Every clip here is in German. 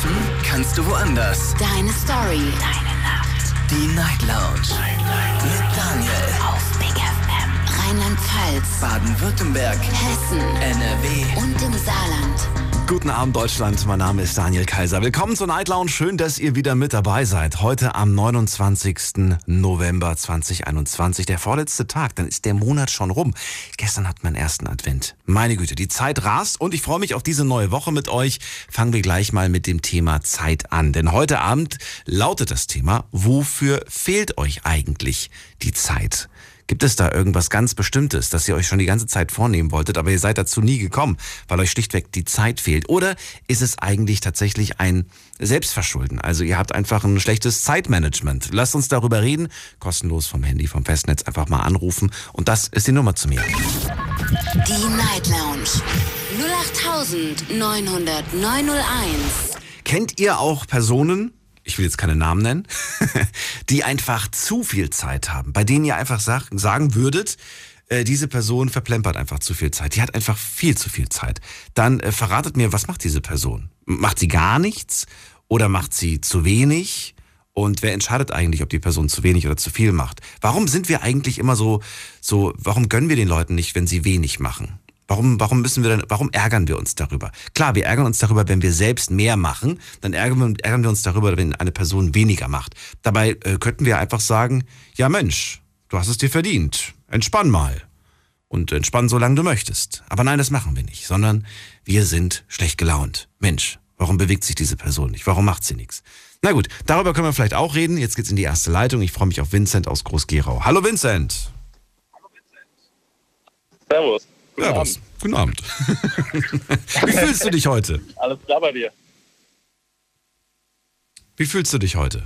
Schlafen kannst du woanders. Deine Story. Deine Nacht. Die Night Lounge. Mit Daniel. Auf Big FM. Rheinland-Pfalz. Baden-Württemberg. Hessen. NRW. Und im Saarland. Guten Abend, Deutschland. Mein Name ist Daniel Kaiser. Willkommen zur Night Lounge. Schön, dass ihr wieder mit dabei seid. Heute am 29. November 2021. Der vorletzte Tag. Dann ist der Monat schon rum. Gestern hatten wir den ersten Advent. Meine Güte, die Zeit rast und ich freue mich auf diese neue Woche mit euch. Fangen wir gleich mal mit dem Thema Zeit an. Denn heute Abend lautet das Thema: Wofür fehlt euch eigentlich die Zeit? Gibt es da irgendwas ganz Bestimmtes, das ihr euch schon die ganze Zeit vornehmen wolltet, aber ihr seid dazu nie gekommen, weil euch schlichtweg die Zeit fehlt? Oder ist es eigentlich tatsächlich ein Selbstverschulden? Also ihr habt einfach ein schlechtes Zeitmanagement. Lasst uns darüber reden. Kostenlos vom Handy, vom Festnetz einfach mal anrufen. Und das ist die Nummer zu mir. Die Night Lounge. 08900901. Kennt ihr auch Personen, ich will jetzt keine Namen nennen, die einfach zu viel Zeit haben, bei denen ihr einfach sagen würdet, diese Person verplempert einfach zu viel Zeit, die hat einfach viel zu viel Zeit. Dann verratet mir, was macht diese Person? Macht sie gar nichts oder macht sie zu wenig? Und wer entscheidet eigentlich, ob die Person zu wenig oder zu viel macht? Warum sind wir eigentlich immer so, warum gönnen wir den Leuten nicht, wenn sie wenig machen? Warum ärgern wir uns darüber? Klar, wir ärgern uns darüber, wenn wir selbst mehr machen, dann ärgern wir uns darüber, wenn eine Person weniger macht. Dabei könnten wir einfach sagen, ja Mensch, du hast es dir verdient, entspann mal. Und entspann, solange du möchtest. Aber nein, das machen wir nicht, sondern wir sind schlecht gelaunt. Mensch, warum bewegt sich diese Person nicht? Warum macht sie nichts? Na gut, darüber können wir vielleicht auch reden. Jetzt geht's in die erste Leitung. Ich freue mich auf Vincent aus Groß-Gerau. Hallo Vincent. Servus. Guten Abend. Wie fühlst du dich heute? Alles klar bei dir? Wie fühlst du dich heute?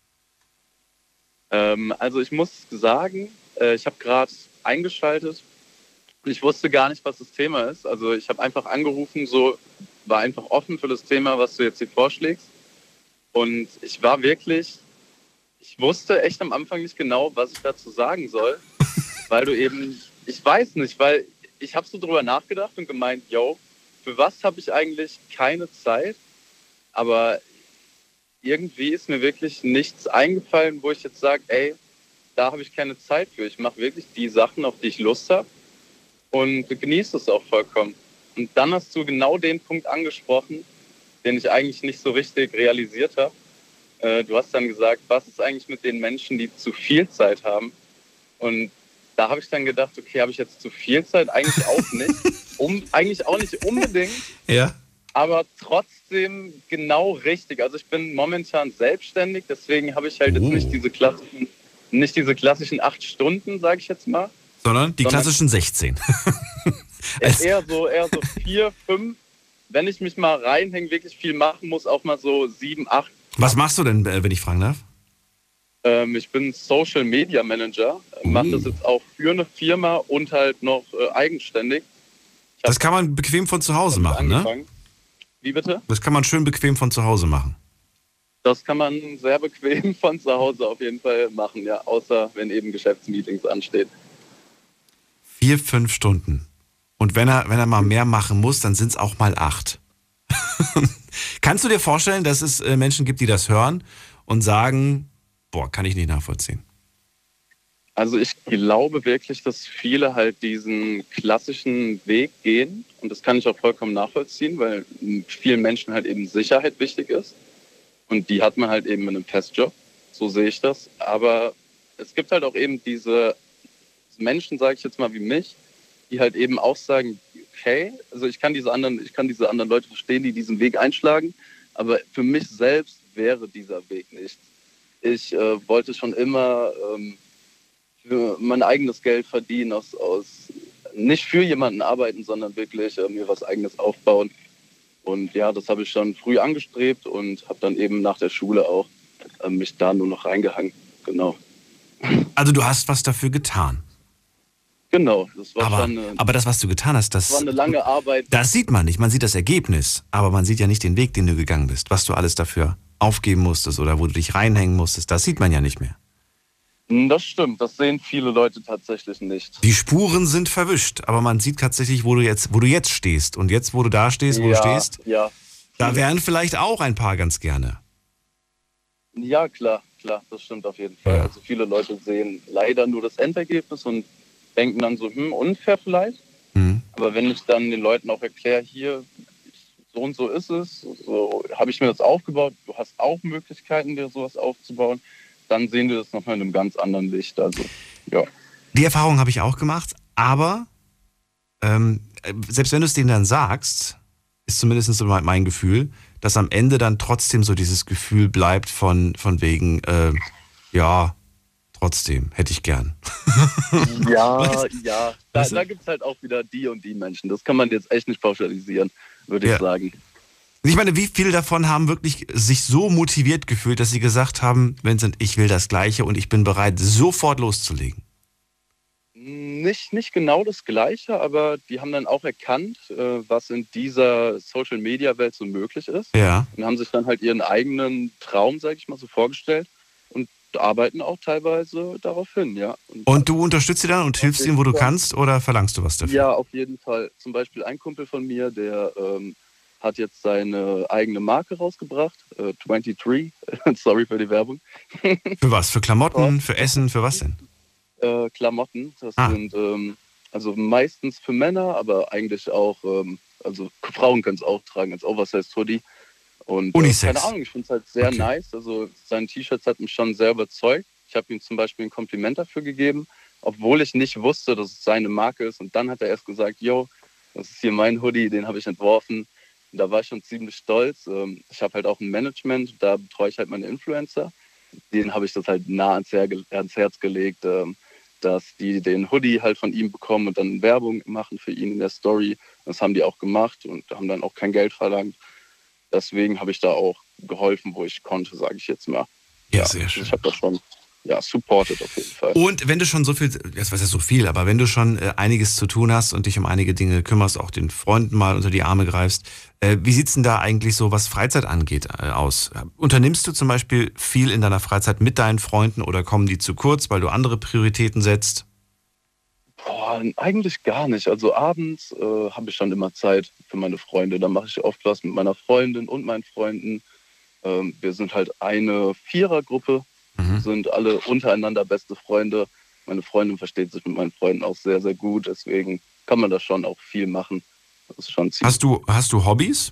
Also ich muss sagen, ich habe gerade eingeschaltet und ich wusste gar nicht, was das Thema ist. Also ich habe einfach angerufen, war einfach offen für das Thema, was du jetzt hier vorschlägst. Und ich wusste echt am Anfang nicht genau, was ich dazu sagen soll, weil ich weiß nicht, weil ich habe so drüber nachgedacht und gemeint, für was habe ich eigentlich keine Zeit? Aber irgendwie ist mir wirklich nichts eingefallen, wo ich jetzt sage, da habe ich keine Zeit für. Ich mache wirklich die Sachen, auf die ich Lust habe und genieße es auch vollkommen. Und dann hast du genau den Punkt angesprochen, den ich eigentlich nicht so richtig realisiert habe. Du hast dann gesagt, was ist eigentlich mit den Menschen, die zu viel Zeit haben? Und da habe ich dann gedacht, okay, habe ich jetzt zu viel Zeit? Eigentlich auch nicht. Eigentlich auch nicht unbedingt. Ja. Aber trotzdem genau richtig. Also ich bin momentan selbstständig, deswegen habe ich halt jetzt nicht diese klassischen 8 Stunden, sage ich jetzt mal. Sondern die klassischen 16. eher so 4, 5. Wenn ich mich mal reinhänge, wirklich viel machen muss, auch mal so 7, 8. Was machst du denn, wenn ich fragen darf? Ich bin Social Media Manager, mache das jetzt auch für eine Firma und halt noch eigenständig. Das kann man bequem von zu Hause machen, ne? Wie bitte? Das kann man schön bequem von zu Hause machen. Das kann man sehr bequem von zu Hause auf jeden Fall machen, ja, außer wenn eben Geschäftsmeetings anstehen. 4, 5 Stunden. Und wenn er mal mehr machen muss, dann sind es auch mal 8. Kannst du dir vorstellen, dass es Menschen gibt, die das hören und sagen, kann ich nicht nachvollziehen? Also ich glaube wirklich, dass viele halt diesen klassischen Weg gehen und das kann ich auch vollkommen nachvollziehen, weil vielen Menschen halt eben Sicherheit wichtig ist und die hat man halt eben in einem Festjob, so sehe ich das. Aber es gibt halt auch eben diese Menschen, sage ich jetzt mal wie mich, die halt eben auch sagen, okay, also ich kann diese anderen Leute verstehen, die diesen Weg einschlagen, aber für mich selbst wäre dieser Weg nicht. Ich wollte schon immer für mein eigenes Geld verdienen, nicht für jemanden arbeiten, sondern wirklich mir was Eigenes aufbauen. Und ja, das habe ich schon früh angestrebt und habe dann eben nach der Schule auch mich da nur noch reingehangen. Genau. Also du hast was dafür getan? Genau. Das war aber das, was du getan hast, das war eine lange Arbeit. Das sieht man nicht. Man sieht das Ergebnis, aber man sieht ja nicht den Weg, den du gegangen bist. Was du alles dafür aufgeben musstest oder wo du dich reinhängen musstest, das sieht man ja nicht mehr. Das stimmt, das sehen viele Leute tatsächlich nicht. Die Spuren sind verwischt, aber man sieht tatsächlich, wo du jetzt stehst. Und jetzt, wo du da stehst, wo du stehst, ja. Da wären vielleicht auch ein paar ganz gerne. Ja, klar, das stimmt auf jeden Fall. Ja. Also viele Leute sehen leider nur das Endergebnis und denken dann so, unfair vielleicht. Mhm. Aber wenn ich dann den Leuten auch erkläre, hier, so und so ist es, so habe ich mir das aufgebaut, du hast auch Möglichkeiten, dir sowas aufzubauen, dann sehen die das nochmal in einem ganz anderen Licht. Also, ja. Die Erfahrung habe ich auch gemacht, aber selbst wenn du es denen dann sagst, ist zumindest so mein Gefühl, dass am Ende dann trotzdem so dieses Gefühl bleibt von wegen, ja, trotzdem, hätte ich gern. Ja, ja. Weißt du? Da gibt es halt auch wieder die und die Menschen. Das kann man jetzt echt nicht pauschalisieren, würde ich sagen. Ich meine, wie viele davon haben wirklich sich so motiviert gefühlt, dass sie gesagt haben, Vincent, ich will das Gleiche und ich bin bereit, sofort loszulegen? Nicht genau das Gleiche, aber die haben dann auch erkannt, was in dieser Social-Media-Welt so möglich ist. Ja. Und haben sich dann halt ihren eigenen Traum, sag ich mal, so vorgestellt und arbeiten auch teilweise darauf hin, ja. Und du unterstützt sie dann und hilfst ihnen, wo du kannst, oder verlangst du was dafür? Ja, auf jeden Fall. Zum Beispiel ein Kumpel von mir, der hat jetzt seine eigene Marke rausgebracht, 23, sorry für die Werbung. Für was? Für Klamotten, für Essen, für was denn? Klamotten, das sind also meistens für Männer, aber eigentlich auch, also Frauen können es auch tragen, als Oversized Hoodie. Und Unisex. Keine Ahnung, ich finde es halt sehr nice. Also seine T-Shirts hat mich schon sehr überzeugt. Ich habe ihm zum Beispiel ein Kompliment dafür gegeben, obwohl ich nicht wusste, dass es seine Marke ist. Und dann hat er erst gesagt, yo, das ist hier mein Hoodie, den habe ich entworfen. Und da war ich schon ziemlich stolz. Ich habe halt auch ein Management, da betreue ich halt meine Influencer. Denen habe ich das halt nah ans Herz gelegt, dass die den Hoodie halt von ihm bekommen und dann Werbung machen für ihn in der Story. Das haben die auch gemacht und haben dann auch kein Geld verlangt. Deswegen habe ich da auch geholfen, wo ich konnte, sage ich jetzt mal. Ja, sehr schön. Ich habe das schon supported auf jeden Fall. Und wenn du schon so viel, jetzt weiß ja so viel, aber wenn du schon einiges zu tun hast und dich um einige Dinge kümmerst, auch den Freunden mal unter die Arme greifst, wie sieht's denn da eigentlich so, was Freizeit angeht, aus? Unternimmst du zum Beispiel viel in deiner Freizeit mit deinen Freunden oder kommen die zu kurz, weil du andere Prioritäten setzt? Boah, eigentlich gar nicht. Also abends habe ich schon immer Zeit für meine Freunde. Da mache ich oft was mit meiner Freundin und meinen Freunden. Wir sind halt eine Vierergruppe, sind alle untereinander beste Freunde. Meine Freundin versteht sich mit meinen Freunden auch sehr, sehr gut. Deswegen kann man da schon auch viel machen. Das ist schon ziemlich. Hast du Hobbys?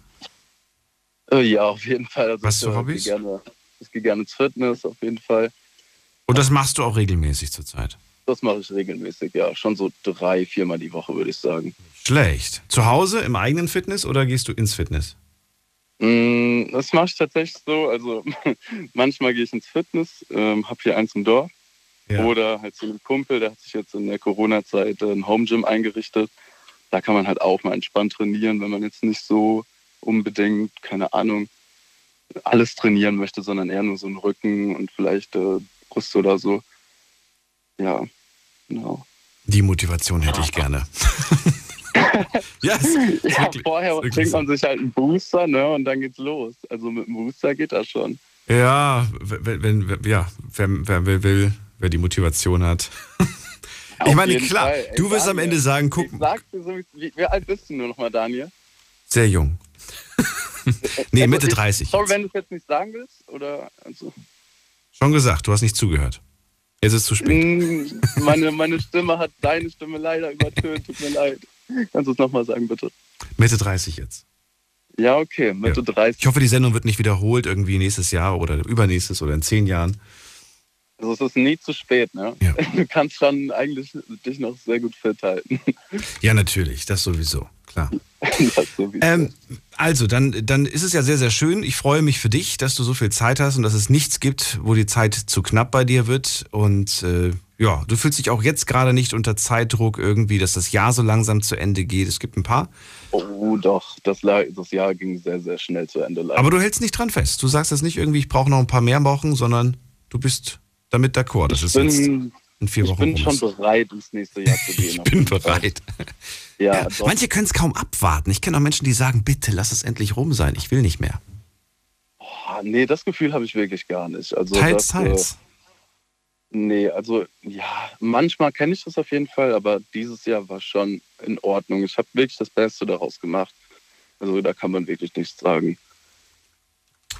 Ja, auf jeden Fall. Also Was für Hobbys? Ich gehe gerne ins Fitness, auf jeden Fall. Und das machst du auch regelmäßig zurzeit? Das mache ich regelmäßig, ja. Schon so 3-4 Mal die Woche, würde ich sagen. Schlecht. Zu Hause im eigenen Fitness oder gehst du ins Fitness? Das mache ich tatsächlich so. Also manchmal gehe ich ins Fitness, habe hier eins im Dorf. Ja. Oder halt zu einem Kumpel, der hat sich jetzt in der Corona-Zeit ein Home Gym eingerichtet. Da kann man halt auch mal entspannt trainieren, wenn man jetzt nicht so unbedingt, keine Ahnung, alles trainieren möchte, sondern eher nur so einen Rücken und vielleicht Brust oder so. Ja, genau. Die Motivation hätte ich gerne. Ja, vorher trinkt man sich halt einen Booster, ne, und dann geht's los. Also mit einem Booster geht das schon. Ja, wer will, wer die Motivation hat. Ich meine, klar, Fall. Du wirst am Ende sagen, guck. Wie alt bist du nur noch mal, Daniel? Sehr jung. Nee, also Mitte 30. Sorry, wenn du es jetzt nicht sagen willst, oder? Also. Schon gesagt, du hast nicht zugehört. Jetzt ist es zu spät. Meine Stimme hat deine Stimme leider übertönt, tut mir leid. Kannst du es nochmal sagen, bitte? Mitte 30 jetzt. Ja, okay, Mitte 30. Ich hoffe, die Sendung wird nicht wiederholt, irgendwie nächstes Jahr oder übernächstes oder in 10 Jahren. Also es ist nie zu spät, ne? Ja. Du kannst schon eigentlich dich noch sehr gut fit halten. Ja, natürlich, das sowieso, klar. Also, dann ist es ja sehr, sehr schön. Ich freue mich für dich, dass du so viel Zeit hast und dass es nichts gibt, wo die Zeit zu knapp bei dir wird. Und ja, du fühlst dich auch jetzt gerade nicht unter Zeitdruck irgendwie, dass das Jahr so langsam zu Ende geht. Es gibt ein paar. Oh doch, das Jahr ging sehr, sehr schnell zu Ende. Leider. Aber du hältst nicht dran fest. Du sagst das nicht irgendwie, ich brauche noch ein paar mehr Wochen, sondern du bist damit d'accord. Das ist jetzt in 4 Wochen. Ich bin schon bereit, ins nächste Jahr zu gehen. Ich bin bereit. Ja, manche können es kaum abwarten. Ich kenne auch Menschen, die sagen, bitte lass es endlich rum sein. Ich will nicht mehr. Nee, das Gefühl habe ich wirklich gar nicht. Also, teils. Nee, also ja, manchmal kenne ich das auf jeden Fall, aber dieses Jahr war schon in Ordnung. Ich habe wirklich das Beste daraus gemacht. Also da kann man wirklich nichts sagen.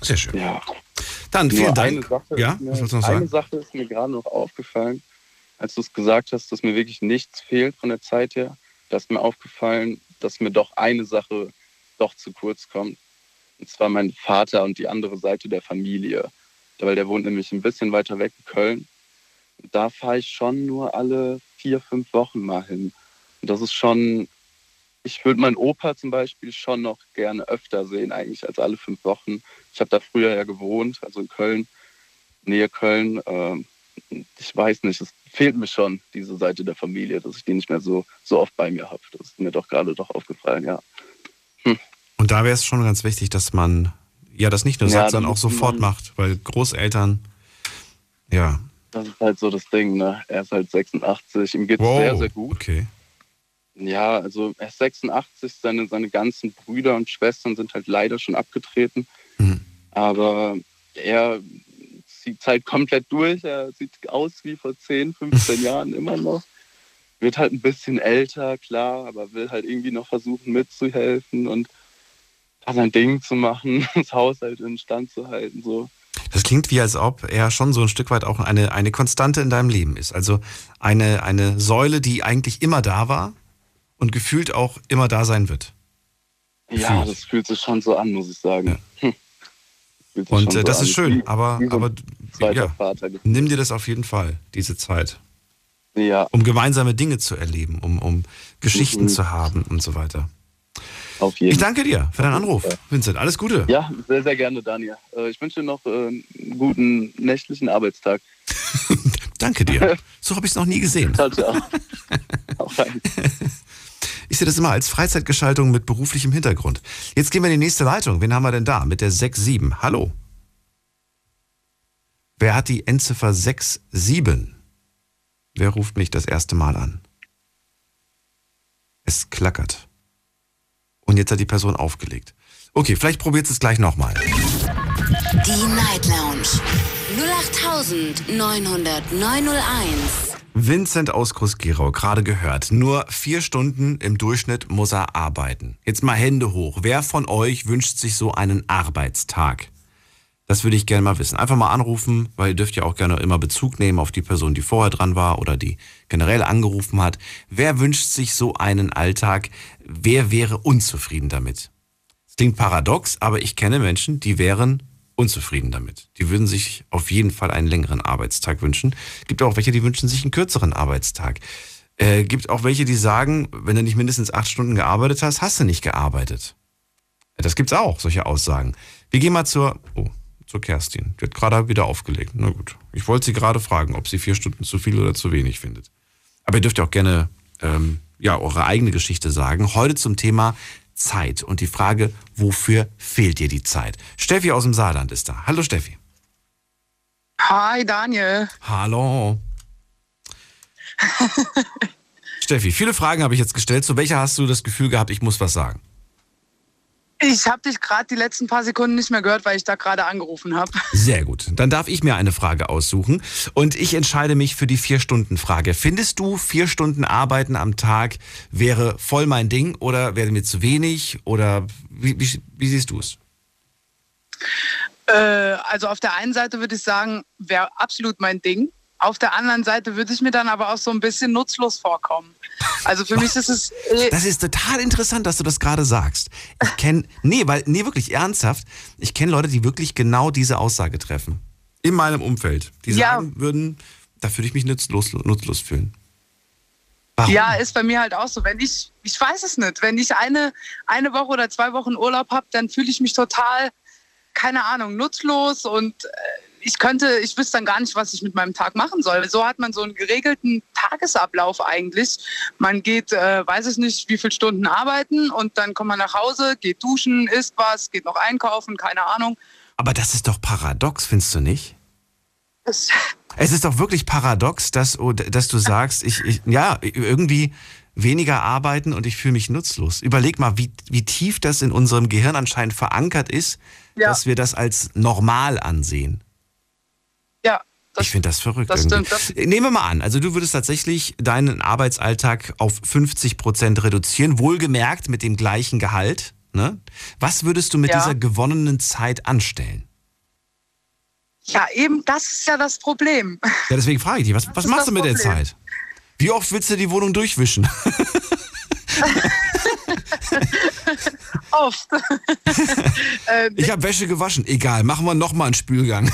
Sehr schön. Ja. Dann vielen Nur Dank. Was willst du noch sagen? Eine Sache ist mir gerade noch aufgefallen, als du es gesagt hast, dass mir wirklich nichts fehlt von der Zeit her. Da ist mir aufgefallen, dass mir doch eine Sache doch zu kurz kommt. Und zwar mein Vater und die andere Seite der Familie. Weil der wohnt nämlich ein bisschen weiter weg in Köln. Da fahre ich schon nur alle 4-5 Wochen mal hin. Und das ist schon, ich würde meinen Opa zum Beispiel schon noch gerne öfter sehen, eigentlich als alle 5 Wochen. Ich habe da früher ja gewohnt, also in Köln, Nähe Köln. Ich weiß nicht, es fehlt mir schon, diese Seite der Familie, dass ich die nicht mehr so oft bei mir habe. Das ist mir doch gerade aufgefallen, ja. Und da wäre es schon ganz wichtig, dass man ja das nicht nur sagt, sondern auch sofort macht, weil Großeltern, ja. Das ist halt so das Ding, ne? Er ist halt 86, ihm geht es sehr, sehr gut. Okay. Ja, also er ist 86, seine ganzen Brüder und Schwestern sind halt leider schon abgetreten. Aber er zieht halt komplett durch. Er sieht aus wie vor 10, 15 Jahren immer noch. Wird halt ein bisschen älter, klar, aber will halt irgendwie noch versuchen mitzuhelfen und sein Ding zu machen, das Haus halt in Stand zu halten. So. Das klingt wie, als ob er schon so ein Stück weit auch eine Konstante in deinem Leben ist. Also eine Säule, die eigentlich immer da war und gefühlt auch immer da sein wird. Ja, das fühlt sich schon so an, muss ich sagen. Ja. Und das ist schön, aber ja, nimm dir das auf jeden Fall, diese Zeit. Ja. Um gemeinsame Dinge zu erleben, um Geschichten zu haben und so weiter. Auf jeden. Ich danke dir für deinen Anruf, Vincent. Alles Gute. Ja, sehr, sehr gerne, Daniel. Ich wünsche dir noch einen guten nächtlichen Arbeitstag. Danke dir. So habe ich es noch nie gesehen. Ciao, ciao. Auch rein. Ich sehe das immer als Freizeitgestaltung mit beruflichem Hintergrund. Jetzt gehen wir in die nächste Leitung. Wen haben wir denn da? Mit der 67. Hallo. Wer hat die Endziffer 67? Wer ruft mich das erste Mal an? Es klackert. Und jetzt hat die Person aufgelegt. Okay, vielleicht probiert es gleich nochmal. Die Night Lounge 08900901. Vincent aus Groß-Gerau, gerade gehört. Nur 4 Stunden im Durchschnitt muss er arbeiten. Jetzt mal Hände hoch. Wer von euch wünscht sich so einen Arbeitstag? Das würde ich gerne mal wissen. Einfach mal anrufen, weil ihr dürft ja auch gerne immer Bezug nehmen auf die Person, die vorher dran war oder die generell angerufen hat. Wer wünscht sich so einen Alltag? Wer wäre unzufrieden damit? Das klingt paradox, aber ich kenne Menschen, die wären unzufrieden damit. Die würden sich auf jeden Fall einen längeren Arbeitstag wünschen. Gibt auch welche, die wünschen sich einen kürzeren Arbeitstag. Gibt auch welche, die sagen, wenn du nicht mindestens 8 Stunden gearbeitet hast, hast du nicht gearbeitet. Das gibt's auch, solche Aussagen. Wir gehen mal zur Kerstin. Die hat gerade wieder aufgelegt. Na gut. Ich wollte sie gerade fragen, ob sie 4 Stunden zu viel oder zu wenig findet. Aber ihr dürft ja auch gerne eure eigene Geschichte sagen. Heute zum Thema Zeit und die Frage, wofür fehlt dir die Zeit? Steffi aus dem Saarland ist da. Hallo Steffi. Hi Daniel. Hallo. Steffi, viele Fragen habe ich jetzt gestellt. Zu welcher hast du das Gefühl gehabt, ich muss was sagen? Ich habe dich gerade die letzten paar Sekunden nicht mehr gehört, weil ich da gerade angerufen habe. Sehr gut. Dann darf ich mir eine Frage aussuchen und ich entscheide mich für die 4-Stunden-Frage. Findest du, 4 Stunden Arbeiten am Tag wäre voll mein Ding oder wäre mir zu wenig oder wie siehst du es? Also auf der einen Seite würde ich sagen, wäre absolut mein Ding. Auf der anderen Seite würde ich mir dann aber auch so ein bisschen nutzlos vorkommen. Also für mich ist es... Das ist total interessant, dass du das gerade sagst. Ich kenne... wirklich ernsthaft. Ich kenne Leute, die wirklich genau diese Aussage treffen. In meinem Umfeld. Die sagen würden, da würde ich mich nutzlos fühlen. Warum? Ja, ist bei mir halt auch so. Wenn ich weiß es nicht. Wenn ich eine Woche oder 2 Wochen Urlaub habe, dann fühle ich mich total, keine Ahnung, nutzlos und... Ich wüsste dann gar nicht, was ich mit meinem Tag machen soll. So hat man so einen geregelten Tagesablauf eigentlich. Man geht, weiß ich nicht, wie viele Stunden arbeiten und dann kommt man nach Hause, geht duschen, isst was, geht noch einkaufen, keine Ahnung. Aber das ist doch paradox, findest du nicht? Es ist doch wirklich paradox, dass du sagst, irgendwie weniger arbeiten und ich fühle mich nutzlos. Überleg mal, wie tief das in unserem Gehirn anscheinend verankert ist, dass wir das als normal ansehen. Ja, ich finde das verrückt. Das irgendwie. stimmt. Nehmen wir mal an, also du würdest tatsächlich deinen Arbeitsalltag auf 50% reduzieren, wohlgemerkt mit dem gleichen Gehalt. Ne? Was würdest du mit dieser gewonnenen Zeit anstellen? Ja, eben, das ist ja das Problem. Ja, deswegen frage ich dich, was ist machst du das mit der Problem. Zeit? Wie oft willst du die Wohnung durchwischen? Oft. Ich habe Wäsche gewaschen. Egal, machen wir nochmal einen Spülgang.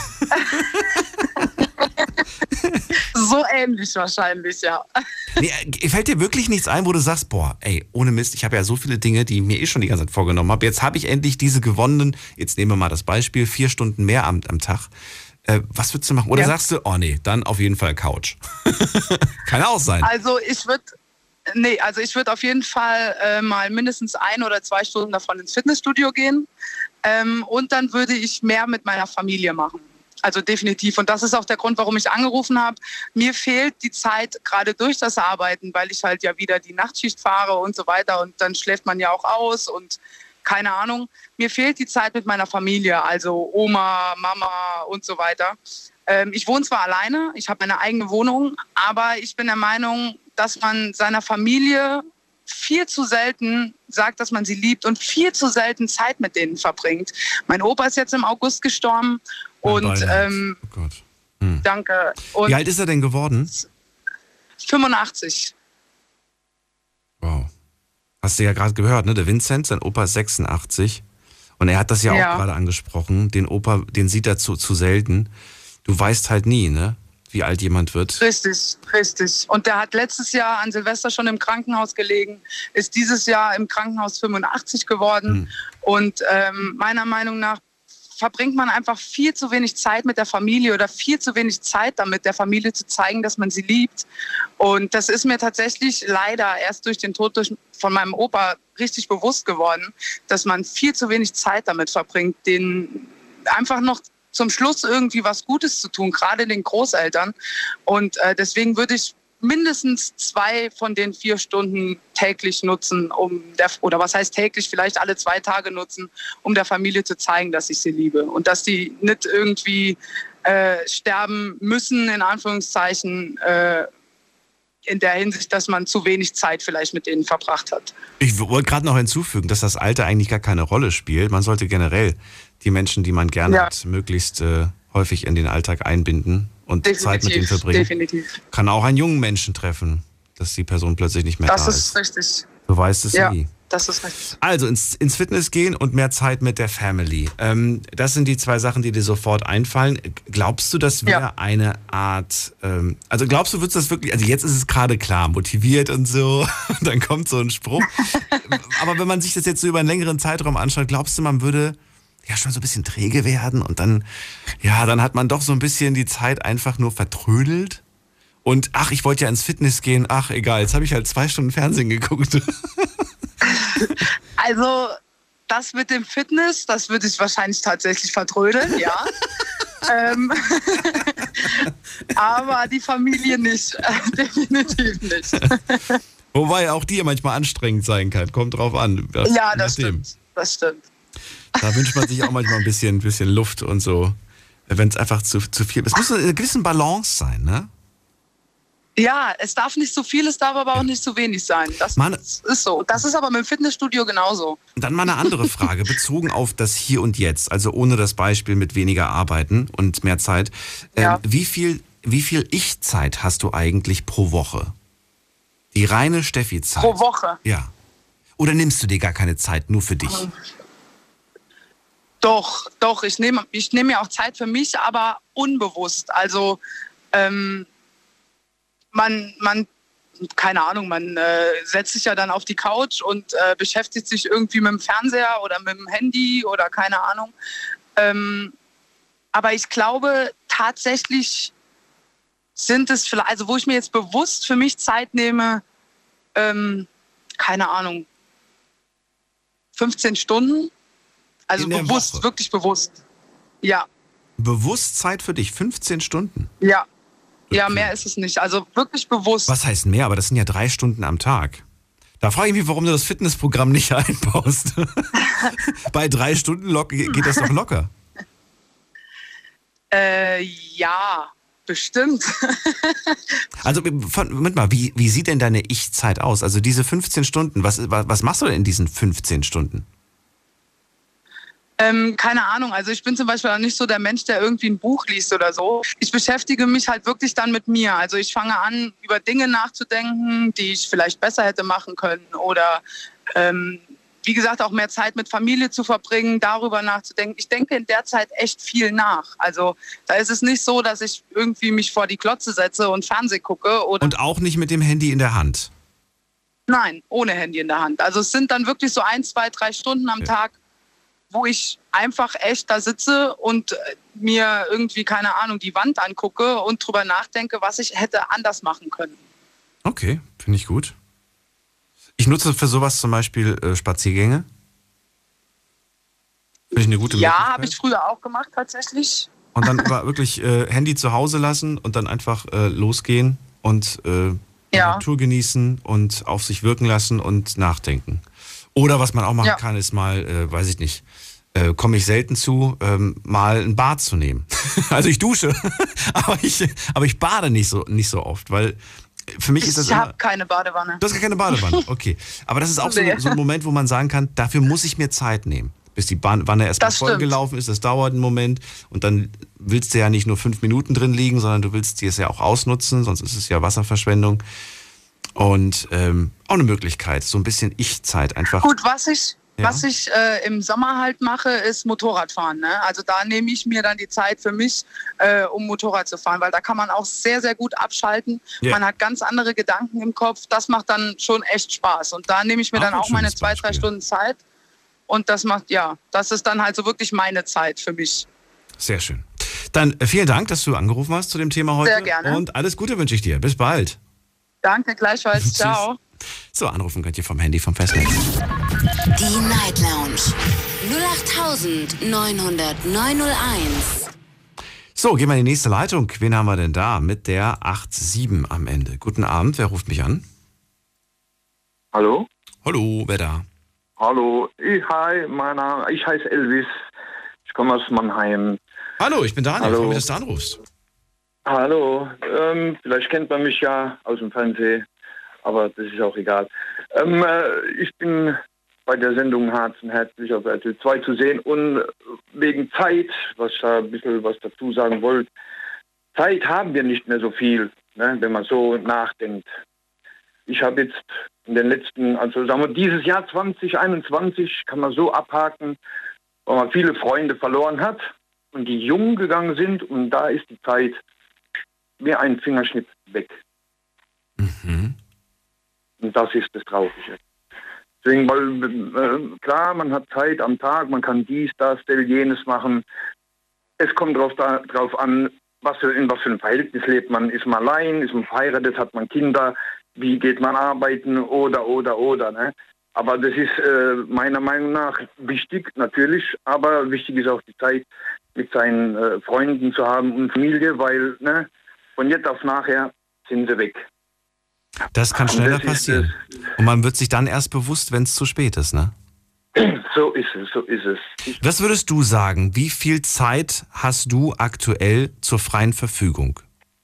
So ähnlich wahrscheinlich, ja. Nee, fällt dir wirklich nichts ein, wo du sagst, boah, ey, ohne Mist, ich habe ja so viele Dinge, die ich mir schon die ganze Zeit vorgenommen habe. Jetzt habe ich endlich diese gewonnenen, jetzt nehmen wir mal das Beispiel, 4 Stunden mehr am Tag. Was würdest du machen? Oder sagst du, oh nee, dann auf jeden Fall Couch. Kann auch sein. Also ich würde auf jeden Fall mal mindestens 1 oder 2 Stunden davon ins Fitnessstudio gehen. Und dann würde ich mehr mit meiner Familie machen. Also definitiv. Und das ist auch der Grund, warum ich angerufen habe. Mir fehlt die Zeit gerade durch das Arbeiten, weil ich halt ja wieder die Nachtschicht fahre und so weiter. Und dann schläft man ja auch aus und keine Ahnung. Mir fehlt die Zeit mit meiner Familie, also Oma, Mama und so weiter. Ich wohne zwar alleine, ich habe meine eigene Wohnung, aber ich bin der Meinung, dass man seiner Familie viel zu selten sagt, dass man sie liebt und viel zu selten Zeit mit denen verbringt. Mein Opa ist jetzt im August gestorben und oh Gott. danke. Und Wie alt ist er denn geworden? 85. Wow. Hast du ja gerade gehört, ne? Der Vincent, sein Opa ist 86 und er hat das ja auch gerade angesprochen. Den Opa, den sieht er zu selten. Du weißt halt nie, ne? Wie alt jemand wird. Richtig, richtig. Und der hat letztes Jahr an Silvester schon im Krankenhaus gelegen, ist dieses Jahr im Krankenhaus 85 geworden. Und meiner Meinung nach verbringt man einfach viel zu wenig Zeit mit der Familie oder viel zu wenig Zeit damit, der Familie zu zeigen, dass man sie liebt. Und das ist mir tatsächlich leider erst durch den Tod von meinem Opa richtig bewusst geworden, dass man viel zu wenig Zeit damit verbringt, denen einfach noch zum Schluss irgendwie was Gutes zu tun, gerade den Großeltern. Und deswegen würde ich mindestens 2 von den 4 Stunden täglich nutzen, oder was heißt täglich, vielleicht alle 2 Tage nutzen, um der Familie zu zeigen, dass ich sie liebe. Und dass die nicht irgendwie sterben müssen, in Anführungszeichen, in der Hinsicht, dass man zu wenig Zeit vielleicht mit denen verbracht hat. Ich wollte gerade noch hinzufügen, dass das Alter eigentlich gar keine Rolle spielt. Man sollte generell die Menschen, die man gerne hat, möglichst häufig in den Alltag einbinden und Zeit mit ihnen verbringen. Definitiv. Kann auch einen jungen Menschen treffen, dass die Person plötzlich nicht mehr da ist. Das ist richtig. Du weißt es nie. Das ist richtig. Also ins Fitness gehen und mehr Zeit mit der Family. Das sind die 2 Sachen, die dir sofort einfallen. Glaubst du, das wäre eine Art, also glaubst du, würdest du das wirklich, also jetzt ist es gerade klar, motiviert und so, dann kommt so ein Spruch. Aber wenn man sich das jetzt so über einen längeren Zeitraum anschaut, glaubst du, man würde ja schon so ein bisschen träge werden und dann hat man doch so ein bisschen die Zeit einfach nur vertrödelt? Und ach, ich wollte ja ins Fitness gehen, ach egal, jetzt habe ich halt 2 Stunden Fernsehen geguckt. Also das mit dem Fitness, das würde ich wahrscheinlich tatsächlich vertrödeln, ja. Aber die Familie nicht, definitiv nicht. Wobei auch die manchmal anstrengend sein kann, kommt drauf an. Ja, das stimmt. Da wünscht man sich auch manchmal ein bisschen Luft und so, wenn es einfach zu viel ist. Es muss eine gewisse Balance sein, ne? Ja, es darf nicht zu viel, es darf aber auch nicht zu wenig sein. Das ist so. Das ist aber mit dem Fitnessstudio genauso. Dann mal eine andere Frage, bezogen auf das Hier und Jetzt, also ohne das Beispiel mit weniger Arbeiten und mehr Zeit. Wie viel Ich-Zeit hast du eigentlich pro Woche? Die reine Steffi-Zeit. Pro Woche? Ja. Oder nimmst du dir gar keine Zeit, nur für dich? Doch. Ich nehme mir auch Zeit für mich, aber unbewusst. Also, man keine Ahnung, man setzt sich ja dann auf die Couch und beschäftigt sich irgendwie mit dem Fernseher oder mit dem Handy oder keine Ahnung. Aber ich glaube, tatsächlich sind es vielleicht, also wo ich mir jetzt bewusst für mich Zeit nehme, keine Ahnung, 15 Stunden. Also bewusst, wirklich bewusst. Ja. Bewusst Zeit für dich, 15 Stunden? Ja. Ja, mehr ist es nicht. Also wirklich bewusst. Was heißt mehr? Aber das sind ja 3 Stunden am Tag. Da frage ich mich, warum du das Fitnessprogramm nicht einbaust. Bei 3 Stunden geht das doch locker. Ja, bestimmt. Also, Moment mal, wie sieht denn deine Ich-Zeit aus? Also diese 15 Stunden, was machst du denn in diesen 15 Stunden? Keine Ahnung, also ich bin zum Beispiel auch nicht so der Mensch, der irgendwie ein Buch liest oder so. Ich beschäftige mich halt wirklich dann mit mir. Also ich fange an, über Dinge nachzudenken, die ich vielleicht besser hätte machen können oder wie gesagt, auch mehr Zeit mit Familie zu verbringen, darüber nachzudenken. Ich denke in der Zeit echt viel nach. Also da ist es nicht so, dass ich irgendwie mich vor die Glotze setze und Fernseh gucke. Und auch nicht mit dem Handy in der Hand? Nein, ohne Handy in der Hand. Also es sind dann wirklich so 1, 2, 3 Stunden am Tag, wo ich einfach echt da sitze und mir irgendwie, keine Ahnung, die Wand angucke und drüber nachdenke, was ich hätte anders machen können. Okay, finde ich gut. Ich nutze für sowas zum Beispiel Spaziergänge. Finde ich eine gute Möglichkeit. Ja, habe ich früher auch gemacht, tatsächlich. Und dann wirklich Handy zu Hause lassen und dann einfach losgehen und die Natur genießen und auf sich wirken lassen und nachdenken. Oder was man auch machen kann, ist mal, weiß ich nicht, komme ich selten zu, mal ein Bad zu nehmen. Also ich dusche, aber ich bade nicht so oft, weil für mich ist das Ich habe keine Badewanne. Du hast gar keine Badewanne, okay. Aber das ist auch so ein Moment, wo man sagen kann, dafür muss ich mir Zeit nehmen. Bis die Wanne erstmal vollgelaufen ist, das dauert einen Moment. Und dann willst du ja nicht nur 5 Minuten drin liegen, sondern du willst dir es ja auch ausnutzen, sonst ist es ja Wasserverschwendung. Und auch eine Möglichkeit, so ein bisschen Ich-Zeit einfach. Gut, was ich im Sommer halt mache, ist Motorradfahren. Ne? Also da nehme ich mir dann die Zeit für mich, um Motorrad zu fahren, weil da kann man auch sehr, sehr gut abschalten. Yeah. Man hat ganz andere Gedanken im Kopf. Das macht dann schon echt Spaß. Und da nehme ich mir dann auch meine 2, 3 Stunden Zeit. Und das das ist dann halt so wirklich meine Zeit für mich. Sehr schön. Dann vielen Dank, dass du angerufen hast zu dem Thema heute. Sehr gerne. Und alles Gute wünsche ich dir. Bis bald. Danke, gleichfalls. Ciao. So, anrufen könnt ihr vom Handy, vom Festnetz. Die Night Lounge 08900901. So, gehen wir in die nächste Leitung. Wen haben wir denn da? Mit der 87 am Ende. Guten Abend, wer ruft mich an? Hallo? Hallo, wer da? Hallo, ich heiße Elvis. Ich komme aus Mannheim. Hallo, ich bin Daniel. Hallo. Freue mich, dass du anrufst. Hallo, vielleicht kennt man mich ja aus dem Fernsehen, aber das ist auch egal. Ich bin bei der Sendung Herz und Herzlich auf RTL 2 zu sehen und wegen Zeit, was ich da ein bisschen was dazu sagen wollte, Zeit haben wir nicht mehr so viel, ne, wenn man so nachdenkt. Ich habe jetzt in den letzten, also sagen wir, dieses Jahr 2021 kann man so abhaken, weil man viele Freunde verloren hat und die jung gegangen sind und da ist die Zeit wie ein Fingerschnipp weg. Mhm. Und das ist das Traurige. Deswegen, weil klar, man hat Zeit am Tag, man kann dies, das, jenes machen. Es kommt drauf an, in was für ein Verhältnis lebt man. Ist man allein, ist man verheiratet, hat man Kinder, wie geht man arbeiten oder. Ne? Aber das ist meiner Meinung nach wichtig, natürlich. Aber wichtig ist auch die Zeit mit seinen Freunden zu haben und Familie, weil von jetzt auf nachher sind sie weg. Das kann schneller passieren. Und man wird sich dann erst bewusst, wenn es zu spät ist, ne? So ist es. Was würdest du sagen? Wie viel Zeit hast du aktuell zur freien Verfügung?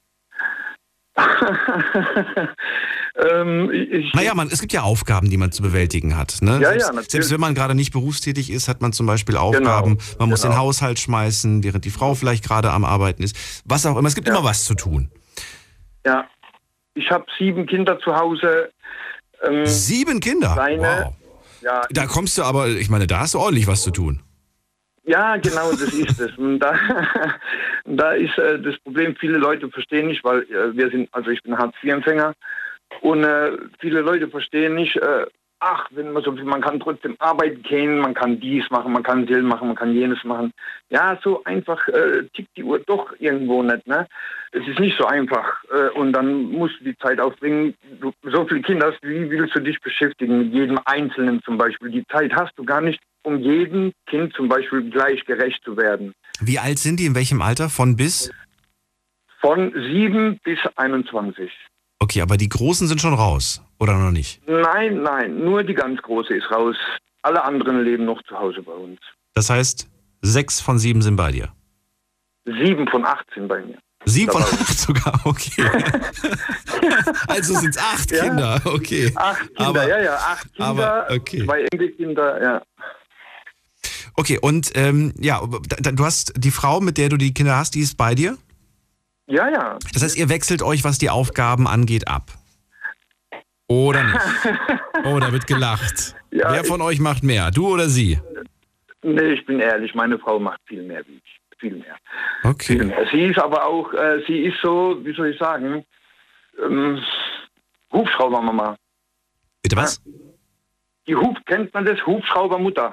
Es gibt ja Aufgaben, die man zu bewältigen hat. Ne? Selbst wenn man gerade nicht berufstätig ist, hat man zum Beispiel Aufgaben. Man muss den Haushalt schmeißen, während die Frau vielleicht gerade am Arbeiten ist. Was auch immer. Es gibt immer was zu tun. Ja, ich habe 7 Kinder zu Hause. 7 Kinder? Wow. Ja, da kommst du aber, ich meine, da hast du ordentlich was zu tun. Ja, genau, das ist es. Und da ist das Problem, viele Leute verstehen nicht, weil ich bin Hartz-IV-Empfänger und viele Leute verstehen nicht, wenn man so viel, man kann trotzdem arbeiten gehen, man kann dies machen, man kann das machen, man kann jenes machen. Ja, so einfach tickt die Uhr doch irgendwo nicht, ne? Es ist nicht so einfach und dann musst du die Zeit aufbringen. Du so viele Kinder hast, wie willst du dich beschäftigen mit jedem Einzelnen zum Beispiel? Die Zeit hast du gar nicht, um jedem Kind zum Beispiel gleich gerecht zu werden. Wie alt sind die? In welchem Alter? Von bis? Von 7 bis 21. Okay, aber die Großen sind schon raus, oder noch nicht? Nein, nur die ganz Große ist raus. Alle anderen leben noch zu Hause bei uns. Das heißt, 6 von 7 sind bei dir? 7 von 8 sind bei mir. 7 von 8 sogar, okay. Also sind es 8 Kinder, okay. 8 Kinder, 8 Kinder, aber, okay. 2 Enkelkinder, ja. Okay, und du hast die Frau, mit der du die Kinder hast, die ist bei dir? Ja, ja. Das heißt, ihr wechselt euch, was die Aufgaben angeht, ab? Oder nicht? Oh, da wird gelacht. Ja, Wer von euch macht mehr, du oder sie? Nee, ich bin ehrlich, meine Frau macht viel mehr wie ich. Viel mehr. Okay. Viel mehr. Sie ist aber auch, sie ist so, wie soll ich sagen, Hubschraubermama. Bitte was? Kennt man das? Hubschraubermutter.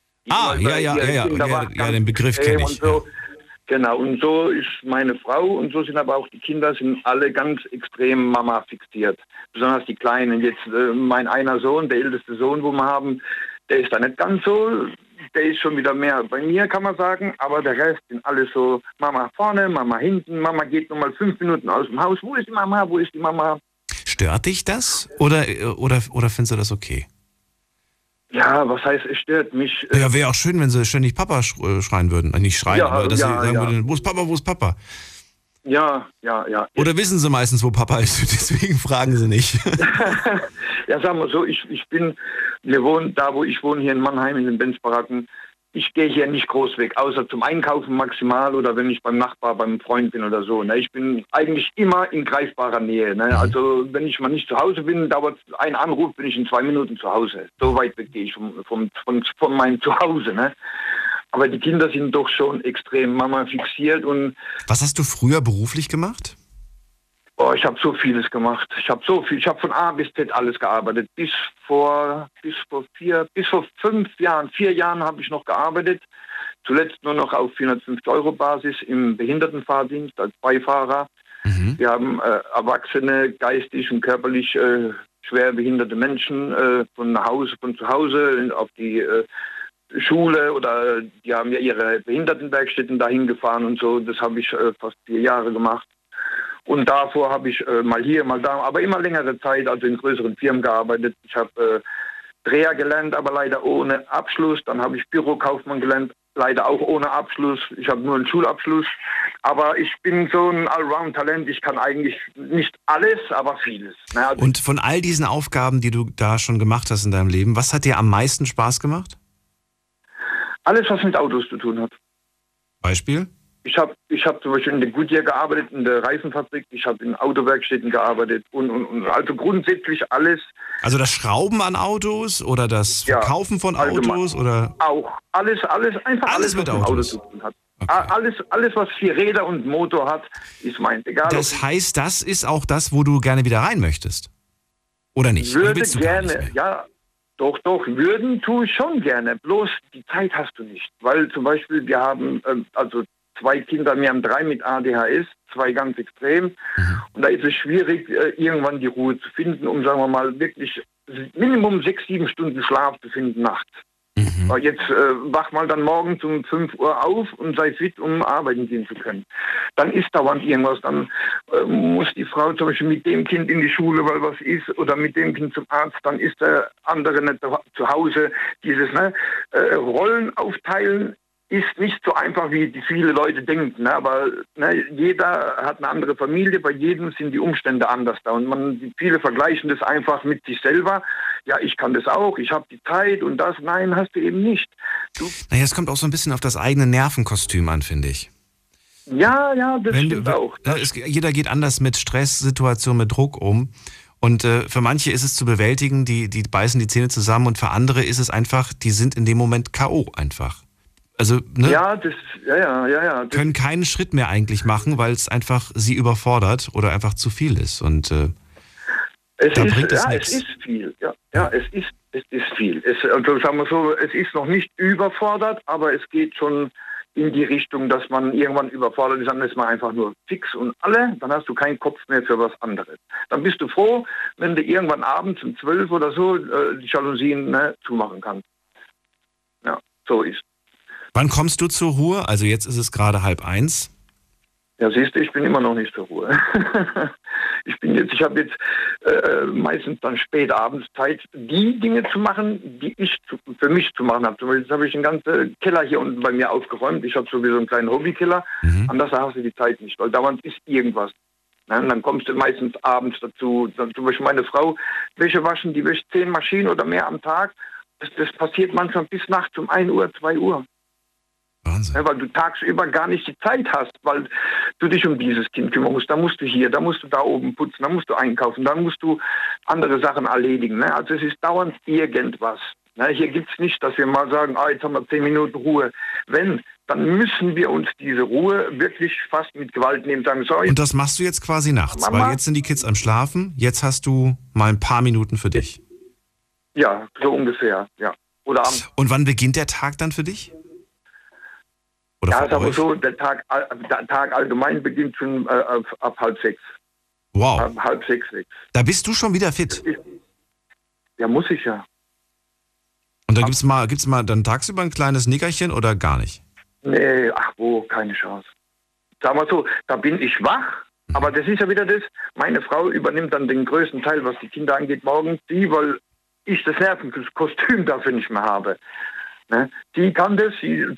Den Begriff kenne ich. So. Genau, und so ist meine Frau und so sind aber auch die Kinder, sind alle ganz extrem Mama fixiert. Besonders die Kleinen. Jetzt mein einer Sohn, der älteste Sohn, wo wir haben, der ist da nicht ganz so, der ist schon wieder mehr bei mir, kann man sagen, aber der Rest sind alle so, Mama vorne, Mama hinten, Mama geht noch mal 5 Minuten aus dem Haus, wo ist die Mama, wo ist die Mama? Stört dich das oder findest du das okay? Ja, was heißt, es stört mich? Ja, wäre auch schön, wenn sie ständig Papa schreien würden. Nicht schreien, aber dass sie sagen würden, wo ist Papa, wo ist Papa? Ja. Oder wissen sie meistens, wo Papa ist, deswegen fragen sie nicht. Ja, sagen wir so, wir wohnen da, wo ich wohne, hier in Mannheim, in den Benz-Baracken. Ich gehe hier nicht groß weg, außer zum Einkaufen maximal oder wenn ich beim Nachbar, beim Freund bin oder so. Ne? Ich bin eigentlich immer in greifbarer Nähe. Ne? Also wenn ich mal nicht zu Hause bin, dauert ein Anruf, bin ich in 2 Minuten zu Hause. So weit weg gehe ich von meinem Zuhause. Ne? Aber die Kinder sind doch schon extrem Mama fixiert. Und was hast du früher beruflich gemacht? Oh, ich habe so vieles gemacht. Ich habe von A bis Z alles gearbeitet. Bis vor 4 Jahren habe ich noch gearbeitet. Zuletzt nur noch auf 450 € Basis im Behindertenfahrdienst als Beifahrer. Mhm. Wir haben erwachsene, geistig und körperlich schwer behinderte Menschen von zu Hause auf die Schule oder die haben ja ihre Behindertenwerkstätten dahin gefahren und so. Das habe ich fast 4 Jahre gemacht. Und davor habe ich mal hier, mal da, aber immer längere Zeit, also in größeren Firmen gearbeitet. Ich habe Dreher gelernt, aber leider ohne Abschluss. Dann habe ich Bürokaufmann gelernt, leider auch ohne Abschluss. Ich habe nur einen Schulabschluss. Aber ich bin so ein Allround-Talent. Ich kann eigentlich nicht alles, aber vieles. Also und von all diesen Aufgaben, die du da schon gemacht hast in deinem Leben, was hat dir am meisten Spaß gemacht? Alles, was mit Autos zu tun hat. Beispiel? Ich hab zum Beispiel in der Goodyear gearbeitet, in der Reifenfabrik, ich habe in Autowerkstätten gearbeitet und also grundsätzlich alles. Also das Schrauben an Autos oder das Verkaufen von Autos oder? Auch, alles, einfach alles mit Autos. Auto zu tun hat. Okay. Alles, was 4 Räder und Motor hat, ist meins. Egal. Das heißt, das ist auch das, wo du gerne wieder rein möchtest? Oder nicht? Würde oder gerne, ja. Doch, würden tue ich schon gerne. Bloß die Zeit hast du nicht. Weil zum Beispiel wir haben, 2 Kinder, wir haben 3 mit ADHS, 2 ganz extrem. Mhm. Und da ist es schwierig, irgendwann die Ruhe zu finden, um, sagen wir mal, wirklich Minimum 6, 7 Stunden Schlaf zu finden nachts. Mhm. Jetzt wach mal dann morgens um 5 Uhr auf und sei fit, um arbeiten gehen zu können. Dann ist dauernd irgendwas. Dann muss die Frau zum Beispiel mit dem Kind in die Schule, weil was ist, oder mit dem Kind zum Arzt. Dann ist der andere nicht zu Hause. Dieses Rollen aufteilen ist nicht so einfach, wie die viele Leute denken. Ne? Aber jeder hat eine andere Familie, bei jedem sind die Umstände anders da. Und viele vergleichen das einfach mit sich selber. Ja, ich kann das auch, ich habe die Zeit und das. Nein, hast du eben nicht. Naja, es kommt auch so ein bisschen auf das eigene Nervenkostüm an, finde ich. Ja, das stimmt auch. Jeder geht anders mit Stresssituationen, mit Druck um. Und für manche ist es zu bewältigen, die beißen die Zähne zusammen. Und für andere ist es einfach, die sind in dem Moment K.O. einfach. Also, können keinen Schritt mehr eigentlich machen, weil es einfach sie überfordert oder einfach zu viel ist. Und bringt es nichts. Es ist viel. Es ist viel. Also sagen wir so, es ist noch nicht überfordert, aber es geht schon in die Richtung, dass man irgendwann überfordert ist, dann ist man einfach nur fix und alle, dann hast du keinen Kopf mehr für was anderes. Dann bist du froh, wenn du irgendwann abends um 12 oder so die Jalousien zumachen kannst. Ja, so ist. Wann kommst du zur Ruhe? Also jetzt ist es gerade 12:30. Ja, siehst du, ich bin immer noch nicht zur Ruhe. Ich habe jetzt meistens dann spät abends Zeit, die Dinge zu machen, die ich für mich zu machen habe. Zum Beispiel jetzt habe ich den ganzen Keller hier unten bei mir aufgeräumt. Ich habe sowieso einen kleinen Hobbykeller. Anders hast du die Zeit nicht, weil dauernd ist irgendwas. Dann kommst du meistens abends dazu. Dann zum Beispiel meine Frau, Wäsche waschen, die wäscht 10 Maschinen oder mehr am Tag. das passiert manchmal bis nachts um 1 Uhr, 2 Uhr. Wahnsinn. Ja, weil du tagsüber gar nicht die Zeit hast, weil du dich um dieses Kind kümmern musst. Da musst du hier, da musst du da oben putzen, da musst du einkaufen, dann musst du andere Sachen erledigen. Ne? Also es ist dauernd irgendwas. Ne? Hier gibt es nicht, dass wir mal sagen, jetzt haben wir 10 Minuten Ruhe. Wenn, dann müssen wir uns diese Ruhe wirklich fast mit Gewalt nehmen. Sagen, so, Und das machst du jetzt quasi nachts, Mama? weil jetzt sind die Kids am Schlafen, jetzt hast du mal ein paar Minuten für dich. ja, so ungefähr, ja. Oder abends. Und wann beginnt der Tag dann für dich? Oder Ja, für ist aber euch? so, der Tag allgemein beginnt schon ab 5:30. Wow, Ab 5:30, 6. da bist du schon wieder fit. Ja, muss ich ja. Und dann gibt's mal dann tagsüber ein kleines Nickerchen oder gar nicht? Nee, keine Chance. Sag mal so, da bin ich wach, aber das ist ja wieder das, meine Frau übernimmt dann den größten Teil, was die Kinder angeht, morgens, weil ich das Nervenkostüm dafür nicht mehr habe. Ne? Die kann das,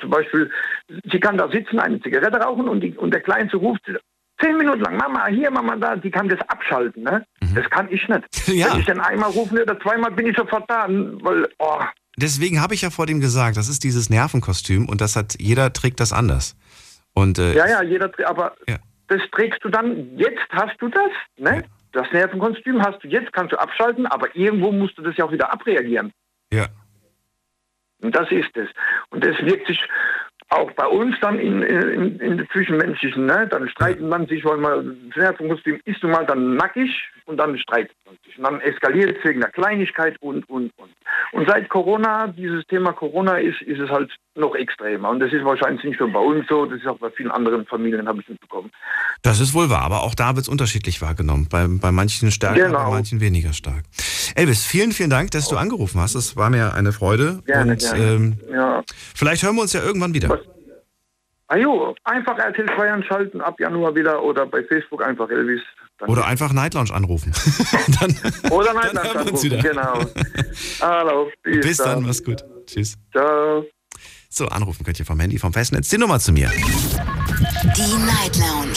sie kann da sitzen, eine Zigarette rauchen und der Kleinste ruft 10 Minuten lang, Mama hier, Mama da, die kann das abschalten. Ne? Das kann ich nicht. Ja. Wenn ich dann einmal rufen oder zweimal, bin ich sofort da, weil, Deswegen habe ich ja vor dem gesagt, das ist dieses Nervenkostüm und jeder trägt das anders. Und, ja, aber Ja. das trägst du dann, jetzt hast du das, ne? Ja. Das Nervenkostüm hast du jetzt, kannst du abschalten, aber irgendwo musst du das ja auch wieder abreagieren. ja. Und das ist es. Und das wirkt sich auch bei uns dann in der Zwischenmenschlichen, ne? Dann streitet man sich, weil man das Nervenkostüm ist nun mal dann nackig und dann streitet man sich. Und dann eskaliert es wegen der Kleinigkeit und. Und seit Corona, dieses Thema Corona ist es halt noch extremer. Und das ist wahrscheinlich nicht nur bei uns so, das ist auch bei vielen anderen Familien, habe ich mitbekommen. Das ist wohl wahr, aber auch da wird es unterschiedlich wahrgenommen. Bei manchen stärker, Genau. bei manchen weniger stark. Elvis, vielen, vielen Dank, dass du angerufen hast. Es war mir eine Freude. Gerne, gerne. Ja. Vielleicht hören wir uns ja irgendwann wieder. Einfach RTL 2 anschalten, ab Januar wieder oder bei Facebook einfach Elvis. Dann Oder einfach Night Lounge anrufen. dann Nein, hören wir uns wieder. Genau. Hallo. Bis dann, mach's gut. Tschüss. Ciao. So, anrufen könnt ihr vom Handy, vom Festnetz. Die Nummer zu mir. Die Night Lounge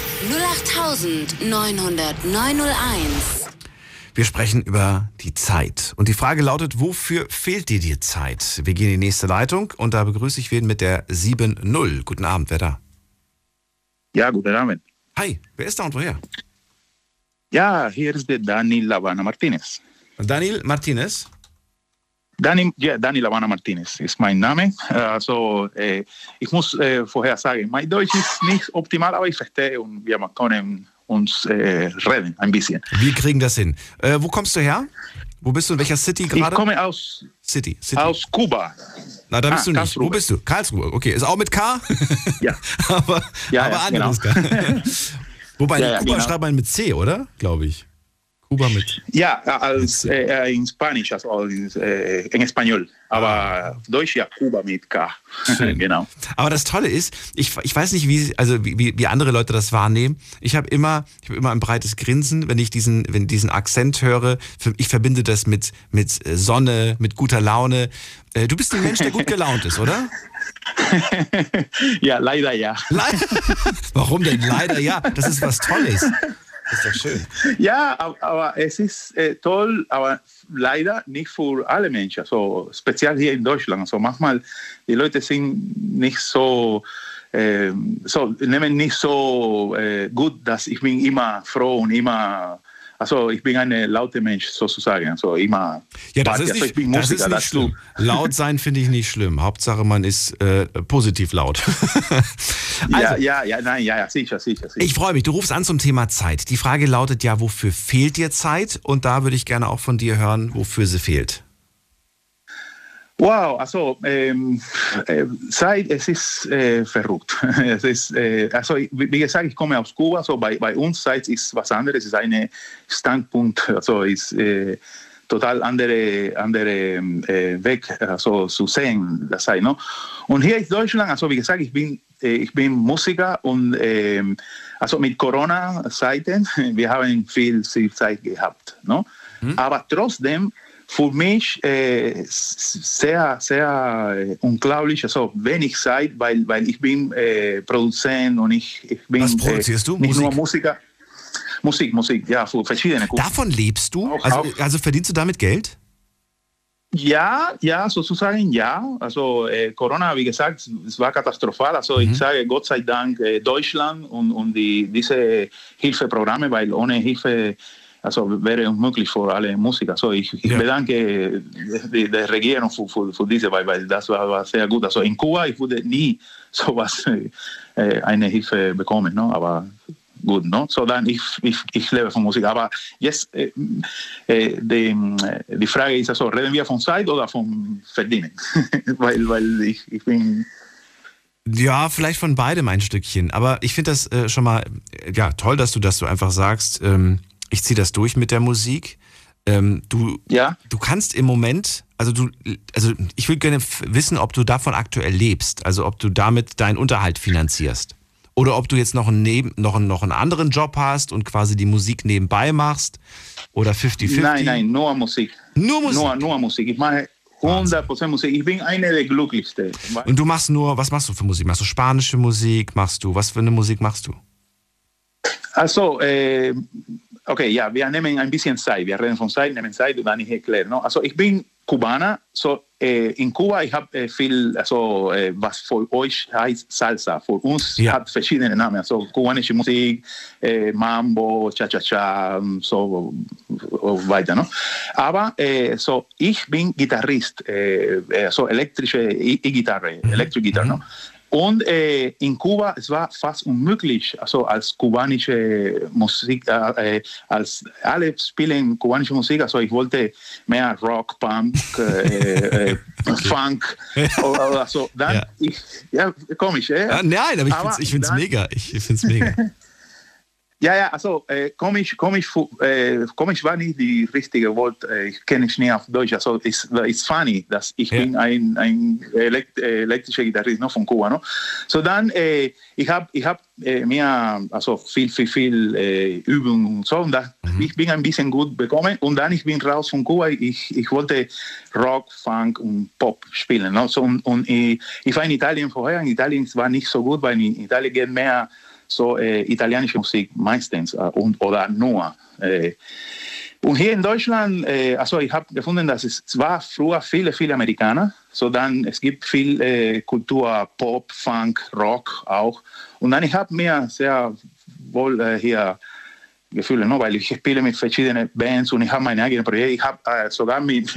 08900901. Wir sprechen über die Zeit. Und die Frage lautet, wofür fehlt dir die Zeit? Wir gehen in die nächste Leitung und da begrüße ich wen mit der 7-0. Guten Abend, wer da? Ja, guten Abend. Hi, wer ist da und woher? Ja, hier ist der Dani Lavana Martinez. Daniel Martinez. Dani Lavana Martinez ist mein Name. Ich muss vorher sagen, mein Deutsch ist nicht optimal, aber ich verstehe und wir können uns reden ein bisschen. Wir kriegen das hin. Wo kommst du her? Wo bist du? In welcher City gerade? Ich komme aus City. Aus Kuba. Na, da bist du nicht. Karlsruhe. Wo bist du? Karlsruhe. Okay, ist auch mit K? Ja. aber anderes genau. K. Wobei, Ja, Kuba genau. schreibt man mit C, oder? Glaube ich. Kuba mit. Ja, in Spanisch, also in Español. Aber Deutsch, ja, Kuba mit K. Schön. Genau. Aber das Tolle ist, ich weiß nicht, wie andere Leute das wahrnehmen. Ich habe immer ein breites Grinsen, wenn ich diesen Akzent höre. Ich verbinde das mit Sonne, mit guter Laune. Du bist ein Mensch, der gut gelaunt ist, oder? Ja, leider ja. Warum denn leider ja? Das ist was Tolles. Das ist doch schön. Ja, aber es ist toll, aber leider nicht für alle Menschen. Also, speziell hier in Deutschland. Also manchmal die Leute sind nicht so, nehmen nicht so gut, dass ich bin immer froh und immer. Also ich bin ein lauter Mensch sozusagen. Also immer. Ja, das Party. ist Also, nicht, ich bin das Musiker ist nicht schlimm. Laut sein finde ich nicht schlimm. Hauptsache man ist positiv laut. Also, ja, sicher. ich freue mich. Du rufst an zum Thema Zeit. Die Frage lautet ja, wofür fehlt dir Zeit? Und da würde ich gerne auch von dir hören, wofür sie fehlt. Wow, also Zeit, es ist verrückt. Es ist, wie gesagt, ich komme aus Kuba, so bei uns Zeit ist was anderes, es ist ein Standpunkt, also ist total andere Weg, also zu sehen, das Zeit, no? Und hier in Deutschland, also wie gesagt, ich bin Musiker und also mit Corona-Zeiten, wir haben viel Zeit gehabt, no? Aber trotzdem für mich sehr, sehr unglaublich, also wenig Zeit, weil ich bin Produzent und ich bin Was produzierst du? nicht Musik? nur Musiker. Musik, ja, für verschiedene Kunden. Davon lebst du? Auch. Also verdienst du damit Geld? Ja, sozusagen ja. Also Corona, wie gesagt, es war katastrophal. Also ich sage Gott sei Dank Deutschland und diese Hilfeprogramme, weil ohne Hilfe also wäre unmöglich für alle Musiker. Also ich bedanke der Regierung für diese, weil das war sehr gut. Also in Kuba, ich würde nie sowas eine Hilfe bekommen, no? Aber gut, no? So dann ich lebe von Musik. Aber jetzt die Frage ist also, reden wir von Zeit oder von Verdienen? weil ich bin... Ja, vielleicht von beidem ein Stückchen. Aber ich finde das schon mal toll, dass du einfach sagst, ich ziehe das durch mit der Musik. Du kannst im Moment, also ich würde gerne wissen, ob du davon aktuell lebst, also ob du damit deinen Unterhalt finanzierst. Oder ob du jetzt noch einen anderen Job hast und quasi die Musik nebenbei machst oder 50-50. Nein, nur Musik. Nur Musik? Nur Musik. Ich mache 100% Musik. Ich bin einer der Glücklichsten. Und du machst was machst du für Musik? Machst du spanische Musik? Was für eine Musik machst du? Also, okay, ja, wir nehmen ein bisschen Zeit. Wir reden von Zeit, nehmen Zeit und dann ich erkläre. No? Also, ich bin Kubaner. So, in Kuba, ich habe viel, also, was für euch heißt Salsa. Für uns hat verschiedene Namen. Also, kubanische Musik, Mambo, Cha-Cha-Cha, so weiter. No? Aber so, ich bin Gitarrist, so elektrische E-Gitarre, Elektro-Gitarre. No? Und in Kuba, es war fast unmöglich, also als kubanische Musik, als alle spielen kubanische Musik, also ich wollte mehr Rock, Punk, Funk oder so. Dann, komisch, nein, aber ich finde es mega. Ich finde es mega. Ja, also komisch war nicht die richtige Wort. Ich kenne es nicht auf Deutsch. Also it's funny, dass ich bin ein elektrischer Gitarrist, no, von Kuba. No? So dann, ich hab mir also viel Übung und so. Und ich bin ein bisschen gut bekommen. Und dann ich bin raus von Kuba. Ich wollte Rock, Funk und Pop spielen. No? So, und ich war in Italien vorher. In Italien war nicht so gut, weil in Italien geht mehr so italienische Musik meistens oder nur. Und hier in Deutschland, also ich habe gefunden, dass es war früher viele Amerikaner, so dann es gibt viel Kultur, Pop, Funk, Rock auch. Und dann ich habe mir sehr wohl hier Gefühle, no? Weil ich spiele mit verschiedenen Bands und ich habe meine eigenen Projekte. Ich habe sogar mit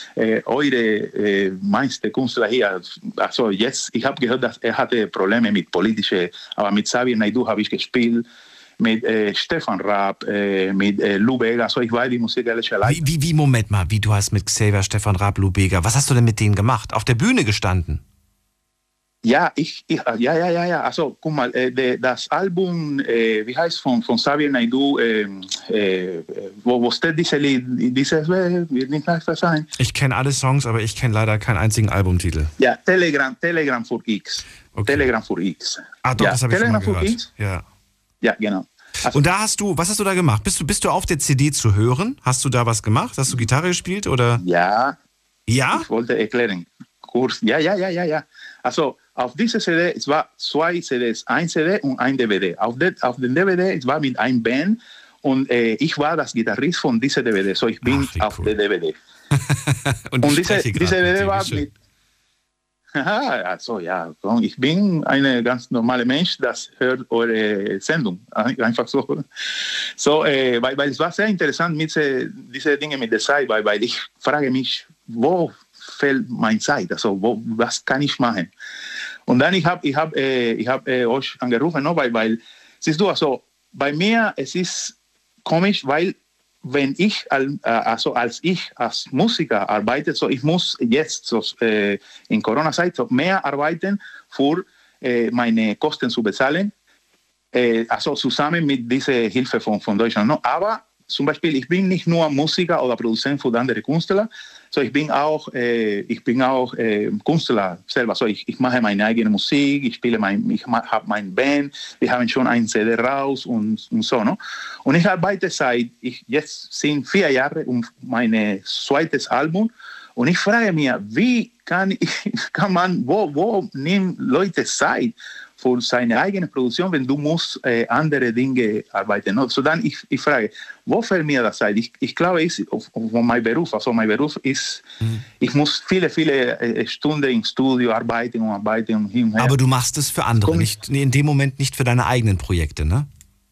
eure meisten Künstler hier, also jetzt, ich habe gehört, dass hatte Probleme mit politischen, aber mit Xavier Naidoo habe ich gespielt, mit Stefan Raab, mit Lou Bega, also ich war die musikalische Leiter. Wie, Moment mal, du hast mit Xavier, Stefan Raab, Lou Bega, was hast du denn mit denen gemacht? Auf der Bühne gestanden? Ja, also guck mal, das Album, wie heißt von Xavier Naidoo, wo steht dieses Lied, wird nicht leicht sein. Ich kenne alle Songs, aber ich kenne leider keinen einzigen Albumtitel. Ja, Telegram für X. Okay. Telegram für X. Ah doch, das habe ich schon mal gehört. X? Ja, genau. Also, und was hast du da gemacht? Bist du auf der CD zu hören? Hast du da was gemacht? Hast du Gitarre gespielt oder? Ja. Ja? Ich wollte erklären. Kurs. Ja. Also auf dieser CD, es war 2 CDs, ein CD und ein DVD. Auf den DVD, es war mit einem Band und ich war das Gitarrist von dieser DVD. So ich bin auf der DVD. und diese DVD war mit... Also ja, ich bin ein ganz normaler Mensch, das hört eure Sendung. Einfach so. Weil es war sehr interessant mit diese Dinge mit der Zeit, weil ich frage mich, wo fällt meine Zeit? Also was kann ich machen? Und dann ich hab euch angerufen, no? weil siehst du, also bei mir es ist komisch, weil wenn ich als Musiker arbeite, so ich muss jetzt so, in Corona-Zeit so mehr arbeiten, für meine Kosten zu bezahlen, also zusammen mit dieser Hilfe von Deutschland. No? Aber zum Beispiel, ich bin nicht nur Musiker oder Produzent für andere Künstler, so ich bin auch Künstler selber. So ich mache meine eigene Musik, ich habe meine Band, wir haben schon ein CD raus und so. No? Und ich arbeite jetzt sind 4 Jahre um mein zweites Album und ich frage mich, wie kann man, wo nehmen Leute Zeit für seine eigene Produktion, wenn du musst andere Dinge arbeiten. No? So dann ich frage, wo fällt mir das ein? Ich glaube, es ist mein Beruf. Also mein Beruf ist, ich muss viele Stunden im Studio arbeiten und hin und her. Aber du machst es für andere, nicht in dem Moment nicht für deine eigenen Projekte, ne?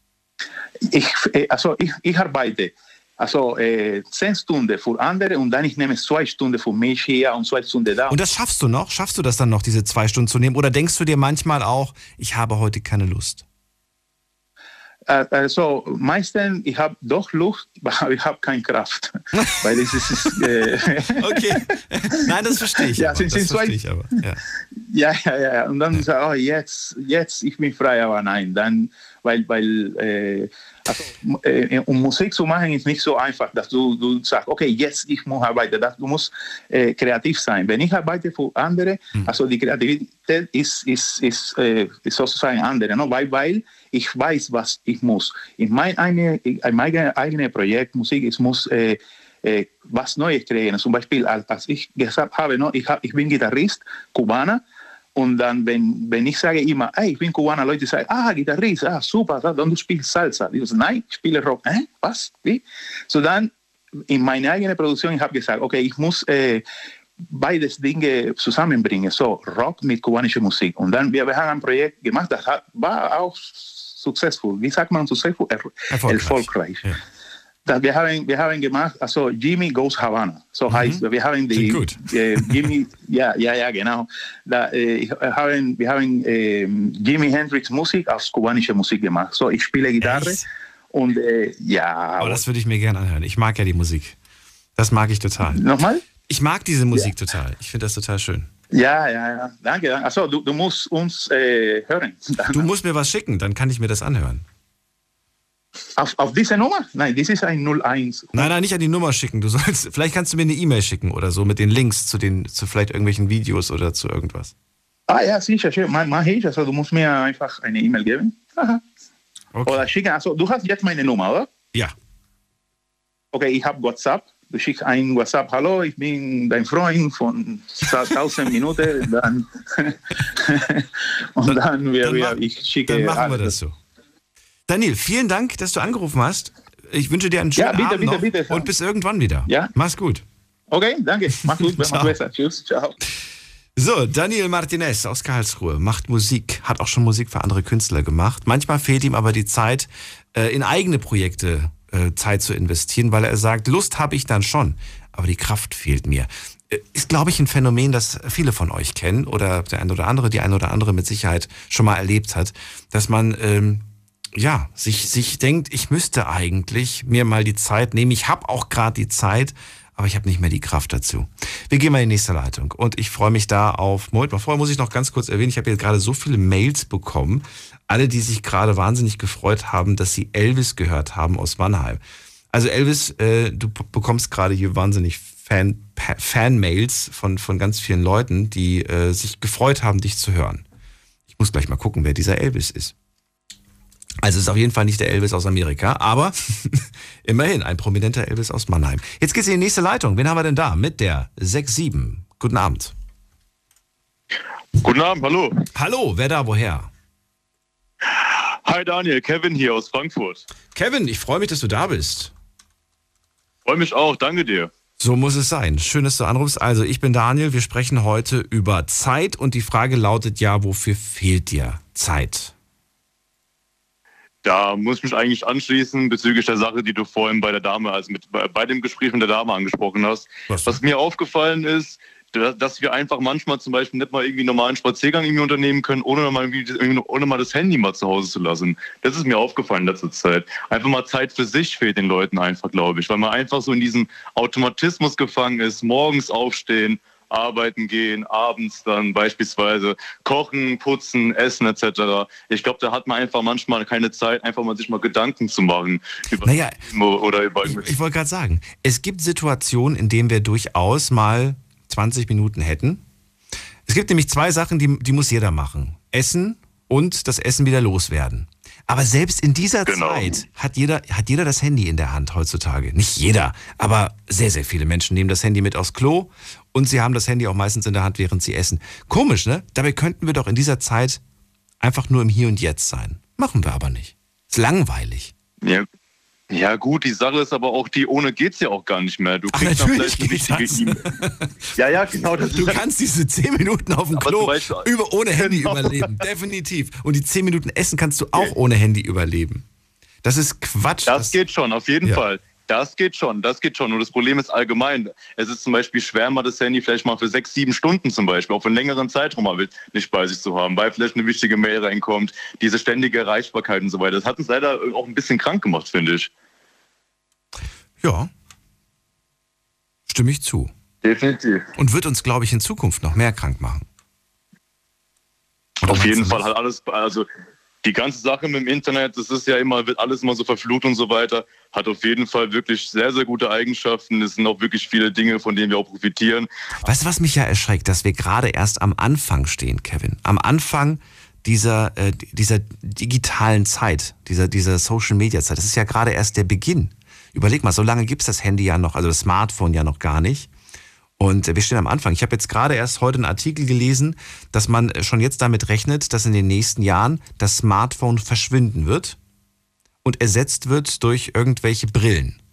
Ich arbeite 10 Stunden für andere und dann ich nehme 2 Stunden für mich hier und 2 Stunden da. Und das schaffst du noch? Schaffst du das dann noch, diese 2 Stunden zu nehmen? Oder denkst du dir manchmal auch, ich habe heute keine Lust? Also meistens, ich habe doch Lust, aber ich habe keine Kraft. Weil es ist okay. Nein, das verstehe ich. Ja, aber. Das verstehe ich aber. Ja. Und dann sage ich, jetzt, ich bin frei, aber nein. Dann, um Musik zu machen, ist nicht so einfach, dass du sagst, okay, jetzt ich muss arbeiten. Du musst kreativ sein. Wenn ich arbeite für andere, also die Kreativität ist sozusagen andere, no? Weil ich weiß, was ich muss. In mein eigenes Projekt Musik, ich muss was Neues kreieren. Zum Beispiel, als ich gesagt habe, no, ich bin Gitarrist, Kubaner. Und dann, wenn ich sage immer, hey, ich bin Kubaner, Leute sagen, Gitarrist, super, dann du spielst Salsa. Ich sage, nein, ich spiele Rock. Was? Wie? So dann, in meiner eigenen Produktion, ich habe gesagt, okay, ich muss beides Dinge zusammenbringen, so Rock mit kubanischer Musik. Und dann, wir haben ein Projekt gemacht, das war auch successful. Wie sagt man successful? Erfolgreich. Ja. Wir haben gemacht, also Jimmy Goes Havana. So heißt, wir haben die Jimmy, ja, genau. Wir haben Jimi Hendrix Musik aus kubanischer Musik gemacht. So, ich spiele Gitarre und ja. Oh, das würde ich mir gerne anhören. Ich mag ja die Musik. Das mag ich total. Nochmal? Ich mag diese Musik total. Ich finde das total schön. Ja. Danke. Also du musst uns hören. Du musst mir was schicken, dann kann ich mir das anhören. Auf diese Nummer? Nein, das ist ein 01. Nein, nicht an die Nummer schicken. Vielleicht kannst du mir eine E-Mail schicken oder so mit den Links zu vielleicht irgendwelchen Videos oder zu irgendwas. Ja, sicher, schön. Mach ich. Also du musst mir einfach eine E-Mail geben. Aha. Okay. Oder schicken. Also du hast jetzt meine Nummer, oder? Ja. Okay, ich habe WhatsApp. Du schickst ein WhatsApp, hallo, ich bin dein Freund von 1000 Minuten. Dann ich schicke. Dann machen wir das so. Daniel, vielen Dank, dass du angerufen hast. Ich wünsche dir einen schönen Abend noch und bis irgendwann wieder. Ja? Mach's gut. Okay, danke. Mach's gut, mach's besser. Tschüss, ciao. So, Daniel Martinez aus Karlsruhe macht Musik, hat auch schon Musik für andere Künstler gemacht. Manchmal fehlt ihm aber die Zeit, in eigene Projekte Zeit zu investieren, weil er sagt, Lust habe ich dann schon, aber die Kraft fehlt mir. Ist, glaube ich, ein Phänomen, das viele von euch kennen oder die eine oder andere mit Sicherheit schon mal erlebt hat, dass man sich denkt, ich müsste eigentlich mir mal die Zeit nehmen. Ich habe auch gerade die Zeit, aber ich habe nicht mehr die Kraft dazu. Wir gehen mal in die nächste Leitung und ich freue mich da auf... Moment mal, vorher muss ich noch ganz kurz erwähnen, ich habe jetzt gerade so viele Mails bekommen, alle, die sich gerade wahnsinnig gefreut haben, dass sie Elvis gehört haben aus Mannheim. Also Elvis, du bekommst gerade hier wahnsinnig Fan-Mails von ganz vielen Leuten, die sich gefreut haben, dich zu hören. Ich muss gleich mal gucken, wer dieser Elvis ist. Also es ist auf jeden Fall nicht der Elvis aus Amerika, aber immerhin ein prominenter Elvis aus Mannheim. Jetzt geht's in die nächste Leitung. Wen haben wir denn da? Mit der 6-7. Guten Abend. Guten Abend, hallo. Hallo, wer da, woher? Hi Daniel, Kevin hier aus Frankfurt. Kevin, ich freue mich, dass du da bist. Freue mich auch, danke dir. So muss es sein. Schön, dass du anrufst. Also, ich bin Daniel, wir sprechen heute über Zeit und die Frage lautet ja, wofür fehlt dir Zeit? Da muss ich mich eigentlich anschließen bezüglich der Sache, die du vorhin bei der Dame, also bei dem Gespräch mit der Dame angesprochen hast. Was mir aufgefallen ist, dass wir einfach manchmal zum Beispiel nicht mal irgendwie einen normalen Spaziergang irgendwie unternehmen können, ohne mal das Handy mal zu Hause zu lassen. Das ist mir aufgefallen in letzter Zeit. Einfach mal Zeit für sich fehlt den Leuten einfach, glaube ich, weil man einfach so in diesem Automatismus gefangen ist, morgens aufstehen, arbeiten gehen, abends dann beispielsweise kochen, putzen, essen etc. Ich glaube, da hat man einfach manchmal keine Zeit, einfach mal sich mal Gedanken zu machen. Ich wollte gerade sagen, es gibt Situationen, in denen wir durchaus mal 20 Minuten hätten. Es gibt nämlich 2 Sachen, die muss jeder machen. Essen und das Essen wieder loswerden. Aber selbst in dieser Zeit hat jeder das Handy in der Hand heutzutage. Nicht jeder, aber sehr, sehr viele Menschen nehmen das Handy mit aufs Klo und sie haben das Handy auch meistens in der Hand, während sie essen. Komisch, ne? Dabei könnten wir doch in dieser Zeit Einfach nur im Hier und Jetzt sein. Machen wir aber nicht. Ist langweilig. Ja gut, die Sache ist aber auch die, ohne geht's ja auch gar nicht mehr. Du kriegst dann vielleicht eine wichtige E-Mail. Ja, genau. Du kannst diese 10 Minuten auf dem Klo ohne Handy überleben. Definitiv. Und die 10 Minuten Essen kannst du auch ohne Handy überleben. Das ist Quatsch. Das geht schon, auf jeden Fall. Das geht schon. Nur das Problem ist allgemein. Es ist zum Beispiel schwer, mal das Handy vielleicht mal für 6, 7 Stunden zum Beispiel, auch für einen längeren Zeitraum mal nicht bei sich zu haben, weil vielleicht eine wichtige Mail reinkommt, diese ständige Erreichbarkeit und so weiter. Das hat uns leider auch ein bisschen krank gemacht, finde ich. Ja, stimme ich zu. Definitiv. Und wird uns, glaube ich, in Zukunft noch mehr krank machen. Auf jeden Fall hat alles, also die ganze Sache mit dem Internet, das ist ja immer, wird alles immer so verflucht und so weiter, hat auf jeden Fall wirklich sehr, sehr gute Eigenschaften. Es sind auch wirklich viele Dinge, von denen wir auch profitieren. Weißt du, was mich ja erschreckt, dass wir gerade erst am Anfang stehen, Kevin? Am Anfang dieser digitalen Zeit, dieser Social-Media-Zeit. Das ist ja gerade erst der Beginn. Überleg mal, so lange gibt es das Handy ja noch, also das Smartphone ja noch gar nicht. Und wir stehen am Anfang. Ich habe jetzt gerade erst heute einen Artikel gelesen, dass man schon jetzt damit rechnet, dass in den nächsten Jahren das Smartphone verschwinden wird und ersetzt wird durch irgendwelche Brillen.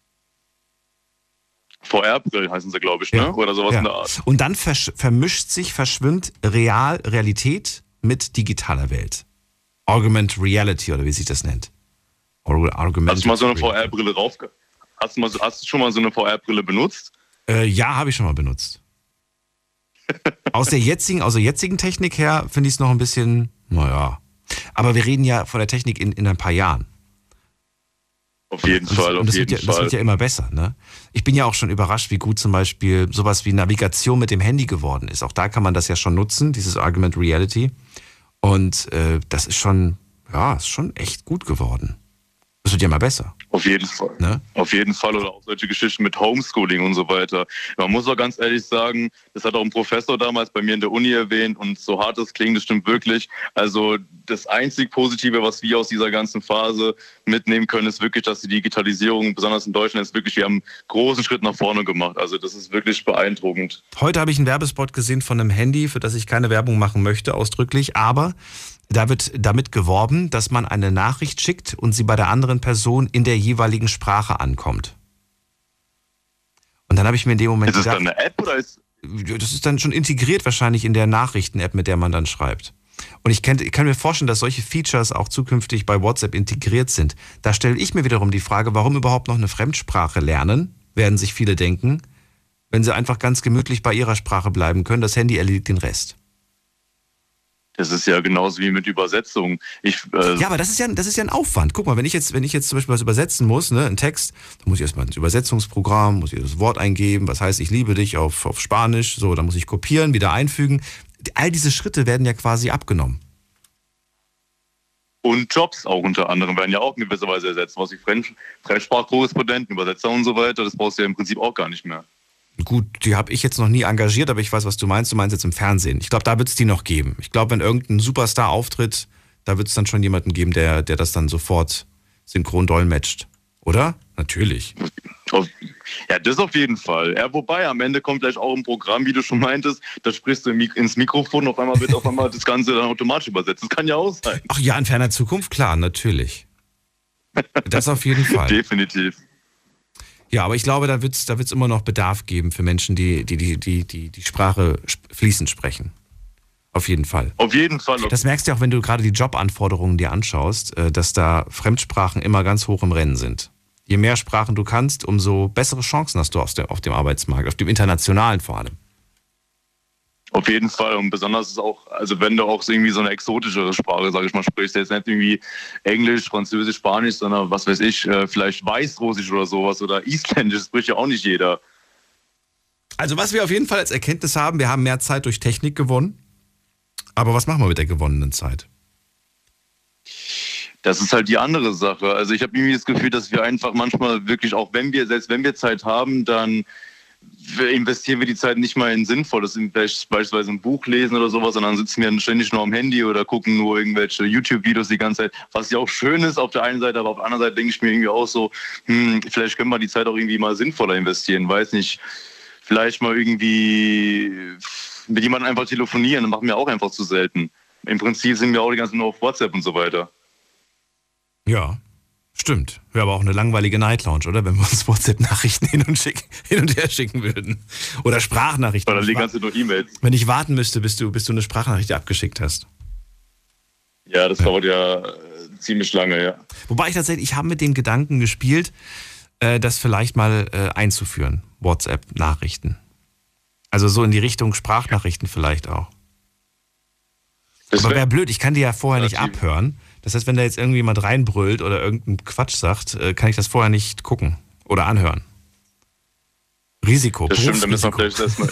VR-Brillen heißen sie, glaube ich, ne? Ja. Oder sowas in der Art. Und dann verschwimmt Realität mit digitaler Welt. Augmented Reality oder wie sich das nennt. Hast du mal so eine VR-Brille Hast du schon mal so eine VR-Brille benutzt? Ja, habe ich schon mal benutzt. Aus der jetzigen Technik her finde ich es noch ein bisschen, naja. Aber wir reden ja von der Technik in ein paar Jahren. Auf jeden Fall. Das wird ja immer besser, ne? Ich bin ja auch schon überrascht, wie gut zum Beispiel sowas wie Navigation mit dem Handy geworden ist. Auch da kann man das ja schon nutzen, dieses Augmented Reality. Und das ist schon echt gut geworden. Das wird ja immer besser. Auf jeden Fall. Ne? Auf jeden Fall. Oder auch solche Geschichten mit Homeschooling und so weiter. Man muss auch ganz ehrlich sagen, das hat auch ein Professor damals bei mir in der Uni erwähnt und so hart das klingt, das stimmt wirklich. Also das einzig Positive, was wir aus dieser ganzen Phase mitnehmen können, ist wirklich, dass die Digitalisierung, besonders in Deutschland, ist wirklich, wir haben einen großen Schritt nach vorne gemacht. Also das ist wirklich beeindruckend. Heute habe ich einen Werbespot gesehen von einem Handy, für das ich keine Werbung machen möchte, ausdrücklich, aber da wird damit geworben, dass man eine Nachricht schickt und sie bei der anderen Person in der jeweiligen Sprache ankommt. Und dann habe ich mir in dem Moment gedacht... Ist das dann eine App oder ist... Das ist dann schon integriert wahrscheinlich in der Nachrichten-App, mit der man dann schreibt. Und ich kann mir vorstellen, dass solche Features auch zukünftig bei WhatsApp integriert sind. Da stelle ich mir wiederum die Frage, warum überhaupt noch eine Fremdsprache lernen, werden sich viele denken, wenn sie einfach ganz gemütlich bei ihrer Sprache bleiben können. Das Handy erledigt den Rest. Das ist ja genauso wie mit Übersetzung. Ja, aber das ist ja ein Aufwand. Guck mal, wenn ich jetzt zum Beispiel was übersetzen muss, ne, einen Text, dann muss ich erstmal ins Übersetzungsprogramm, muss ich das Wort eingeben, was heißt, ich liebe dich auf Spanisch, so, dann muss ich kopieren, wieder einfügen. All diese Schritte werden ja quasi abgenommen. Und Jobs auch unter anderem werden ja auch in gewisser Weise ersetzt. Was wie Fremdsprachkorrespondenten, Übersetzer und so weiter, das brauchst du ja im Prinzip auch gar nicht mehr. Gut, die habe ich jetzt noch nie engagiert, aber ich weiß, was du meinst. Du meinst jetzt im Fernsehen. Ich glaube, da wird es die noch geben. Ich glaube, wenn irgendein Superstar auftritt, da wird es dann schon jemanden geben, der das dann sofort synchron dolmetscht. Oder? Natürlich. Ja, das auf jeden Fall. Ja, wobei, am Ende kommt gleich auch ein Programm, wie du schon meintest, da sprichst du ins Mikrofon, auf einmal wird das Ganze dann automatisch übersetzt. Das kann ja auch sein. Ach ja, in ferner Zukunft, klar, natürlich. Das auf jeden Fall. Definitiv. Ja, aber ich glaube, da wird's immer noch Bedarf geben für Menschen, die Sprache fließend sprechen. Auf jeden Fall. Auf jeden Fall. Das merkst du auch, wenn du gerade die Jobanforderungen dir anschaust, dass da Fremdsprachen immer ganz hoch im Rennen sind. Je mehr Sprachen du kannst, umso bessere Chancen hast du auf dem Arbeitsmarkt, auf dem internationalen vor allem. Auf jeden Fall. Und besonders ist auch, also wenn du auch irgendwie so eine exotischere Sprache, sage ich mal, sprichst, jetzt nicht irgendwie Englisch, Französisch, Spanisch, sondern was weiß ich, vielleicht Weißrussisch oder sowas oder Isländisch, das spricht ja auch nicht jeder. Also was wir auf jeden Fall als Erkenntnis haben, wir haben mehr Zeit durch Technik gewonnen. Aber was machen wir mit der gewonnenen Zeit? Das ist halt die andere Sache. Also ich habe irgendwie das Gefühl, dass wir einfach manchmal wirklich, auch selbst wenn wir Zeit haben, dann investieren wir die Zeit nicht mal in Sinnvolles, beispielsweise ein Buch lesen oder sowas, sondern sitzen wir ständig nur am Handy oder gucken nur irgendwelche YouTube-Videos die ganze Zeit, was ja auch schön ist auf der einen Seite, aber auf der anderen Seite denke ich mir irgendwie auch so, vielleicht können wir die Zeit auch irgendwie mal sinnvoller investieren, weiß nicht, vielleicht mal irgendwie mit jemandem einfach telefonieren, das machen wir auch einfach zu selten. Im Prinzip sind wir auch die ganze Zeit nur auf WhatsApp und so weiter. Ja, stimmt. Wäre aber auch eine langweilige Night Lounge, oder? Wenn wir uns WhatsApp-Nachrichten hin und her schicken würden. Oder Sprachnachrichten. Oder die ganze nur E-Mails. Wenn ich warten müsste, bis du eine Sprachnachricht abgeschickt hast. Ja, das dauert ja ziemlich lange, ja. Wobei ich habe mit dem Gedanken gespielt, das vielleicht mal einzuführen. WhatsApp-Nachrichten. Also so in die Richtung Sprachnachrichten vielleicht auch. Aber wäre blöd, ich kann die ja vorher nicht abhören. Das heißt, wenn da jetzt irgendwie jemand reinbrüllt oder irgendeinen Quatsch sagt, kann ich das vorher nicht gucken oder anhören. Risiko. Das stimmt, da müssen wir vielleicht erstmal.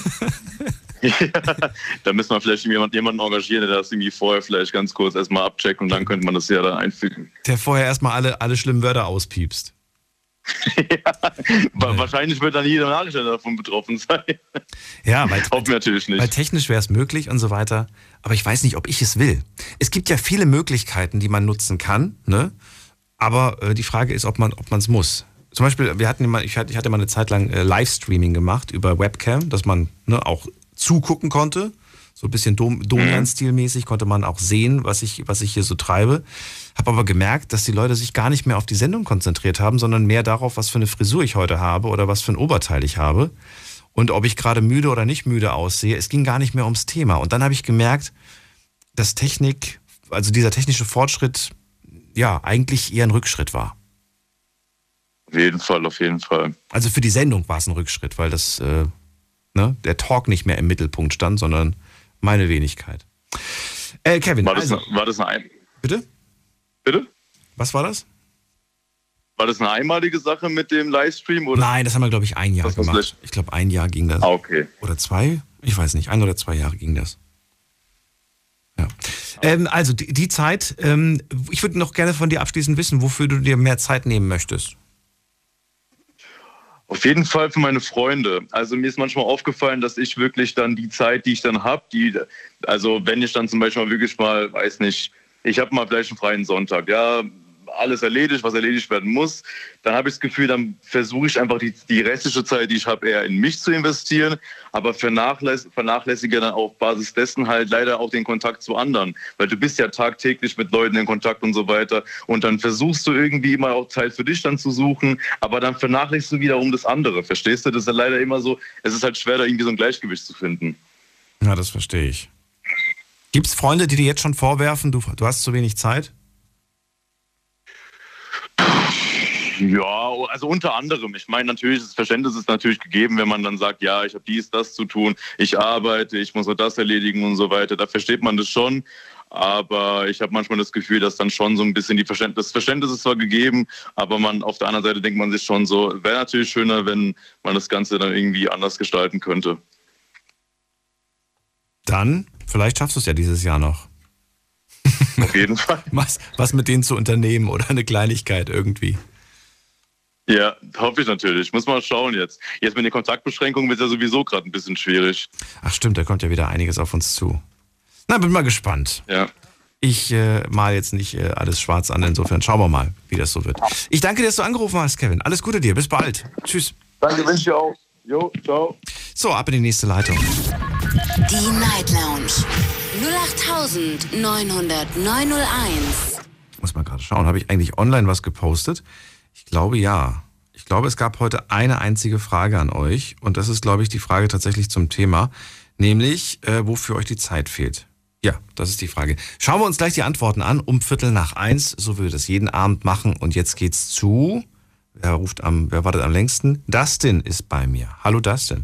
Ja, da müssen wir vielleicht jemanden engagieren, der das irgendwie vorher vielleicht ganz kurz erstmal abcheckt und dann könnte man das ja dann einfügen. Der vorher erstmal alle schlimmen Wörter auspiepst. Ja, wahrscheinlich wird dann jeder Nachrichter davon betroffen sein. Ja, weil, hoffen wir natürlich nicht. Weil technisch wäre es möglich und so weiter. Aber ich weiß nicht, ob ich es will. Es gibt ja viele Möglichkeiten, die man nutzen kann, ne? Aber die Frage ist, ob man es muss. Zum Beispiel, ich hatte mal eine Zeit lang Livestreaming gemacht über Webcam, dass man auch zugucken konnte. So ein bisschen Domian-stilmäßig konnte man auch sehen, was ich hier so treibe. Habe aber gemerkt, dass die Leute sich gar nicht mehr auf die Sendung konzentriert haben, sondern mehr darauf, was für eine Frisur ich heute habe oder was für ein Oberteil ich habe. Und ob ich gerade müde oder nicht müde aussehe. Es ging gar nicht mehr ums Thema. Und dann habe ich gemerkt, dass dieser technische Fortschritt, ja, eigentlich eher ein Rückschritt war. Auf jeden Fall. Also für die Sendung war es ein Rückschritt, weil der Talk nicht mehr im Mittelpunkt stand, sondern meine Wenigkeit. Kevin, war das eine Bitte? Bitte? Was war das? War das eine einmalige Sache mit dem Livestream? Oder? Nein, das haben wir, glaube ich, ein Jahr gemacht. Ich glaube, ein Jahr ging das. Ah, okay. Oder 2? Ich weiß nicht, 1 oder 2 Jahre ging das. Ja. Also die Zeit, ich würde noch gerne von dir abschließend wissen, wofür du dir mehr Zeit nehmen möchtest. Auf jeden Fall für meine Freunde. Also mir ist manchmal aufgefallen, dass ich wirklich dann die Zeit, die ich dann habe, also wenn ich dann zum Beispiel wirklich mal, weiß nicht, ich habe mal vielleicht einen freien Sonntag, ja, alles erledigt, was erledigt werden muss, dann habe ich das Gefühl, dann versuche ich einfach die restliche Zeit, die ich habe, eher in mich zu investieren, aber vernachlässige dann auf Basis dessen halt leider auch den Kontakt zu anderen, weil du bist ja tagtäglich mit Leuten in Kontakt und so weiter und dann versuchst du irgendwie mal auch Zeit für dich dann zu suchen, aber dann vernachlässigst du wiederum das andere, verstehst du? Das ist ja leider immer so, es ist halt schwer, da irgendwie so ein Gleichgewicht zu finden. Ja, das verstehe ich. Gibt es Freunde, die dir jetzt schon vorwerfen, du hast zu wenig Zeit? Ja, also unter anderem. Ich meine, natürlich, das Verständnis ist natürlich gegeben, wenn man dann sagt, ja, ich habe das zu tun, ich arbeite, ich muss noch das erledigen und so weiter. Da versteht man das schon. Aber ich habe manchmal das Gefühl, dass dann schon so ein bisschen das Verständnis ist zwar gegeben, aber auf der anderen Seite denkt man sich schon so, wäre natürlich schöner, wenn man das Ganze dann irgendwie anders gestalten könnte. Dann, vielleicht schaffst du es ja dieses Jahr noch. Auf jeden Fall. Was mit denen zu unternehmen oder eine Kleinigkeit irgendwie. Ja, hoffe ich natürlich. Muss mal schauen jetzt. Jetzt mit den Kontaktbeschränkungen wird es ja sowieso gerade ein bisschen schwierig. Ach stimmt, da kommt ja wieder einiges auf uns zu. Na, bin mal gespannt. Ja. Ich mal jetzt nicht alles schwarz an, insofern schauen wir mal, wie das so wird. Ich danke dir, dass du angerufen hast, Kevin. Alles Gute dir, bis bald. Tschüss. Danke, wünsche ich auch. Jo, ciao. So, ab in die nächste Leitung. Die Night Lounge 08900901. Ich muss mal gerade schauen, habe ich eigentlich online was gepostet? Ich glaube ja. Ich glaube, es gab heute eine einzige Frage an euch und das ist, glaube ich, die Frage tatsächlich zum Thema, nämlich, wofür euch die Zeit fehlt. Ja, das ist die Frage. Schauen wir uns gleich die Antworten an, um 12:45, so würde das jeden Abend machen und jetzt geht's zu, wer wartet am längsten? Dustin ist bei mir. Hallo Dustin.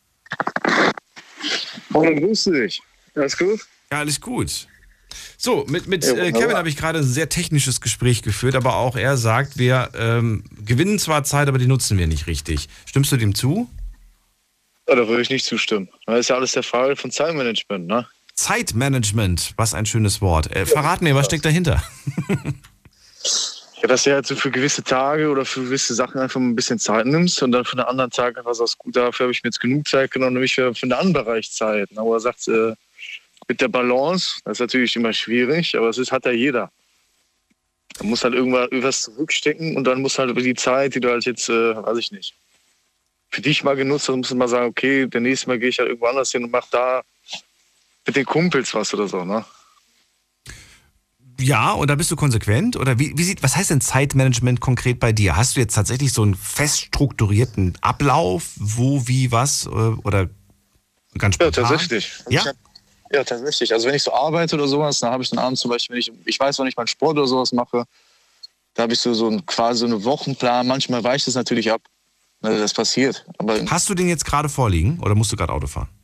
Hallo, grüß dich. Alles gut? Ja, alles gut. So, mit Kevin habe ich gerade ein sehr technisches Gespräch geführt, aber auch er sagt, wir gewinnen zwar Zeit, aber die nutzen wir nicht richtig. Stimmst du dem zu? Ja, da würde ich nicht zustimmen. Das ist ja alles der Fall von Zeitmanagement, ne? Zeitmanagement, was ein schönes Wort. Verrat mir, was steckt dahinter? Ja, dass du halt so für gewisse Tage oder für gewisse Sachen einfach ein bisschen Zeit nimmst und dann für einen anderen Tag einfach sagst, gut, dafür habe ich mir jetzt genug Zeit genommen, nämlich für einen anderen Bereich Zeit. Aber er sagt, mit der Balance, das ist natürlich immer schwierig, aber hat ja jeder. Man muss halt irgendwas zurückstecken und dann muss halt über die Zeit, die du halt jetzt, weiß ich nicht, für dich mal genutzt hast, musst du mal sagen, okay, der nächste Mal gehe ich halt irgendwo anders hin und mach da mit den Kumpels was oder so, ne? Ja, und da bist du konsequent? Oder was heißt denn Zeitmanagement konkret bei dir? Hast du jetzt tatsächlich so einen fest strukturierten Ablauf, wo, wie, was oder ganz spontan? Ja, tatsächlich. Ja? Ja, tatsächlich. Also wenn ich so arbeite oder sowas, dann habe ich dann abends zum Beispiel, wenn ich weiß, wann ich meinen Sport oder sowas mache, da habe ich quasi so einen Wochenplan. Manchmal weicht es natürlich ab. Also das passiert. Aber hast du den jetzt gerade vorliegen oder musst du gerade Auto fahren?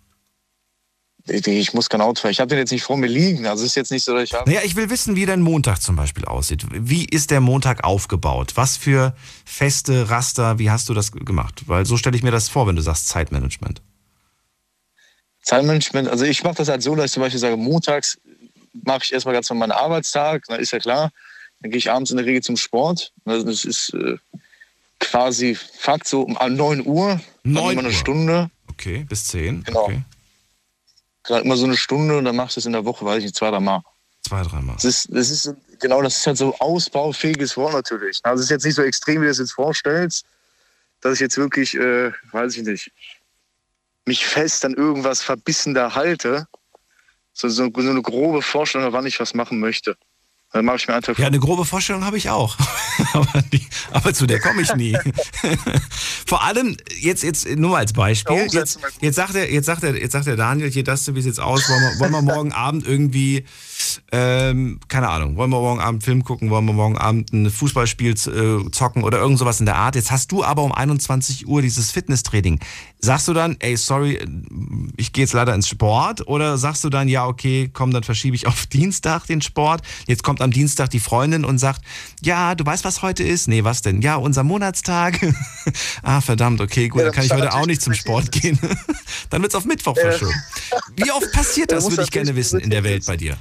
ich muss kein Auto fahren. Ich habe den jetzt nicht vor mir liegen. Also es ist jetzt nicht so, dass ich habe. Naja, ich will wissen, wie dein Montag zum Beispiel aussieht. Wie ist der Montag aufgebaut? Was für feste Raster, wie hast du das gemacht? Weil so stelle ich mir das vor, wenn du sagst Zeitmanagement. Zeitmanagement, also ich mache das halt so, dass ich zum Beispiel sage, montags mache ich erstmal ganz normal meinen Arbeitstag, na, ist ja klar. Dann gehe ich abends in der Regel zum Sport. Also das ist quasi Fakt so um 9 Uhr. 9 immer Uhr? eine Stunde. Okay, bis 10. Genau. Okay. Gerade immer so eine Stunde und dann machst du es in der Woche, weiß ich nicht, 2, 3 Mal. 2, 3 Mal. Das ist halt so ausbaufähiges Wort natürlich. Also es ist jetzt nicht so extrem, wie du es jetzt vorstellst, dass ich jetzt wirklich, weiß ich nicht, mich fest an irgendwas verbissen da halte. So eine grobe Vorstellung, wann ich was machen möchte. Dann mache ich mir einfach. Ja, eine grobe Vorstellung habe ich auch. aber zu der komme ich nie. Vor allem, jetzt nur mal als Beispiel. Jetzt sagt der Daniel, hier, das, wie sieht's aus? Wollen wir morgen Abend irgendwie, keine Ahnung, wollen wir morgen Abend Film gucken, wollen wir morgen Abend ein Fußballspiel zocken oder irgend sowas in der Art. Jetzt hast du aber um 21 Uhr dieses Fitnesstraining. Sagst du dann, ey, sorry, ich gehe jetzt leider ins Sport? Oder sagst du dann, ja, okay, komm, dann verschiebe ich auf Dienstag den Sport. Jetzt kommt am Dienstag die Freundin und sagt, ja, du weißt, was heute ist? Nee, was denn? Ja, unser Monatstag. Ah, verdammt, okay, gut, dann kann ich heute auch nicht zum Sport gehen. Dann wird's auf Mittwoch verschoben. Wie oft passiert das, würde ich gerne wissen, in der Welt bei dir?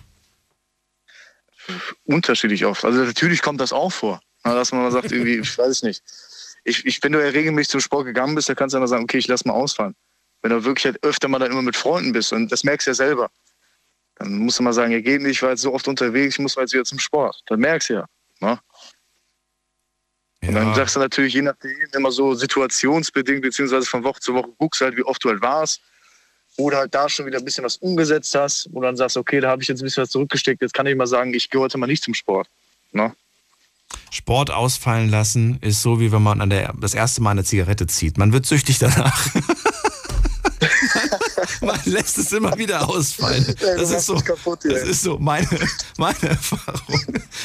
Unterschiedlich oft. Also natürlich kommt das auch vor. Dass man mal sagt, irgendwie, ich weiß es nicht. Wenn du ja regelmäßig zum Sport gegangen bist, dann kannst du immer sagen, okay, ich lass mal ausfallen. Wenn du wirklich halt öfter mal dann immer mit Freunden bist und das merkst du ja selber, dann musst du mal sagen, ja geht nicht, ich war jetzt so oft unterwegs, ich muss mal jetzt wieder zum Sport. Dann merkst du ja. Ne? Ja. Und dann sagst du natürlich, je nachdem, immer so situationsbedingt, beziehungsweise von Woche zu Woche guckst halt, wie oft du halt warst. Oder halt da schon wieder ein bisschen was umgesetzt hast. Oder dann sagst du, okay, da habe ich jetzt ein bisschen was zurückgesteckt, jetzt kann ich mal sagen, ich gehe heute mal nicht zum Sport. Ne? Sport ausfallen lassen ist so, wie wenn man das erste Mal eine Zigarette zieht. Man wird süchtig danach. Man lässt es immer wieder ausfallen. Das ist so meine Erfahrung.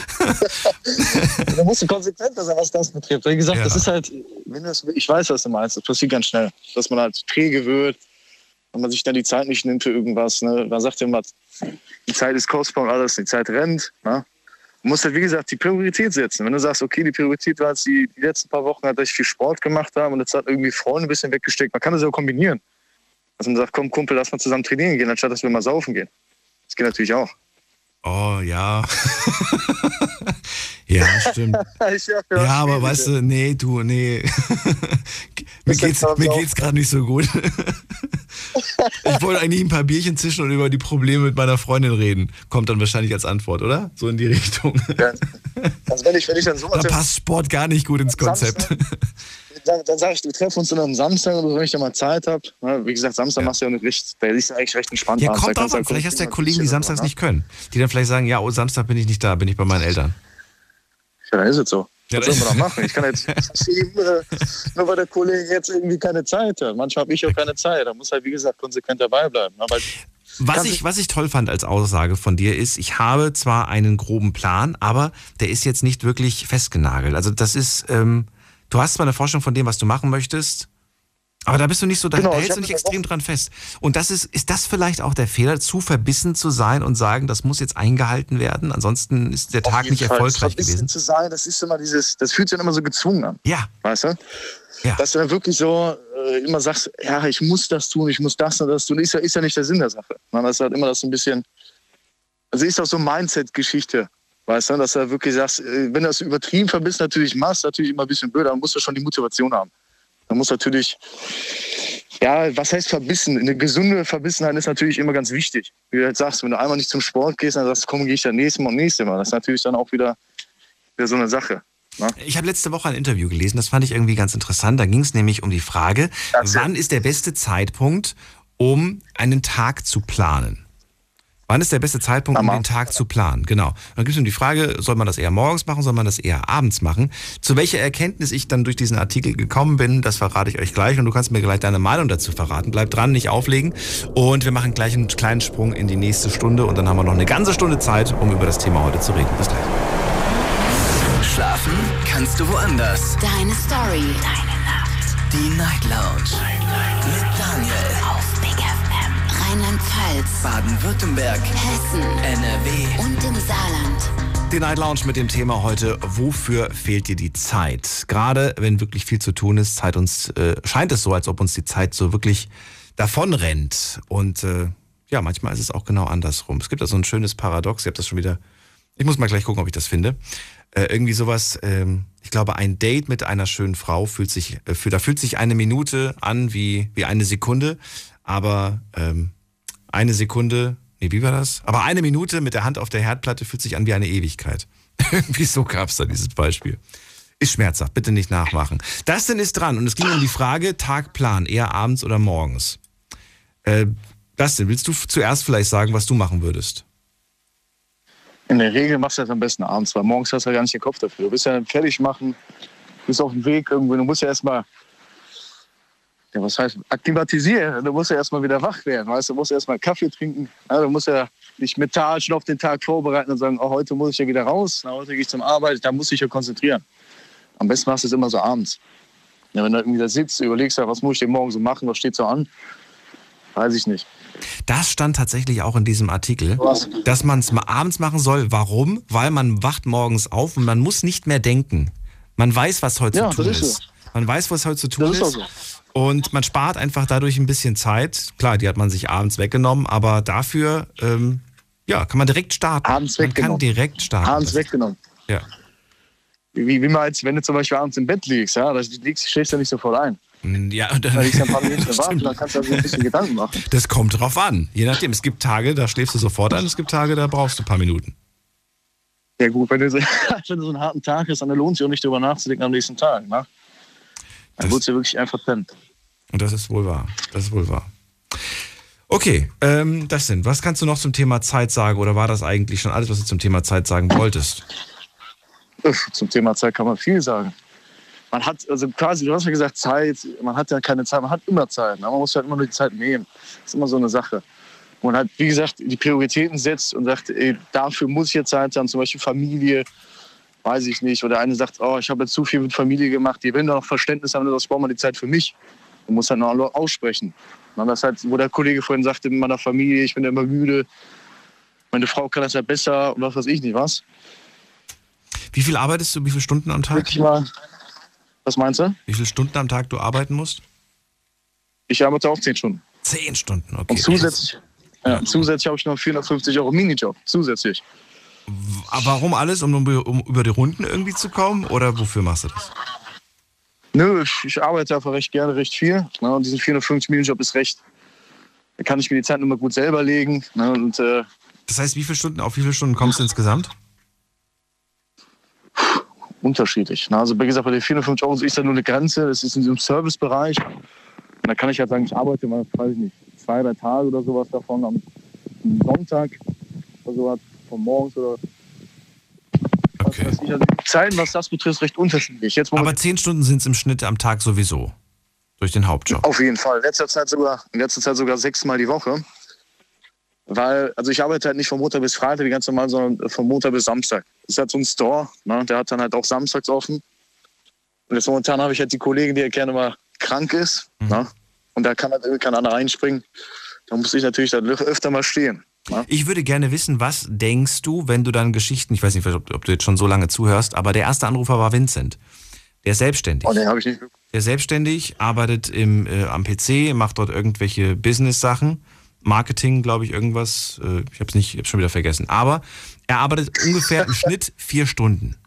Da musst du konsequenter sein, was das betrifft. Wie gesagt, das ist halt, ich weiß, was du meinst, das passiert ganz schnell. Dass man halt träge wird und man sich dann die Zeit nicht nimmt für irgendwas. Ne? Man sagt ja immer, die Zeit ist kostbar und alles, die Zeit rennt. Ne? Du musst halt, wie gesagt, die Priorität setzen. Wenn du sagst, okay, die Priorität war jetzt die letzten paar Wochen, dass ich viel Sport gemacht habe und jetzt hat irgendwie Freunde ein bisschen weggesteckt. Man kann das ja auch kombinieren. Dass man sagt, komm, Kumpel, lass mal zusammen trainieren gehen, anstatt dass wir mal saufen gehen. Das geht natürlich auch. Oh, ja. Ja, stimmt. Ja, aber weißt du, nee. Mir geht's gerade nicht so gut. Ich wollte eigentlich ein paar Bierchen zischen und über die Probleme mit meiner Freundin reden. Kommt dann wahrscheinlich als Antwort, oder? So in die Richtung. Ja. Also wenn ich dann so da passt Sport gar nicht gut ins Konzept. Dann sage ich, wir treffen uns dann am Samstag oder so, wenn ich da mal Zeit habe. Wie gesagt, Samstag machst du ja nicht richtig, da ist ja eigentlich recht entspannt. Ja, kommt drauf an. Vielleicht hast du ja Kollegen, die samstags nicht können. Die dann vielleicht sagen, ja, oh, Samstag bin ich nicht da, bin ich bei meinen Eltern. Ja, dann ist es so. Was soll man da machen? Ich kann jetzt nur weil der Kollege jetzt irgendwie keine Zeit hat. Manchmal habe ich auch keine Zeit. Da muss halt, wie gesagt, konsequent dabei bleiben. Aber was ich toll fand als Aussage von dir ist, ich habe zwar einen groben Plan, aber der ist jetzt nicht wirklich festgenagelt. Also das ist, du hast zwar eine Vorstellung von dem, was du machen möchtest, aber da bist du nicht so, da hältst du nicht extrem dran fest. Und ist das vielleicht auch der Fehler, zu verbissen zu sein und sagen, das muss jetzt eingehalten werden, ansonsten ist der Tag nicht erfolgreich gewesen? Verbissen zu sein, das ist immer das fühlt sich dann immer so gezwungen an. Ja. Weißt du? Ja. Dass du dann wirklich so immer sagst, ja, ich muss das tun, ich muss das und das tun, ist ja nicht der Sinn der Sache. Man, das ist halt immer das ein bisschen, also ist auch so Mindset-Geschichte. Weißt du, dass du wirklich sagst, wenn du das übertrieben verbissen natürlich machst, natürlich immer ein bisschen blöd, aber musst du schon die Motivation haben. Man muss natürlich, ja, was heißt verbissen? Eine gesunde Verbissenheit ist natürlich immer ganz wichtig. Wie du halt sagst, wenn du einmal nicht zum Sport gehst, dann sagst du, komm, gehe ich dann nächstes Mal und nächstes Mal. Das ist natürlich dann auch wieder so eine Sache. Ne? Ich habe letzte Woche ein Interview gelesen, das fand ich irgendwie ganz interessant. Da ging es nämlich um die Frage, wann ist der beste Zeitpunkt, um einen Tag zu planen? Wann ist der beste Zeitpunkt, um den Tag zu planen? Genau. Und dann gibt es die Frage, soll man das eher morgens machen, soll man das eher abends machen? Zu welcher Erkenntnis ich dann durch diesen Artikel gekommen bin, das verrate ich euch gleich und du kannst mir gleich deine Meinung dazu verraten. Bleib dran, nicht auflegen und wir machen gleich einen kleinen Sprung in die nächste Stunde und dann haben wir noch eine ganze Stunde Zeit, um über das Thema heute zu reden. Bis gleich. Schlafen kannst du woanders. Deine Story. Deine Nacht. Die Night Lounge. Mit Daniel. Auf Big FM. Rheinland-Pfalz. Baden-Württemberg. Hessen. NRW. Und im Saarland. Die Night Lounge mit dem Thema heute, wofür fehlt dir die Zeit? Gerade wenn wirklich viel zu tun ist, scheint es so, als ob uns die Zeit so wirklich davonrennt. Und ja, manchmal ist es auch genau andersrum. Es gibt da so ein schönes Paradox, ich habe das schon wieder, ich muss mal gleich gucken, ob ich das finde. Irgendwie sowas, ich glaube, ein Date mit einer schönen Frau da fühlt sich eine Minute an wie eine Sekunde, aber eine Sekunde, nee, wie war das? Aber eine Minute mit der Hand auf der Herdplatte fühlt sich an wie eine Ewigkeit. Irgendwie so gab es da dieses Beispiel. Ist schmerzhaft, bitte nicht nachmachen. Das denn ist dran und es ging um die Frage, Tagplan, eher abends oder morgens? Dustin, willst du zuerst vielleicht sagen, was du machen würdest? In der Regel machst du das am besten abends, weil morgens hast du ja gar nicht den Kopf dafür. Du bist ja fertig machen, bist auf dem Weg irgendwo. Du musst ja erstmal, ja, was heißt, akklimatisieren. Du musst ja erstmal wieder wach werden. Weißt? Du musst ja erstmal Kaffee trinken. Ja, du musst ja dich mental schon auf den Tag vorbereiten und sagen, oh, heute muss ich ja wieder raus. Na, heute gehe ich zum Arbeit, da muss ich ja konzentrieren. Am besten machst du es immer so abends. Ja, wenn du irgendwie da sitzt, überlegst ja, was muss ich denn morgen so machen, was steht so an? Weiß ich nicht. Das stand tatsächlich auch in diesem Artikel, dass man es abends machen soll. Warum? Weil man wacht morgens auf und man muss nicht mehr denken. Man weiß, was heute zu tun ist. Man weiß, was heute zu tun ist. So. Und man spart einfach dadurch ein bisschen Zeit. Klar, die hat man sich abends weggenommen, aber dafür kann man direkt starten. Abends weggenommen. Man kann direkt starten. Abends weggenommen. Ja. Wie man jetzt, wenn du zum Beispiel abends im Bett liegst, ja, schläfst du nicht sofort ein. Ja, und dann, dann kannst du also ein bisschen Gedanken machen. Das kommt drauf an. Je nachdem, es gibt Tage, da schläfst du sofort ein, es gibt Tage, da brauchst du ein paar Minuten. Ja gut, wenn du so einen harten Tag hast, dann lohnt es sich auch nicht darüber nachzudenken am nächsten Tag. Ne? Dann wird es ja wirklich einfach pennen. Und das ist wohl wahr. Okay, Dustin, was kannst du noch zum Thema Zeit sagen? Oder war das eigentlich schon alles, was du zum Thema Zeit sagen wolltest? Zum Thema Zeit kann man viel sagen. Man hat, also quasi, du hast ja gesagt, Zeit, man hat ja keine Zeit, man hat immer Zeit. Ne? Man muss halt immer nur die Zeit nehmen. Das ist immer so eine Sache. Wo man halt, wie gesagt, die Prioritäten setzt und sagt, ey, dafür muss ich jetzt Zeit haben, zum Beispiel Familie, weiß ich nicht. Oder eine sagt, oh, ich habe jetzt zu viel mit Familie gemacht, die will noch Verständnis haben, das braucht man die Zeit für mich. Man muss halt noch aussprechen. Und das halt, wo der Kollege vorhin sagte, mit meiner Familie, ich bin ja immer müde, meine Frau kann das ja besser und was weiß ich nicht, was. Wie viel arbeitest du, wie viele Stunden am Tag? Wirklich mal. Was meinst du? Wie viele Stunden am Tag du arbeiten musst? Ich arbeite auch 10 Stunden. 10 Stunden, okay. Und zusätzlich habe ich noch 450 € Minijob, zusätzlich. Warum alles? Um über die Runden irgendwie zu kommen? Oder wofür machst du das? Nö, ich arbeite einfach recht gerne, recht viel. Ne, und diesen 450 Minijob ist recht. Da kann ich mir die Zeit immer gut selber legen. Ne, und, das heißt, auf wie viele Stunden kommst du insgesamt? Unterschiedlich. Also wie gesagt, bei den 450 € ist da nur eine Grenze. Das ist in diesem Servicebereich. Und da kann ich halt sagen, ich arbeite mal, weiß ich nicht, 2-3 Tage oder sowas davon am Sonntag oder sowas, von morgens oder okay. Was weiß ich. Also die Zeiten, was das betrifft, recht unterschiedlich. Aber 10 Stunden sind es im Schnitt am Tag sowieso. Durch den Hauptjob. Auf jeden Fall. In letzter Zeit sogar 6-mal die Woche. Weil, also ich arbeite halt nicht von Montag bis Freitag die ganz normal, sondern von Montag bis Samstag. Das ist halt so ein Store, ne? Der hat dann halt auch samstags offen. Und jetzt momentan habe ich halt die Kollegin, die ja gerne mal krank ist. Ne? Und da kann halt irgendwie kein anderer reinspringen. Da muss ich natürlich dann öfter mal stehen. Ne? Ich würde gerne wissen, was denkst du, wenn du dann Geschichten, ich weiß nicht, ob du jetzt schon so lange zuhörst, aber der erste Anrufer war Vincent. Der ist selbstständig. Oh, den habe ich nicht. Der ist selbstständig, arbeitet am PC, macht dort irgendwelche Business-Sachen. Marketing, glaube ich, irgendwas. Ich habe es schon wieder vergessen. Aber er arbeitet ungefähr im Schnitt 4 Stunden.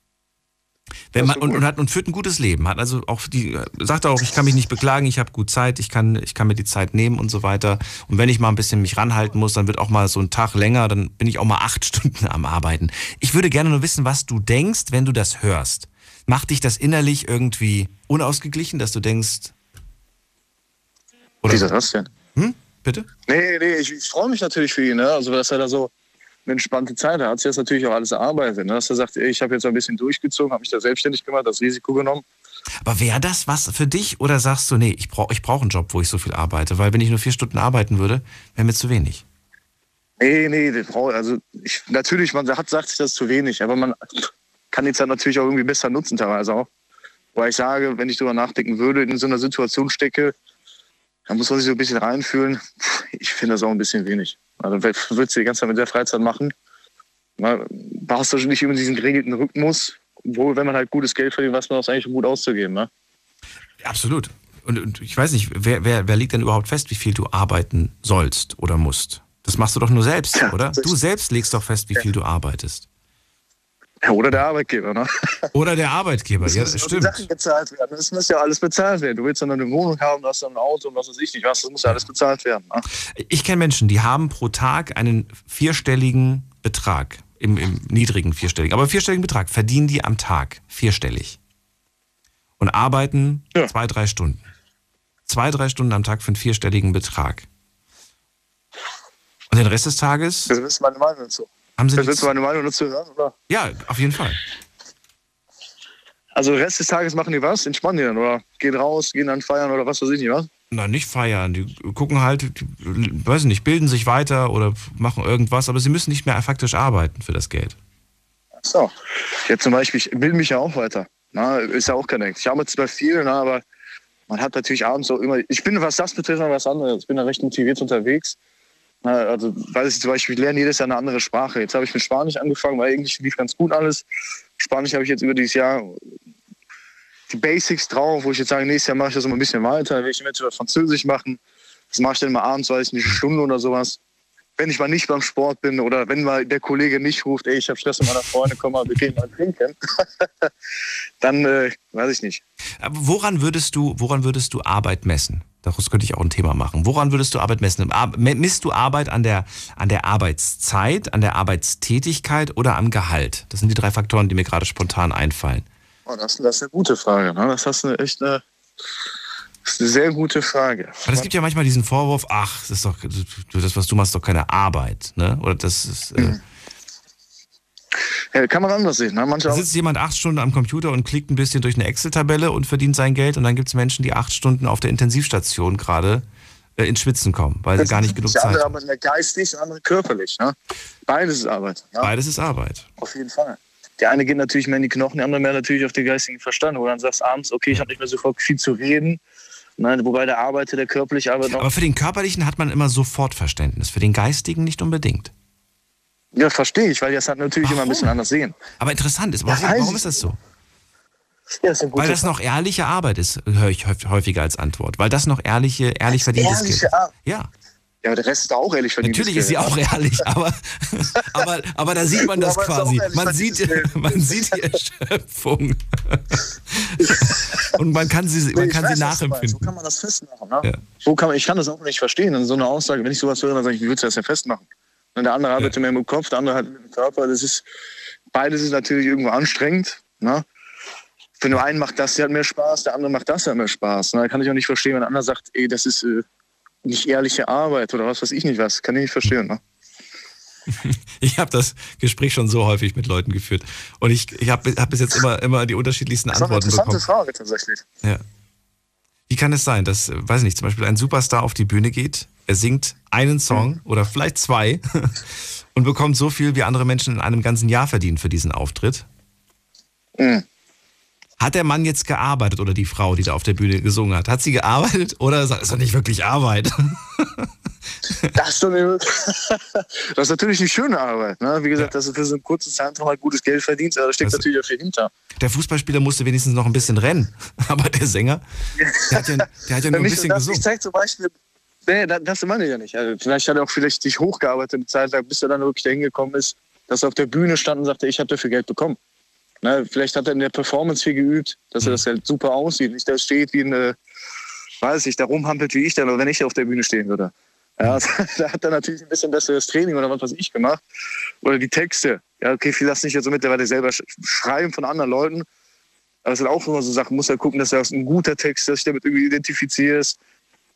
Und führt ein gutes Leben. Hat also auch sagt auch, ich kann mich nicht beklagen, ich habe gut Zeit, ich kann mir die Zeit nehmen und so weiter. Und wenn ich mal ein bisschen mich ranhalten muss, dann wird auch mal so ein Tag länger, dann bin ich auch mal 8 Stunden am Arbeiten. Ich würde gerne nur wissen, was du denkst, wenn du das hörst. Macht dich das innerlich irgendwie unausgeglichen, dass du denkst... Oder? Wie ist das denn? Bitte? Nee, ich freue mich natürlich für ihn, ne? Also, dass er da so eine entspannte Zeit hat. Er hat sich das natürlich auch alles erarbeitet, ne? Dass er sagt, ey, ich habe jetzt ein bisschen durchgezogen, habe mich da selbstständig gemacht, das Risiko genommen. Aber wäre das was für dich oder sagst du, nee, ich brauch einen Job, wo ich so viel arbeite? Weil wenn ich nur 4 Stunden arbeiten würde, wäre mir zu wenig. Nee, natürlich, sagt sich das zu wenig, aber man kann die Zeit natürlich auch irgendwie besser nutzen teilweise auch. Weil ich sage, wenn ich darüber nachdenken würde, in so einer Situation stecke, dann muss man sich so ein bisschen reinfühlen. Ich finde das auch ein bisschen wenig. Also würdest du die ganze Zeit mit der Freizeit machen, hast du schon nicht immer diesen geregelten Rhythmus, obwohl, wenn man halt gutes Geld verdient, weiß man das eigentlich gut auszugeben. Ne? Absolut. Und ich weiß nicht, wer legt denn überhaupt fest, wie viel du arbeiten sollst oder musst? Das machst du doch nur selbst, ja, oder? Du selbst legst doch fest, wie viel du arbeitest. Ja, oder der Arbeitgeber, ne? Oder der Arbeitgeber, ja, das stimmt. Die Sachen bezahlt werden. Das muss ja alles bezahlt werden. Du willst dann eine Wohnung haben, du hast dann ein Auto und was weiß ich nicht was. Das muss ja alles bezahlt werden. Ne? Ich kenne Menschen, die haben pro Tag einen 4-stelligen Betrag, im niedrigen 4-stelligen, aber 4-stelligen Betrag verdienen die am Tag, 4-stellig. Und arbeiten 2-3 Stunden. 2-3 Stunden am Tag für einen 4-stelligen Betrag. Und den Rest des Tages... Das ist meine Meinung dazu. Willst du meine Meinung dazu hören, oder? Ja, auf jeden Fall. Also den Rest des Tages machen die was? Entspannen die dann, oder? Gehen raus, gehen dann feiern oder was weiß ich nicht, was? Nein, nicht feiern. Die gucken halt, weiß nicht, bilden sich weiter oder machen irgendwas, aber sie müssen nicht mehr faktisch arbeiten für das Geld. Ach so. Jetzt zum Beispiel, ich bilde mich ja auch weiter. Na, ist ja auch kein Ding. Ich arbeite zwar viel, aber man hat natürlich abends auch immer... Ich bin, was das betrifft, noch was anderes. Ich bin da recht motiviert unterwegs. Also, weiß ich zum Beispiel, ich lerne jedes Jahr eine andere Sprache. Jetzt habe ich mit Spanisch angefangen, weil Englisch lief ganz gut alles. Spanisch habe ich jetzt über dieses Jahr die Basics drauf, wo ich jetzt sage, nächstes Jahr mache ich das immer ein bisschen weiter. Dann will ich eventuell Französisch machen. Das mache ich dann mal abends, weiß ich nicht, eine Stunde oder sowas. Wenn ich mal nicht beim Sport bin oder wenn mal der Kollege nicht ruft, ey, ich habe Stress mit meiner Freundin, komm mal, wir gehen mal trinken. Dann weiß ich nicht. Aber woran würdest du Arbeit messen? Daraus könnte ich auch ein Thema machen. Woran würdest du Arbeit messen? Misst du Arbeit an der Arbeitszeit, an der Arbeitstätigkeit oder am Gehalt? Das sind die 3 Faktoren, die mir gerade spontan einfallen. Oh, das ist eine gute Frage. Ne? Das ist eine sehr gute Frage. Aber es gibt ja manchmal diesen Vorwurf, ach, das ist doch, das, was du machst, ist doch keine Arbeit. Ne? Oder das ist... Ja, kann man anders sehen. Ne? Da sitzt jemand 8 Stunden am Computer und klickt ein bisschen durch eine Excel-Tabelle und verdient sein Geld. Und dann gibt es Menschen, die 8 Stunden auf der Intensivstation gerade ins Schwitzen kommen, weil sie gar nicht genug Zeit haben. Der andere aber geistig, der andere körperlich. Ne? Beides ist Arbeit. Ja? Beides ist Arbeit. Auf jeden Fall. Der eine geht natürlich mehr in die Knochen, der andere mehr natürlich auf den geistigen Verstand. Wo du dann sagst abends, okay, ich habe nicht mehr sofort viel zu reden. Nein, wobei der körperlich arbeitet noch. Aber für den körperlichen hat man immer sofort Verständnis, für den geistigen nicht unbedingt. Ja, verstehe ich, weil die das halt natürlich immer ein bisschen anders sehen. Aber interessant ist, warum ist das so? Ja, das ist weil das noch ehrliche Arbeit ist, höre ich häufiger als Antwort. Weil das noch ehrlich verdientes Geld ist. Ja. Ja, aber der Rest ist auch ehrlich verdientes Natürlich ist sie auch ehrlich, aber da sieht man das quasi. Man sieht die Erschöpfung. Und man kann sie nachempfinden. So kann man das festmachen. Ne? Ja. Ich kann das auch nicht verstehen. In so einer Aussage, wenn ich sowas höre, dann sage ich, wie willst du das denn festmachen? Und der andere arbeitet mehr mit dem Kopf, der andere hat mit dem Körper. Beides ist natürlich irgendwo anstrengend. Ne? Für den einen macht das ja mehr Spaß, der andere macht das ja mehr Spaß. Ne? Da kann ich auch nicht verstehen, wenn der andere sagt, ey, das ist nicht ehrliche Arbeit oder was weiß ich nicht was. Kann ich nicht verstehen. Ne? Ich habe das Gespräch schon so häufig mit Leuten geführt. Und ich hab bis jetzt immer die unterschiedlichsten Antworten bekommen. Das ist eine interessante Frage tatsächlich. Ja. Wie kann es sein, dass, weiß ich nicht, zum Beispiel ein Superstar auf die Bühne geht, er singt einen Song oder vielleicht 2 und bekommt so viel, wie andere Menschen in einem ganzen Jahr verdienen für diesen Auftritt? Mhm. Hat der Mann jetzt gearbeitet oder die Frau, die da auf der Bühne gesungen hat? Hat sie gearbeitet oder ist das nicht wirklich Arbeit? Das ist natürlich eine schöne Arbeit. Ne? Wie gesagt, dass du für so einen kurzen Zeitraum halt gutes Geld verdienst, aber da steckt natürlich auch viel hinter. Der Fußballspieler musste wenigstens noch ein bisschen rennen, aber der Sänger, der hat ja nur ein bisschen gesungen. Ich zeige zum Beispiel, das meine ich ja nicht. Also vielleicht hat er auch sich hochgearbeitet eine Zeit lang, bis er dann wirklich dahin gekommen ist, dass er auf der Bühne stand und sagte, ich habe dafür Geld bekommen. Ne? Vielleicht hat er in der Performance viel geübt, dass er das halt super aussieht. Nicht, dass er steht wie eine, weiß ich, da rumhampelt wie ich dann, oder wenn ich auf der Bühne stehen würde. Ja, da hat er natürlich ein bisschen besseres Training oder was weiß ich gemacht. Oder die Texte. Ja, okay, viel lass nicht jetzt so mittlerweile selber schreiben von anderen Leuten. Aber es sind auch immer so Sachen, muss ja gucken, dass er ein guter Text ist, dass du dich damit irgendwie identifizierst.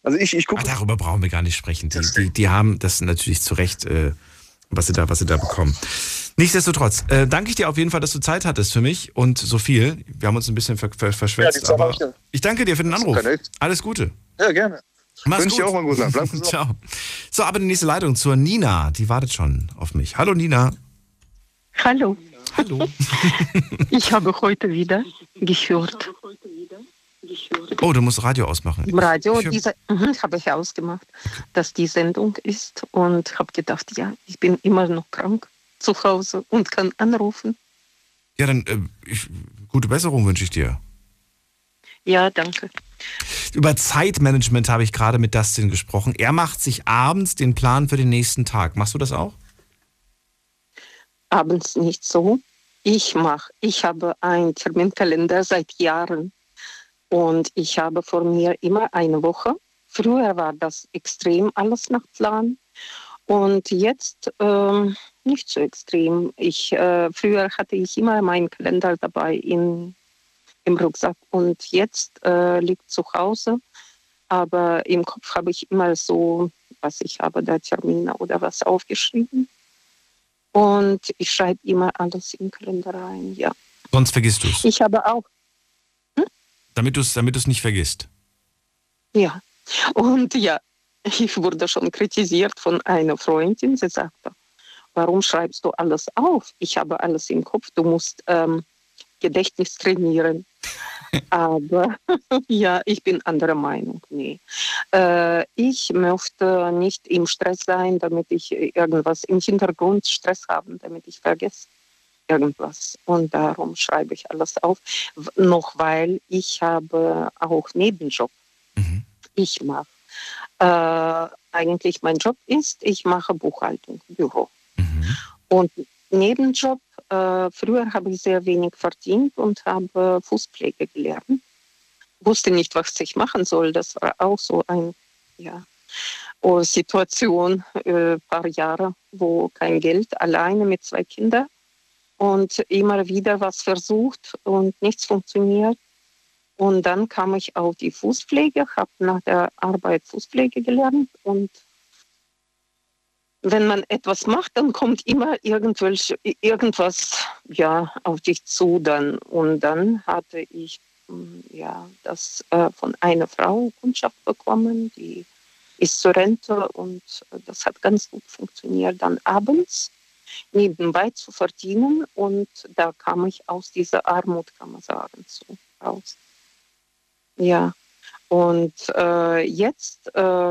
Also ich gucke. Darüber brauchen wir gar nicht sprechen. Die haben das natürlich zu Recht, was sie da bekommen. Nichtsdestotrotz, danke ich dir auf jeden Fall, dass du Zeit hattest für mich und so viel. Wir haben uns ein bisschen verschwätzt, aber ich danke dir für den Anruf. Alles Gute. Ja, gerne. Mach's Wünsche dir auch mal gut. Bleib gesund. Ciao. So, aber die nächste Leitung zur Nina, die wartet schon auf mich. Hallo Nina. Hallo. Hallo. Ich habe heute wieder gehört. Oh, du musst Radio ausmachen. Im Radio, habe ich ausgemacht, dass die Sendung ist und habe gedacht, ja, ich bin immer noch krank zu Hause und kann anrufen. Ja, dann gute Besserung wünsche ich dir. Ja, danke. Über Zeitmanagement habe ich gerade mit Dustin gesprochen. Er macht sich abends den Plan für den nächsten Tag. Machst du das auch? Abends nicht so. Ich habe einen Terminkalender seit Jahren und ich habe vor mir immer eine Woche. Früher war das extrem alles nach Plan und jetzt nicht so extrem. Früher hatte ich immer meinen Kalender dabei im Rucksack und jetzt liegt zu Hause, aber im Kopf habe ich immer so, was ich habe, da Termine oder was aufgeschrieben. Und ich schreibe immer alles in den Kalender rein, ja. Sonst vergisst du es. Ich habe auch. Damit du es nicht vergisst. Ja. Und ja, ich wurde schon kritisiert von einer Freundin. Sie sagte, warum schreibst du alles auf? Ich habe alles im Kopf. Du musst Gedächtnis trainieren. Aber ja, ich bin anderer Meinung. Nee. Ich möchte nicht im Stress sein, damit ich irgendwas im Hintergrund Stress haben, damit ich vergesse irgendwas. Und darum schreibe ich alles auf. Noch weil ich habe auch Nebenjob. Ich mache eigentlich mein Job ist, ich mache Buchhaltung, Büro. Und Nebenjob, früher habe ich sehr wenig verdient und habe Fußpflege gelernt. Wusste nicht, was ich machen soll. Das war auch so eine Situation, paar Jahre, wo kein Geld, alleine mit 2 Kindern und immer wieder was versucht und nichts funktioniert. Und dann kam ich auf die Fußpflege, habe nach der Arbeit Fußpflege gelernt und wenn man etwas macht, dann kommt immer irgendwas auf dich zu dann. Und dann hatte ich das von einer Frau Kundschaft bekommen, die ist zur Rente und das hat ganz gut funktioniert. Dann abends nebenbei zu verdienen und da kam ich aus dieser Armut, kann man sagen, raus. Ja, und jetzt,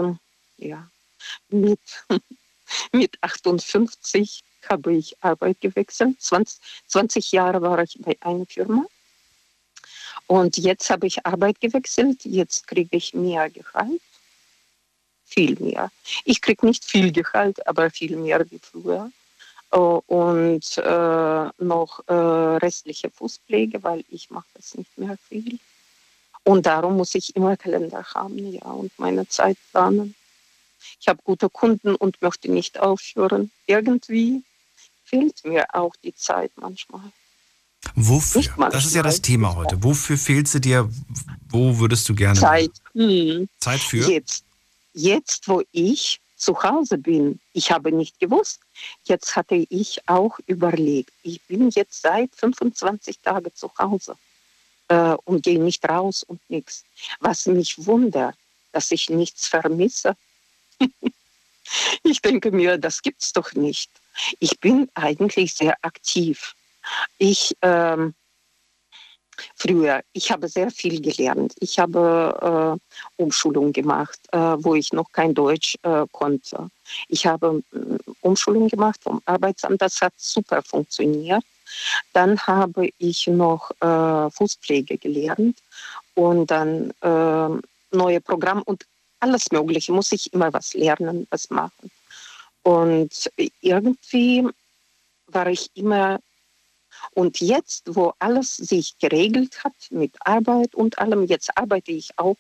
mit 58 habe ich Arbeit gewechselt. 20 Jahre war ich bei einer Firma. Und jetzt habe ich Arbeit gewechselt. Jetzt kriege ich mehr Gehalt. Viel mehr. Ich kriege nicht viel Gehalt, aber viel mehr wie früher. Und noch restliche Fußpflege, weil ich mache das nicht mehr viel. Und darum muss ich immer Kalender haben, ja, und meine Zeit planen. Ich habe gute Kunden und möchte nicht aufhören. Irgendwie fehlt mir auch die Zeit manchmal. Wofür? Das ist ja das Thema heute. Wofür fehlt sie dir? Wo würdest du gerne? Zeit. Zeit für? Jetzt, wo ich zu Hause bin, ich habe nicht gewusst. Jetzt hatte ich auch überlegt. Ich bin jetzt seit 25 Tagen zu Hause und gehe nicht raus und nichts. Was mich wundert, dass ich nichts vermisse. Ich denke mir, das gibt's doch nicht. Ich bin eigentlich sehr aktiv. Ich habe sehr viel gelernt. Ich habe Umschulung gemacht, wo ich noch kein Deutsch konnte. Ich habe Umschulung gemacht vom Arbeitsamt, das hat super funktioniert. Dann habe ich noch Fußpflege gelernt und dann neue Programme und alles Mögliche, muss ich immer was lernen, was machen. Und irgendwie war ich immer, und jetzt, wo alles sich geregelt hat mit Arbeit und allem, jetzt arbeite ich auch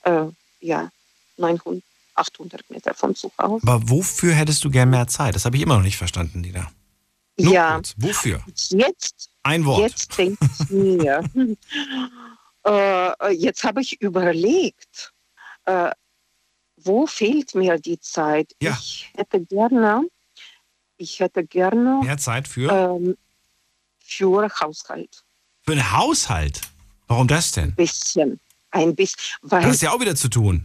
900, 800 Meter von zu Hause. Aber wofür hättest du gern mehr Zeit? Das habe ich immer noch nicht verstanden, Nina. Nur kurz. Wofür? Ein Wort. Jetzt denke ich mir, jetzt habe ich überlegt, wo fehlt mir die Zeit? Ja. Ich hätte gerne mehr Zeit für Haushalt. Für einen Haushalt? Warum das denn? Ein bisschen. Weil Das hast ja auch wieder zu tun.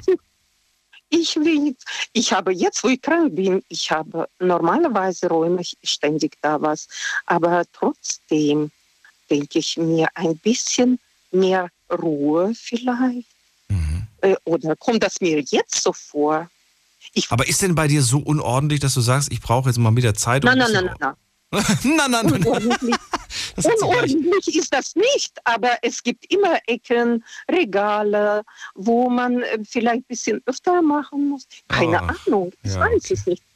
ich habe jetzt, wo ich krank bin, normalerweise räume ich ständig da was. Aber trotzdem denke ich mir ein bisschen mehr Ruhe vielleicht. Oder kommt das mir jetzt so vor? Aber ist denn bei dir so unordentlich, dass du sagst, ich brauche jetzt mal wieder Zeit? Nein. Nein. Unordentlich ist das nicht, aber es gibt immer Ecken, Regale, wo man vielleicht ein bisschen öfter machen muss. Keine Ahnung, ich weiß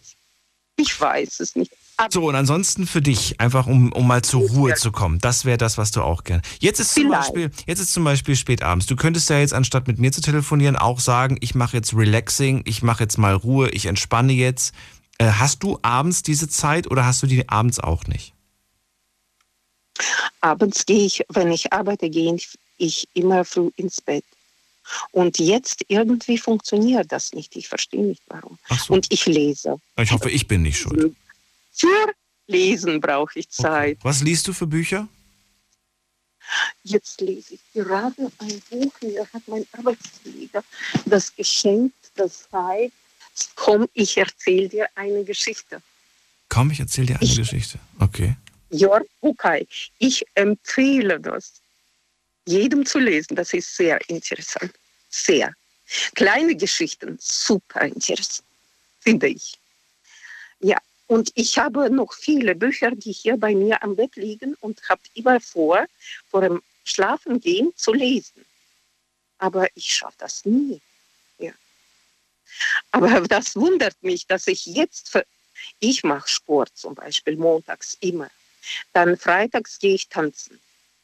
es nicht. So, und ansonsten für dich, einfach um mal zur Ruhe zu kommen. Das wäre das, was du auch gerne. Jetzt ist zum Beispiel spät abends. Du könntest ja jetzt, anstatt mit mir zu telefonieren, auch sagen, ich mache jetzt Relaxing, ich mache jetzt mal Ruhe, ich entspanne jetzt. Hast du abends diese Zeit oder hast du die abends auch nicht? Abends wenn ich arbeite, gehe ich immer früh ins Bett. Und jetzt irgendwie funktioniert das nicht. Ich verstehe nicht, warum. Ach so. Und ich lese. Ich hoffe, ich bin nicht schuld. Für Lesen brauche ich Zeit. Okay. Was liest du für Bücher? Jetzt lese ich gerade ein Buch. Mir hat mein Arbeitskollege das geschenkt. Das heißt, komm, ich erzähle dir eine Geschichte. Komm, ich erzähle dir eine Geschichte. Okay. Jörg Bucay. Ich empfehle das jedem zu lesen. Das ist sehr interessant. Sehr. Kleine Geschichten, super interessant, finde ich. Ja, und ich habe noch viele Bücher, die hier bei mir am Bett liegen und habe immer vor dem Schlafengehen zu lesen. Aber ich schaffe das nie. Ja. Aber das wundert mich, dass ich ich mache Sport zum Beispiel montags immer. Dann freitags gehe ich tanzen.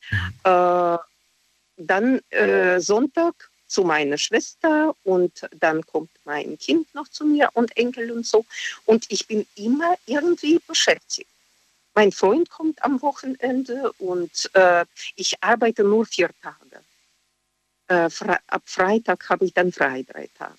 Dann Sonntag zu meiner Schwester und dann kommt mein Kind noch zu mir und Enkel und so. Und ich bin immer irgendwie beschäftigt. Mein Freund kommt am Wochenende und ich arbeite nur 4 Tage. Ab Freitag habe ich dann frei 3 Tage.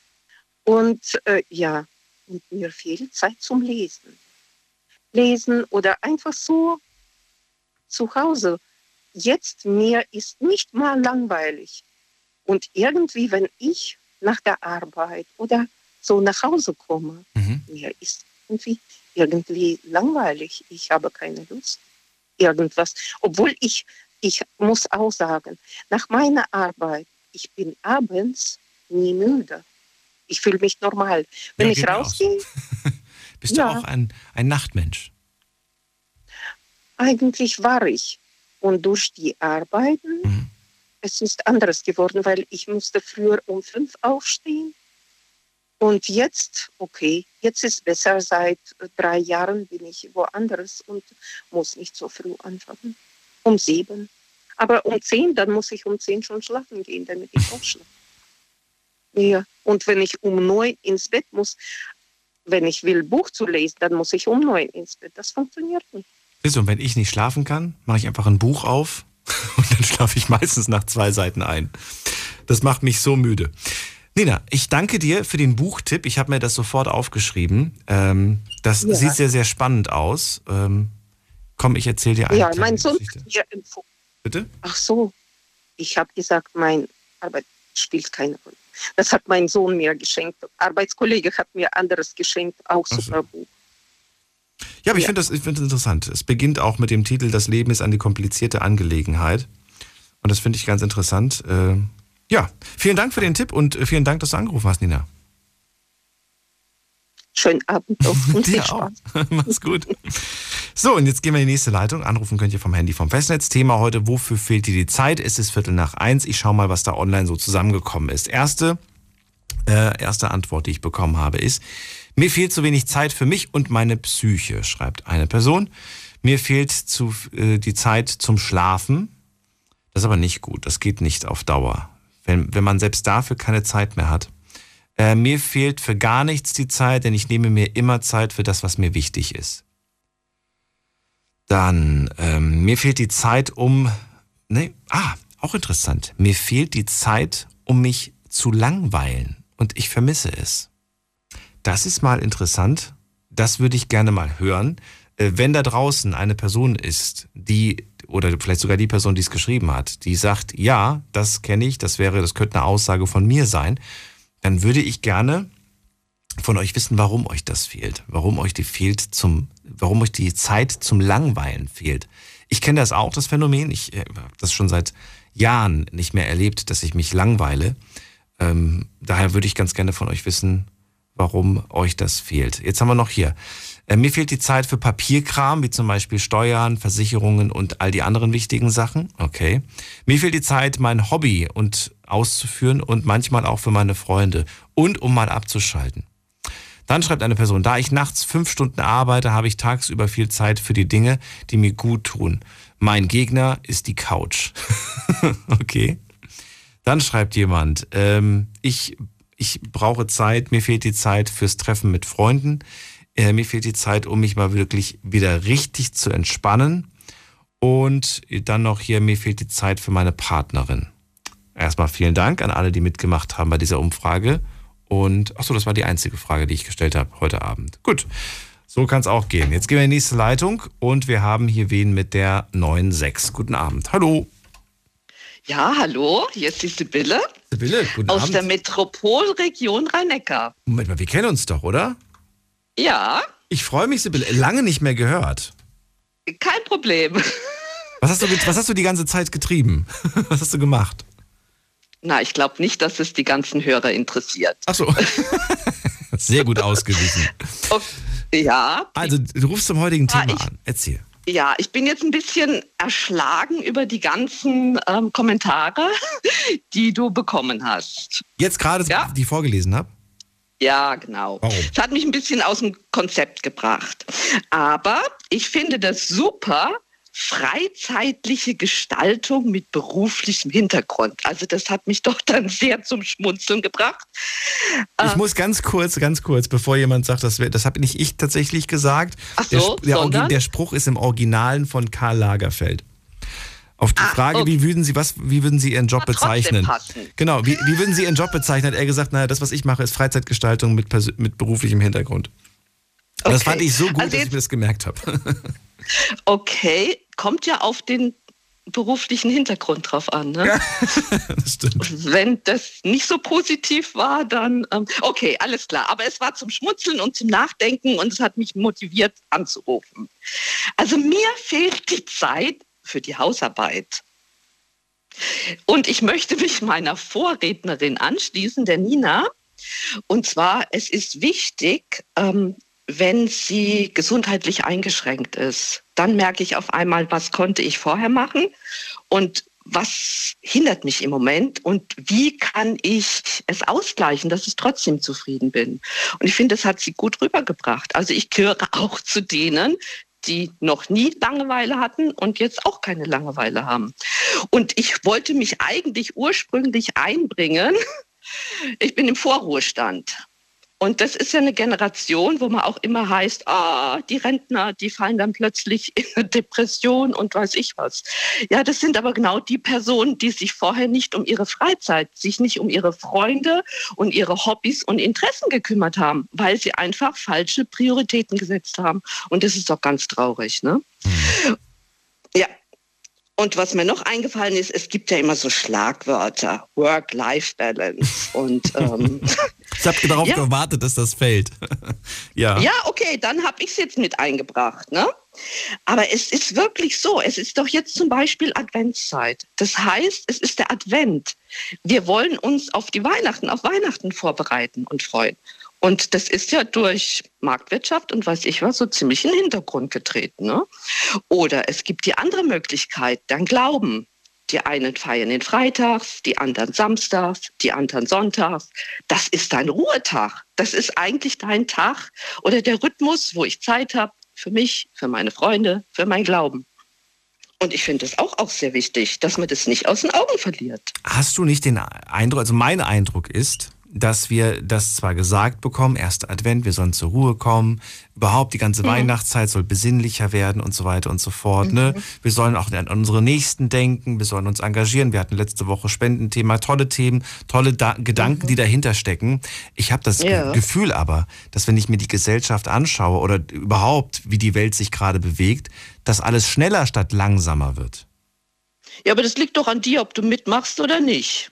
Und und mir fehlt Zeit zum Lesen. Lesen oder einfach so zu Hause. Jetzt mir ist nicht mal langweilig. Und irgendwie, wenn ich nach der Arbeit oder so nach Hause komme, mir ist irgendwie langweilig. Ich habe keine Lust. Irgendwas. Obwohl ich muss auch sagen, nach meiner Arbeit, ich bin abends nie müde. Ich fühle mich normal. Wenn ich rausgehe... Bist du auch ein Nachtmensch? Eigentlich war ich. Und durch die Arbeiten, es ist anderes geworden, weil ich musste früher um 5 aufstehen. Und jetzt, jetzt ist besser. Seit 3 Jahren bin ich woanders und muss nicht so früh anfangen. Um 7. Aber um 10, dann muss ich um 10 schon schlafen gehen, damit ich aufschlafe. Ja. Und wenn ich um 9 ins Bett muss, wenn ich will, Buch zu lesen, dann muss ich um 9 ins Bett. Das funktioniert nicht. Und wenn ich nicht schlafen kann, mache ich einfach ein Buch auf und dann schlafe ich meistens nach 2 Seiten ein. Das macht mich so müde. Nina, ich danke dir für den Buchtipp. Ich habe mir das sofort aufgeschrieben. Das sieht sehr, sehr spannend aus. Komm, ich erzähle dir eine Ja, mein Sohn hat mir empfohlen. Bitte? Ach so, ich habe gesagt, mein Arbeit spielt keine Rolle. Das hat mein Sohn mir geschenkt. Arbeitskollege hat mir anderes geschenkt, auch super Buch. Ja, aber ich finde das interessant. Es beginnt auch mit dem Titel Das Leben ist eine komplizierte Angelegenheit. Und das finde ich ganz interessant. Ja, vielen Dank für den Tipp und vielen Dank, dass du angerufen hast, Nina. Schönen Abend noch und viel Spaß. Mach's gut. So, und jetzt gehen wir in die nächste Leitung. Anrufen könnt ihr vom Handy vom Festnetz. Thema heute, wofür fehlt dir die Zeit? Es ist 1:15. Ich schaue mal, was da online so zusammengekommen ist. Erste Antwort, die ich bekommen habe, ist: Mir fehlt zu wenig Zeit für mich und meine Psyche, schreibt eine Person. Mir fehlt die Zeit zum Schlafen. Das ist aber nicht gut. Das geht nicht auf Dauer. Wenn man selbst dafür keine Zeit mehr hat. Mir fehlt für gar nichts die Zeit, denn ich nehme mir immer Zeit für das, was mir wichtig ist. Dann, mir fehlt die Zeit auch interessant. Mir fehlt die Zeit, um mich zu langweilen und ich vermisse es. Das ist mal interessant. Das würde ich gerne mal hören. Wenn da draußen eine Person ist, die, oder vielleicht sogar die Person, die es geschrieben hat, die sagt, ja, das kenne ich, das könnte eine Aussage von mir sein, dann würde ich gerne von euch wissen, warum euch das fehlt. Warum euch die Zeit zum Langweilen fehlt. Ich kenne das auch, das Phänomen. Ich habe das schon seit Jahren nicht mehr erlebt, dass ich mich langweile. Daher würde ich ganz gerne von euch wissen, warum euch das fehlt. Jetzt haben wir noch hier. Mir fehlt die Zeit für Papierkram, wie zum Beispiel Steuern, Versicherungen und all die anderen wichtigen Sachen. Okay. Mir fehlt die Zeit, mein Hobby auszuführen und manchmal auch für meine Freunde und um mal abzuschalten. Dann schreibt eine Person, da ich nachts 5 Stunden arbeite, habe ich tagsüber viel Zeit für die Dinge, die mir gut tun. Mein Gegner ist die Couch. Okay. Dann schreibt jemand, ich brauche Zeit, mir fehlt die Zeit fürs Treffen mit Freunden. Mir fehlt die Zeit, um mich mal wirklich wieder richtig zu entspannen. Und dann noch hier, mir fehlt die Zeit für meine Partnerin. Erstmal vielen Dank an alle, die mitgemacht haben bei dieser Umfrage. Und achso, das war die einzige Frage, die ich gestellt habe heute Abend. Gut, so kann es auch gehen. Jetzt gehen wir in die nächste Leitung und wir haben hier wen mit der 96. Guten Abend. Hallo. Ja, hallo, hier ist die Sibylle. Sibylle, guten Abend. Aus der Metropolregion Rhein-Neckar. Moment mal, wir kennen uns doch, oder? Ja. Ich freue mich, Sibylle. Lange nicht mehr gehört. Kein Problem. Was hast du die ganze Zeit getrieben? Was hast du gemacht? Na, ich glaube nicht, dass es die ganzen Hörer interessiert. Ach so. Sehr gut ausgewiesen. Okay, ja. Also, du rufst zum heutigen Thema an. Erzähl. Ja, ich bin jetzt ein bisschen erschlagen über die ganzen Kommentare, die du bekommen hast. Jetzt gerade, die ich vorgelesen habe? Ja, genau. Warum? Das hat mich ein bisschen aus dem Konzept gebracht. Aber ich finde das super, freizeitliche Gestaltung mit beruflichem Hintergrund. Also das hat mich doch dann sehr zum Schmunzeln gebracht. Ich muss ganz kurz, bevor jemand sagt, das habe nicht ich tatsächlich gesagt. Ach so, der Spruch ist im Originalen von Karl Lagerfeld. Auf die Frage, okay. wie würden Sie Ihren Job bezeichnen? Genau, wie würden Sie Ihren Job bezeichnen? Hat er gesagt, naja, das, was ich mache, ist Freizeitgestaltung mit beruflichem Hintergrund. Und das fand ich so gut, dass ich mir das gemerkt habe. Okay, kommt ja auf den beruflichen Hintergrund drauf an. Ne? Ja, das stimmt. Wenn das nicht so positiv war, dann okay, alles klar. Aber es war zum Schmunzeln und zum Nachdenken und es hat mich motiviert anzurufen. Also mir fehlt die Zeit für die Hausarbeit. Und ich möchte mich meiner Vorrednerin anschließen, der Nina. Und zwar, es ist wichtig, wenn sie gesundheitlich eingeschränkt ist, dann merke ich auf einmal, was konnte ich vorher machen und was hindert mich im Moment und wie kann ich es ausgleichen, dass ich trotzdem zufrieden bin. Und ich finde, das hat sie gut rübergebracht. Also ich gehöre auch zu denen, die noch nie Langeweile hatten und jetzt auch keine Langeweile haben. Und ich wollte mich eigentlich ursprünglich einbringen. Ich bin im Vorruhestand. Und das ist ja eine Generation, wo man auch immer heißt, die Rentner, die fallen dann plötzlich in eine Depression und weiß ich was. Ja, das sind aber genau die Personen, die sich vorher nicht um ihre Freizeit, sich nicht um ihre Freunde und ihre Hobbys und Interessen gekümmert haben, weil sie einfach falsche Prioritäten gesetzt haben. Und das ist doch ganz traurig, ne? Mhm. Ja. Und was mir noch eingefallen ist, es gibt ja immer so Schlagwörter, Work-Life-Balance und ich habe darauf gewartet, dass das fällt. Ja, okay, dann habe ich es jetzt mit eingebracht. Ne? Aber es ist wirklich so, es ist doch jetzt zum Beispiel Adventszeit. Das heißt, es ist der Advent. Wir wollen uns auf Weihnachten vorbereiten und freuen. Und das ist ja durch Marktwirtschaft und weiß ich was so ziemlich in den Hintergrund getreten. Ne? Oder es gibt die andere Möglichkeit, dann Glauben. Die einen feiern den Freitags, die anderen Samstags, die anderen Sonntags. Das ist dein Ruhetag. Das ist eigentlich dein Tag oder der Rhythmus, wo ich Zeit habe für mich, für meine Freunde, für mein Glauben. Und ich finde es auch sehr wichtig, dass man das nicht aus den Augen verliert. Hast du nicht den Eindruck, also mein Eindruck ist, dass wir das zwar gesagt bekommen, erster Advent, wir sollen zur Ruhe kommen, überhaupt die ganze Weihnachtszeit soll besinnlicher werden und so weiter und so fort. Ne? Wir sollen auch an unsere Nächsten denken, wir sollen uns engagieren. Wir hatten letzte Woche Spendenthema, tolle Themen, tolle Gedanken, die dahinter stecken. Ich habe das Gefühl aber, dass wenn ich mir die Gesellschaft anschaue oder überhaupt, wie die Welt sich gerade bewegt, dass alles schneller statt langsamer wird. Ja, aber das liegt doch an dir, ob du mitmachst oder nicht.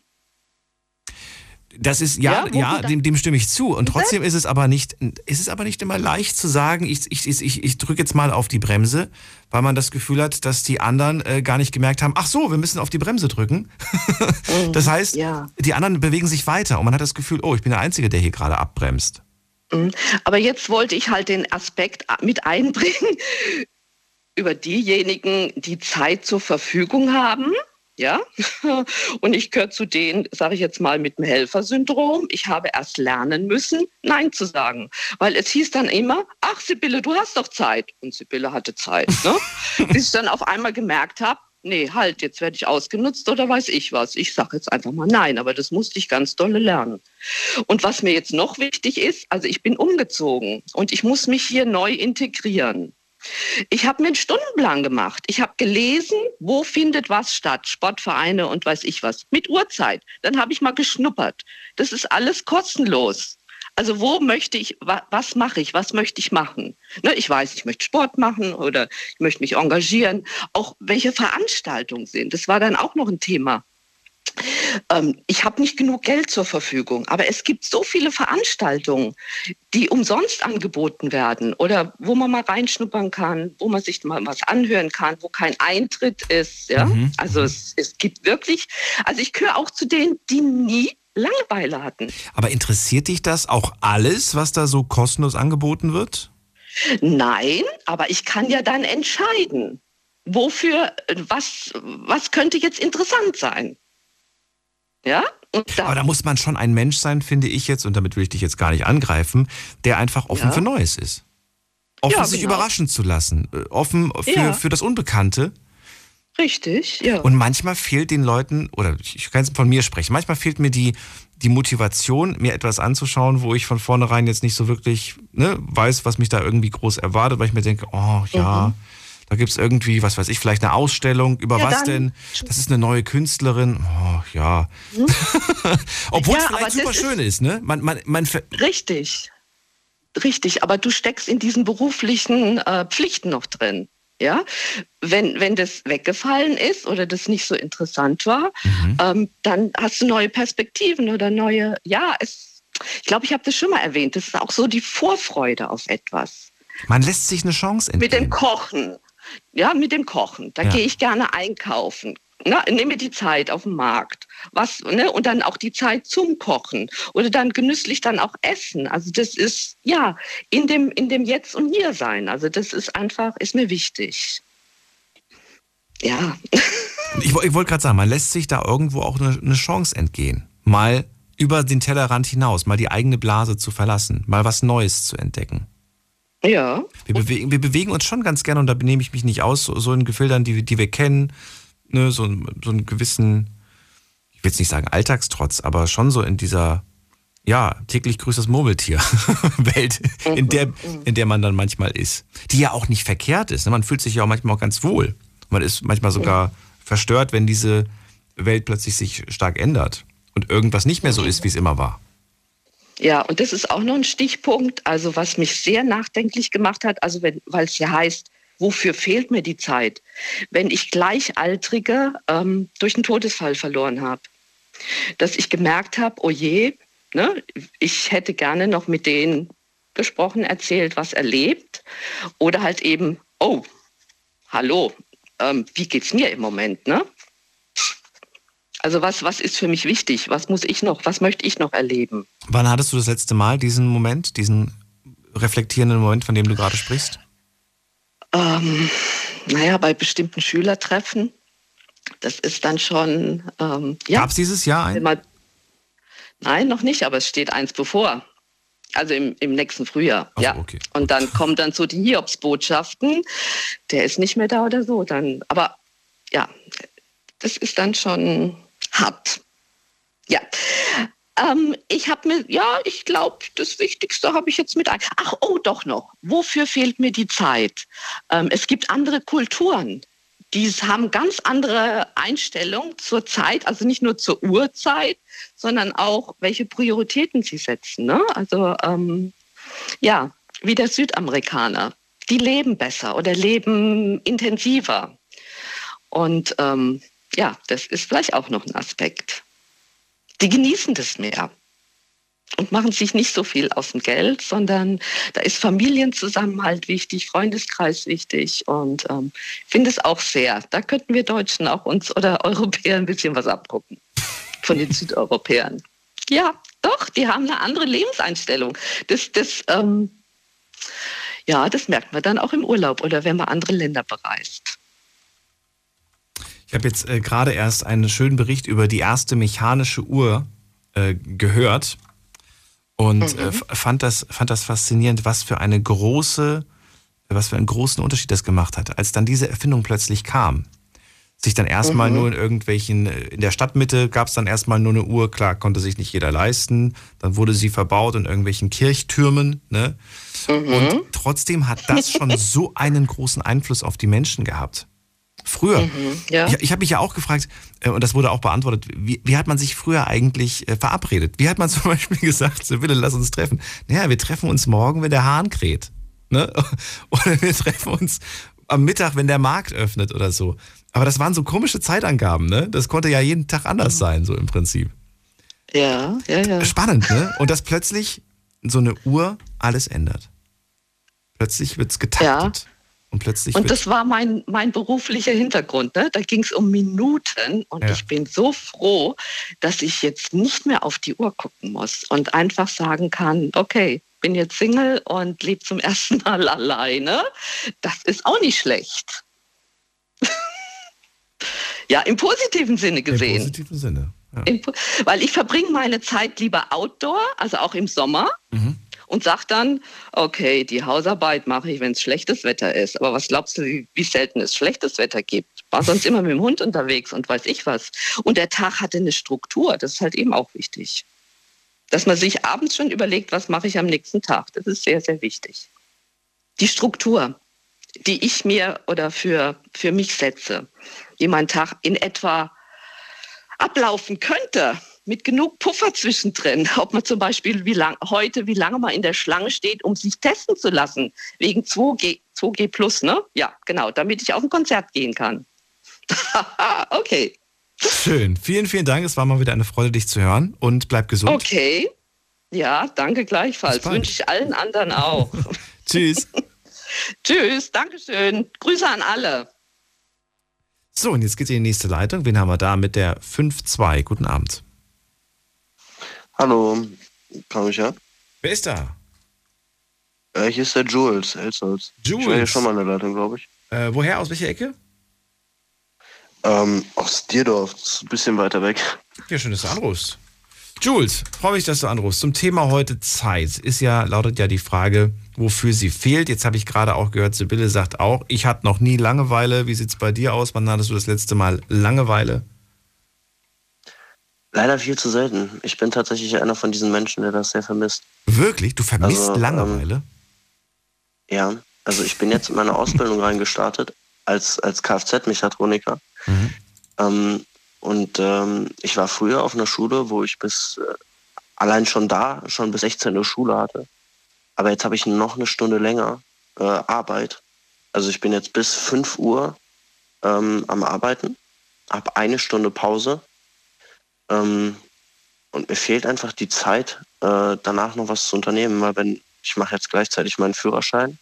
Das ist, dem stimme ich zu. Und trotzdem ist es aber nicht immer leicht zu sagen, ich drücke jetzt mal auf die Bremse, weil man das Gefühl hat, dass die anderen gar nicht gemerkt haben, ach so, wir müssen auf die Bremse drücken. Das heißt, die anderen bewegen sich weiter und man hat das Gefühl, oh, ich bin der Einzige, der hier gerade abbremst. Aber jetzt wollte ich halt den Aspekt mit einbringen über diejenigen, die Zeit zur Verfügung haben. Ja, und ich gehöre zu denen, sage ich jetzt mal, mit dem Helfersyndrom. Ich habe erst lernen müssen, Nein zu sagen. Weil es hieß dann immer, ach Sibylle, du hast doch Zeit. Und Sibylle hatte Zeit. Ne? Bis ich dann auf einmal gemerkt habe, nee, halt, jetzt werde ich ausgenutzt oder weiß ich was. Ich sage jetzt einfach mal Nein, aber das musste ich ganz dolle lernen. Und was mir jetzt noch wichtig ist, also ich bin umgezogen und ich muss mich hier neu integrieren. Ich habe mir einen Stundenplan gemacht. Ich habe gelesen, wo findet was statt, Sportvereine und weiß ich was, mit Uhrzeit. Dann habe ich mal geschnuppert. Das ist alles kostenlos. Also wo möchte ich, was mache ich, was möchte ich machen? Ne, ich weiß, ich möchte Sport machen oder ich möchte mich engagieren. Auch welche Veranstaltungen sind, das war dann auch noch ein Thema. Ich habe nicht genug Geld zur Verfügung, aber es gibt so viele Veranstaltungen, die umsonst angeboten werden oder wo man mal reinschnuppern kann, wo man sich mal was anhören kann, wo kein Eintritt ist. Ja? Also es gibt wirklich, also ich gehöre auch zu denen, die nie Langeweile hatten. Aber interessiert dich das auch alles, was da so kostenlos angeboten wird? Nein, aber ich kann ja dann entscheiden, wofür, was könnte jetzt interessant sein. Ja? Aber da muss man schon ein Mensch sein, finde ich jetzt, und damit will ich dich jetzt gar nicht angreifen, der einfach offen für Neues ist. Offen, sich überraschen zu lassen. Offen für das Unbekannte. Richtig, ja. Und manchmal fehlt den Leuten, oder ich kann jetzt von mir sprechen, manchmal fehlt mir die Motivation, mir etwas anzuschauen, wo ich von vornherein jetzt nicht so wirklich weiß, was mich da irgendwie groß erwartet, weil ich mir denke, oh ja, da gibt es irgendwie, was weiß ich, vielleicht eine Ausstellung. Über was denn? Das ist eine neue Künstlerin. Oh ja. Obwohl es vielleicht super schön ist, ne? Richtig. Richtig, aber du steckst in diesen beruflichen Pflichten noch drin. Ja, wenn das weggefallen ist oder das nicht so interessant war, dann hast du neue Perspektiven oder neue, ich glaube, ich habe das schon mal erwähnt, das ist auch so die Vorfreude auf etwas. Man lässt sich eine Chance entgehen. Mit dem Kochen. Ja, mit dem Kochen. Da gehe ich gerne einkaufen. Nehme die Zeit auf dem Markt. Und dann auch die Zeit zum Kochen. Oder dann genüsslich dann auch essen. Also das ist, in dem Jetzt und Hier sein. Also das ist einfach, ist mir wichtig. Ja. Ich wollte gerade sagen, man lässt sich da irgendwo auch eine Chance entgehen. Mal über den Tellerrand hinaus, mal die eigene Blase zu verlassen, mal was Neues zu entdecken. Ja. Wir bewegen uns schon ganz gerne, und da benehme ich mich nicht aus, so in Gefildern, die wir kennen, ne, so einen gewissen, ich will jetzt nicht sagen Alltagstrotz, aber schon so in dieser, täglich grüßt das Murmeltier Welt, in der man dann manchmal ist. Die ja auch nicht verkehrt ist. Ne? Man fühlt sich ja auch manchmal auch ganz wohl. Man ist manchmal sogar verstört, wenn diese Welt plötzlich sich stark ändert und irgendwas nicht mehr so ist, wie es immer war. Ja, und das ist auch noch ein Stichpunkt, also was mich sehr nachdenklich gemacht hat, also weil es ja heißt, wofür fehlt mir die Zeit? Wenn ich Gleichaltrige durch einen Todesfall verloren habe, dass ich gemerkt habe, oh je, ne, ich hätte gerne noch mit denen gesprochen, erzählt, was erlebt, oder halt eben, oh, hallo, wie geht's mir im Moment, ne? Also was ist für mich wichtig? Was möchte ich noch erleben? Wann hattest du das letzte Mal diesen Moment, diesen reflektierenden Moment, von dem du gerade sprichst? Bei bestimmten Schülertreffen. Das ist dann schon, Gab es dieses Jahr ein? Nein, noch nicht, aber es steht eins bevor. Also im nächsten Frühjahr. Okay. Und dann kommen dann so die Hiobsbotschaften. Der ist nicht mehr da oder so. Aber das ist dann schon hart. Ja, Ich glaube, das Wichtigste habe ich jetzt mit ein. Ach, oh, doch noch. Wofür fehlt mir die Zeit? Es gibt andere Kulturen. Die haben ganz andere Einstellungen zur Zeit, also nicht nur zur Uhrzeit, sondern auch, welche Prioritäten sie setzen. Ne? Also, wie der Südamerikaner. Die leben besser oder leben intensiver. Und das ist vielleicht auch noch ein Aspekt. Die genießen das mehr und machen sich nicht so viel aus dem Geld, sondern da ist Familienzusammenhalt wichtig, Freundeskreis wichtig und finde es auch sehr. Da könnten wir Deutschen auch uns oder Europäer ein bisschen was abgucken von den Südeuropäern. Ja, doch, die haben eine andere Lebenseinstellung. Das merkt man dann auch im Urlaub oder wenn man andere Länder bereist. Ich habe jetzt gerade erst einen schönen Bericht über die erste mechanische Uhr gehört und fand das faszinierend, was für einen großen Unterschied das gemacht hat, als dann diese Erfindung plötzlich kam. Sich dann erstmal nur in der Stadtmitte gab es dann erstmal nur eine Uhr, klar, konnte sich nicht jeder leisten, dann wurde sie verbaut in irgendwelchen Kirchtürmen, ne? Und trotzdem hat das schon so einen großen Einfluss auf die Menschen gehabt. Früher. Ich habe mich ja auch gefragt, und das wurde auch beantwortet, wie hat man sich früher eigentlich verabredet? Wie hat man zum Beispiel gesagt, Sibylle, lass uns treffen? Naja, wir treffen uns morgen, wenn der Hahn kräht. Ne? Oder wir treffen uns am Mittag, wenn der Markt öffnet oder so. Aber das waren so komische Zeitangaben, ne? Das konnte ja jeden Tag anders sein, so im Prinzip. Ja. Spannend, ne? Und dass plötzlich so eine Uhr alles ändert. Plötzlich wird es getaktet. Und das war mein beruflicher Hintergrund. Ne? Da ging es um Minuten und ich bin so froh, dass ich jetzt nicht mehr auf die Uhr gucken muss und einfach sagen kann, okay, bin jetzt Single und lebe zum ersten Mal alleine. Das ist auch nicht schlecht. Ja, im positiven Sinne gesehen. Im positiven Sinne, ja. Weil ich verbringe meine Zeit lieber outdoor, also auch im Sommer. Und sag dann, okay, die Hausarbeit mache ich, wenn es schlechtes Wetter ist. Aber was glaubst du, wie selten es schlechtes Wetter gibt? War sonst immer mit dem Hund unterwegs und weiß ich was. Und der Tag hatte eine Struktur, das ist halt eben auch wichtig. Dass man sich abends schon überlegt, was mache ich am nächsten Tag. Das ist sehr, sehr wichtig. Die Struktur, die ich mir oder für mich setze, wie mein Tag in etwa ablaufen könnte, mit genug Puffer zwischendrin, ob man zum Beispiel wie lange man in der Schlange steht, um sich testen zu lassen, wegen 2G plus, ne? Ja, genau, damit ich auf ein Konzert gehen kann. Okay. Schön, vielen, vielen Dank, es war mal wieder eine Freude, dich zu hören und bleib gesund. Okay, ja, danke gleichfalls, wünsche ich allen anderen auch. Tschüss. Tschüss, Dankeschön, Grüße an alle. So, und jetzt geht's in die nächste Leitung. Wen haben wir da mit der 5-2? Guten Abend. Hallo, kann ich ja? Wer ist da? Hier ist der Jules Elsholz. Jules? Ich war hier schon mal in der Leitung, glaube ich. Woher? Aus welcher Ecke? Aus Dierdorf, das ist ein bisschen weiter weg. Ja, schön, dass du anrufst. Jules, freue mich, dass du anrufst. Zum Thema heute Zeit lautet ja die Frage, wofür sie fehlt. Jetzt habe ich gerade auch gehört, Sibylle sagt auch, ich hatte noch nie Langeweile. Wie sieht es bei dir aus? Wann hattest du das letzte Mal Langeweile? Leider viel zu selten. Ich bin tatsächlich einer von diesen Menschen, der das sehr vermisst. Wirklich? Du vermisst Langeweile? Ja, also ich bin jetzt in meine Ausbildung reingestartet als Kfz-Mechatroniker. Ich war früher auf einer Schule, wo ich bis 16 Uhr Schule hatte. Aber jetzt habe ich noch eine Stunde länger Arbeit. Also ich bin jetzt bis 5 Uhr am Arbeiten, habe eine Stunde Pause. Und mir fehlt einfach die Zeit, danach noch was zu unternehmen, weil ich mache jetzt gleichzeitig meinen Führerschein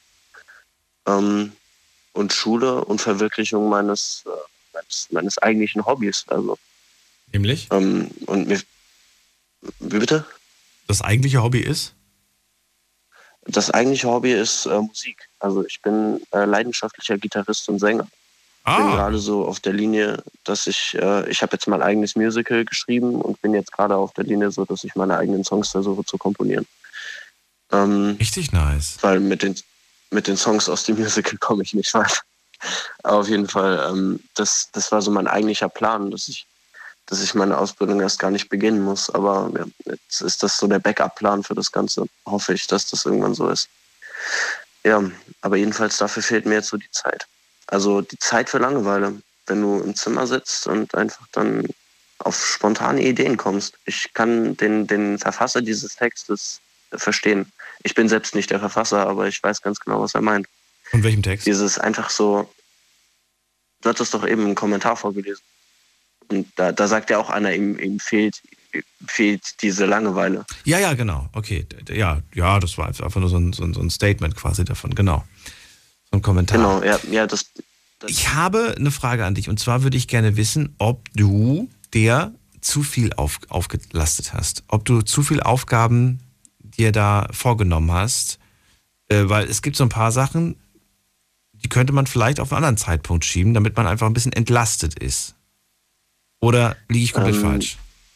und Schule und Verwirklichung meines eigentlichen Hobbys. Also. Nämlich? Wie bitte? Das eigentliche Hobby ist? Das eigentliche Hobby ist Musik. Also ich bin leidenschaftlicher Gitarrist und Sänger. Ich bin gerade so auf der Linie, dass ich habe jetzt mein eigenes Musical geschrieben und bin jetzt gerade auf der Linie so, dass ich meine eigenen Songs versuche zu komponieren. Richtig nice. Weil mit den Songs aus dem Musical komme ich nicht weiter. Aber auf jeden Fall, das war so mein eigentlicher Plan, dass dass ich meine Ausbildung erst gar nicht beginnen muss. Aber ja, jetzt ist das so der Backup-Plan für das Ganze. Hoffe ich, dass das irgendwann so ist. Ja, aber jedenfalls dafür fehlt mir jetzt so die Zeit. Also die Zeit für Langeweile. Wenn du im Zimmer sitzt und einfach dann auf spontane Ideen kommst. Ich kann den Verfasser dieses Textes verstehen. Ich bin selbst nicht der Verfasser, aber ich weiß ganz genau, was er meint. Von welchem Text? Dieses einfach so, du hattest doch eben einen Kommentar vorgelesen. Und da sagt ja auch einer, ihm fehlt diese Langeweile. Ja, genau. Okay. Ja, das war einfach nur so ein Statement quasi davon. Genau. So ein Kommentar. Genau, ja, das. Ich habe eine Frage an dich. Und zwar würde ich gerne wissen, ob du dir zu viel aufgelastet hast. Ob du zu viel Aufgaben dir da vorgenommen hast. Weil es gibt so ein paar Sachen, die könnte man vielleicht auf einen anderen Zeitpunkt schieben, damit man einfach ein bisschen entlastet ist. Oder liege ich komplett falsch?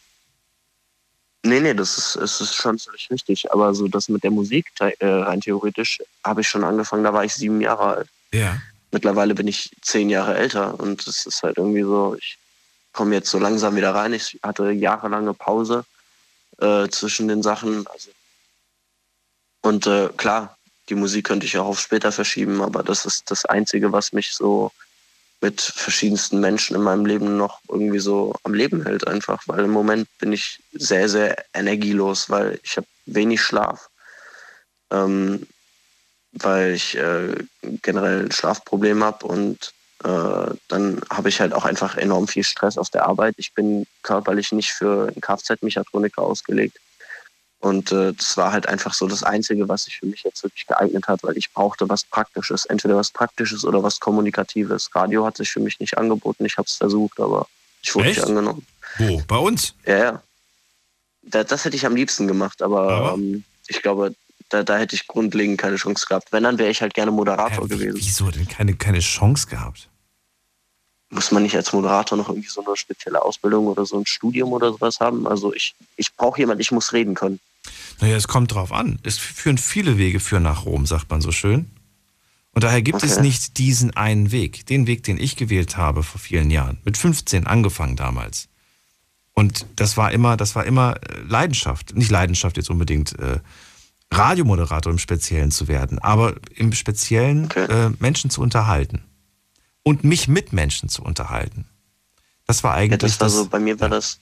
Nee, das ist schon völlig richtig. Aber so das mit der Musik, rein theoretisch, habe ich schon angefangen, da war ich 7 Jahre alt. Ja. Mittlerweile bin ich 10 Jahre älter und es ist halt irgendwie so, ich komme jetzt so langsam wieder rein. Ich hatte jahrelange Pause zwischen den Sachen. Und klar, die Musik könnte ich auch auf später verschieben, aber das ist das Einzige, was mich so mit verschiedensten Menschen in meinem Leben noch irgendwie so am Leben hält einfach. Weil im Moment bin ich sehr, sehr energielos, weil ich habe wenig Schlaf. Weil ich generell ein Schlafproblem habe und dann habe ich halt auch einfach enorm viel Stress auf der Arbeit. Ich bin körperlich nicht für einen Kfz-Mechatroniker ausgelegt. Und das war halt einfach so das Einzige, was sich für mich jetzt wirklich geeignet hat, weil ich brauchte was Praktisches. Entweder was Praktisches oder was Kommunikatives. Radio hat sich für mich nicht angeboten. Ich habe es versucht, aber ich wurde nicht angenommen. Wo? Bei uns? Ja. Das hätte ich am liebsten gemacht, aber ich glaube, da hätte ich grundlegend keine Chance gehabt. Wenn, dann wäre ich halt gerne Moderator gewesen. Wieso denn keine Chance gehabt? Muss man nicht als Moderator noch irgendwie so eine spezielle Ausbildung oder so ein Studium oder sowas haben? Also ich brauche jemanden, ich muss reden können. Naja, es kommt drauf an. Es führen viele Wege nach Rom, sagt man so schön. Und daher gibt es nicht diesen einen Weg. Den Weg, den ich gewählt habe vor vielen Jahren. Mit 15 angefangen damals. Und das war immer Leidenschaft. Nicht Leidenschaft jetzt unbedingt Radiomoderator im Speziellen zu werden, aber im Speziellen Menschen zu unterhalten. Und mich mit Menschen zu unterhalten. Das war eigentlich das war so, bei mir war das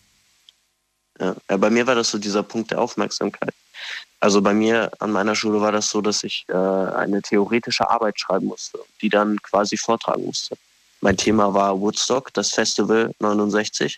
so dieser Punkt der Aufmerksamkeit. Also bei mir an meiner Schule war das so, dass ich eine theoretische Arbeit schreiben musste, die dann quasi vortragen musste. Mein Thema war Woodstock, das Festival 69.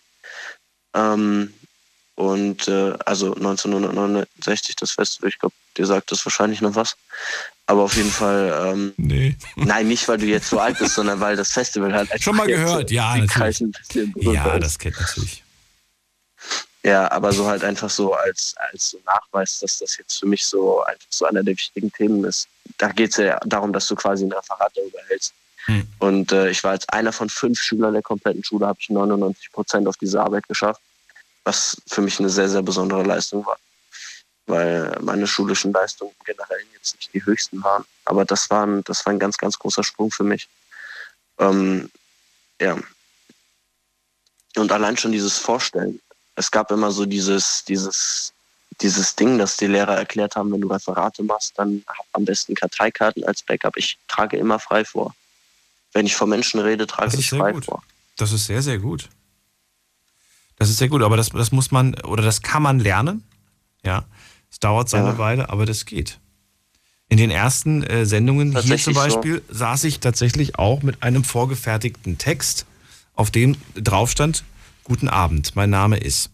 Also 1969 das Festival, ich glaube, dir sagt das wahrscheinlich noch was. Aber auf jeden Fall, nee. Nein, nicht, weil du jetzt so alt bist, sondern weil das Festival halt einfach schon mal gehört, ja, natürlich. Ja, das kennt natürlich. Ja, aber so halt einfach so als so Nachweis, dass das jetzt für mich so einfach so einer der wichtigen Themen ist. Da geht es ja darum, dass du quasi ein Referat darüber hältst. Und ich war als einer von 5 Schülern der kompletten Schule, habe ich 99% auf diese Arbeit geschafft, was für mich eine sehr, sehr besondere Leistung war. Weil meine schulischen Leistungen generell jetzt nicht die höchsten waren. Aber das war ein ganz, ganz großer Sprung für mich. Ja. Und allein schon dieses Vorstellen. Es gab immer so dieses Ding, dass die Lehrer erklärt haben, wenn du Referate machst, dann hab am besten Karteikarten als Backup. Ich trage immer frei vor. Wenn ich vor Menschen rede, trage ich frei vor. Das ist sehr, sehr gut. Das ist sehr gut, aber das muss man, oder das kann man lernen. Ja. Es dauert seine Weile, aber das geht. In den ersten Sendungen hier zum Beispiel saß ich tatsächlich auch mit einem vorgefertigten Text, auf dem drauf stand: Guten Abend, mein Name ist.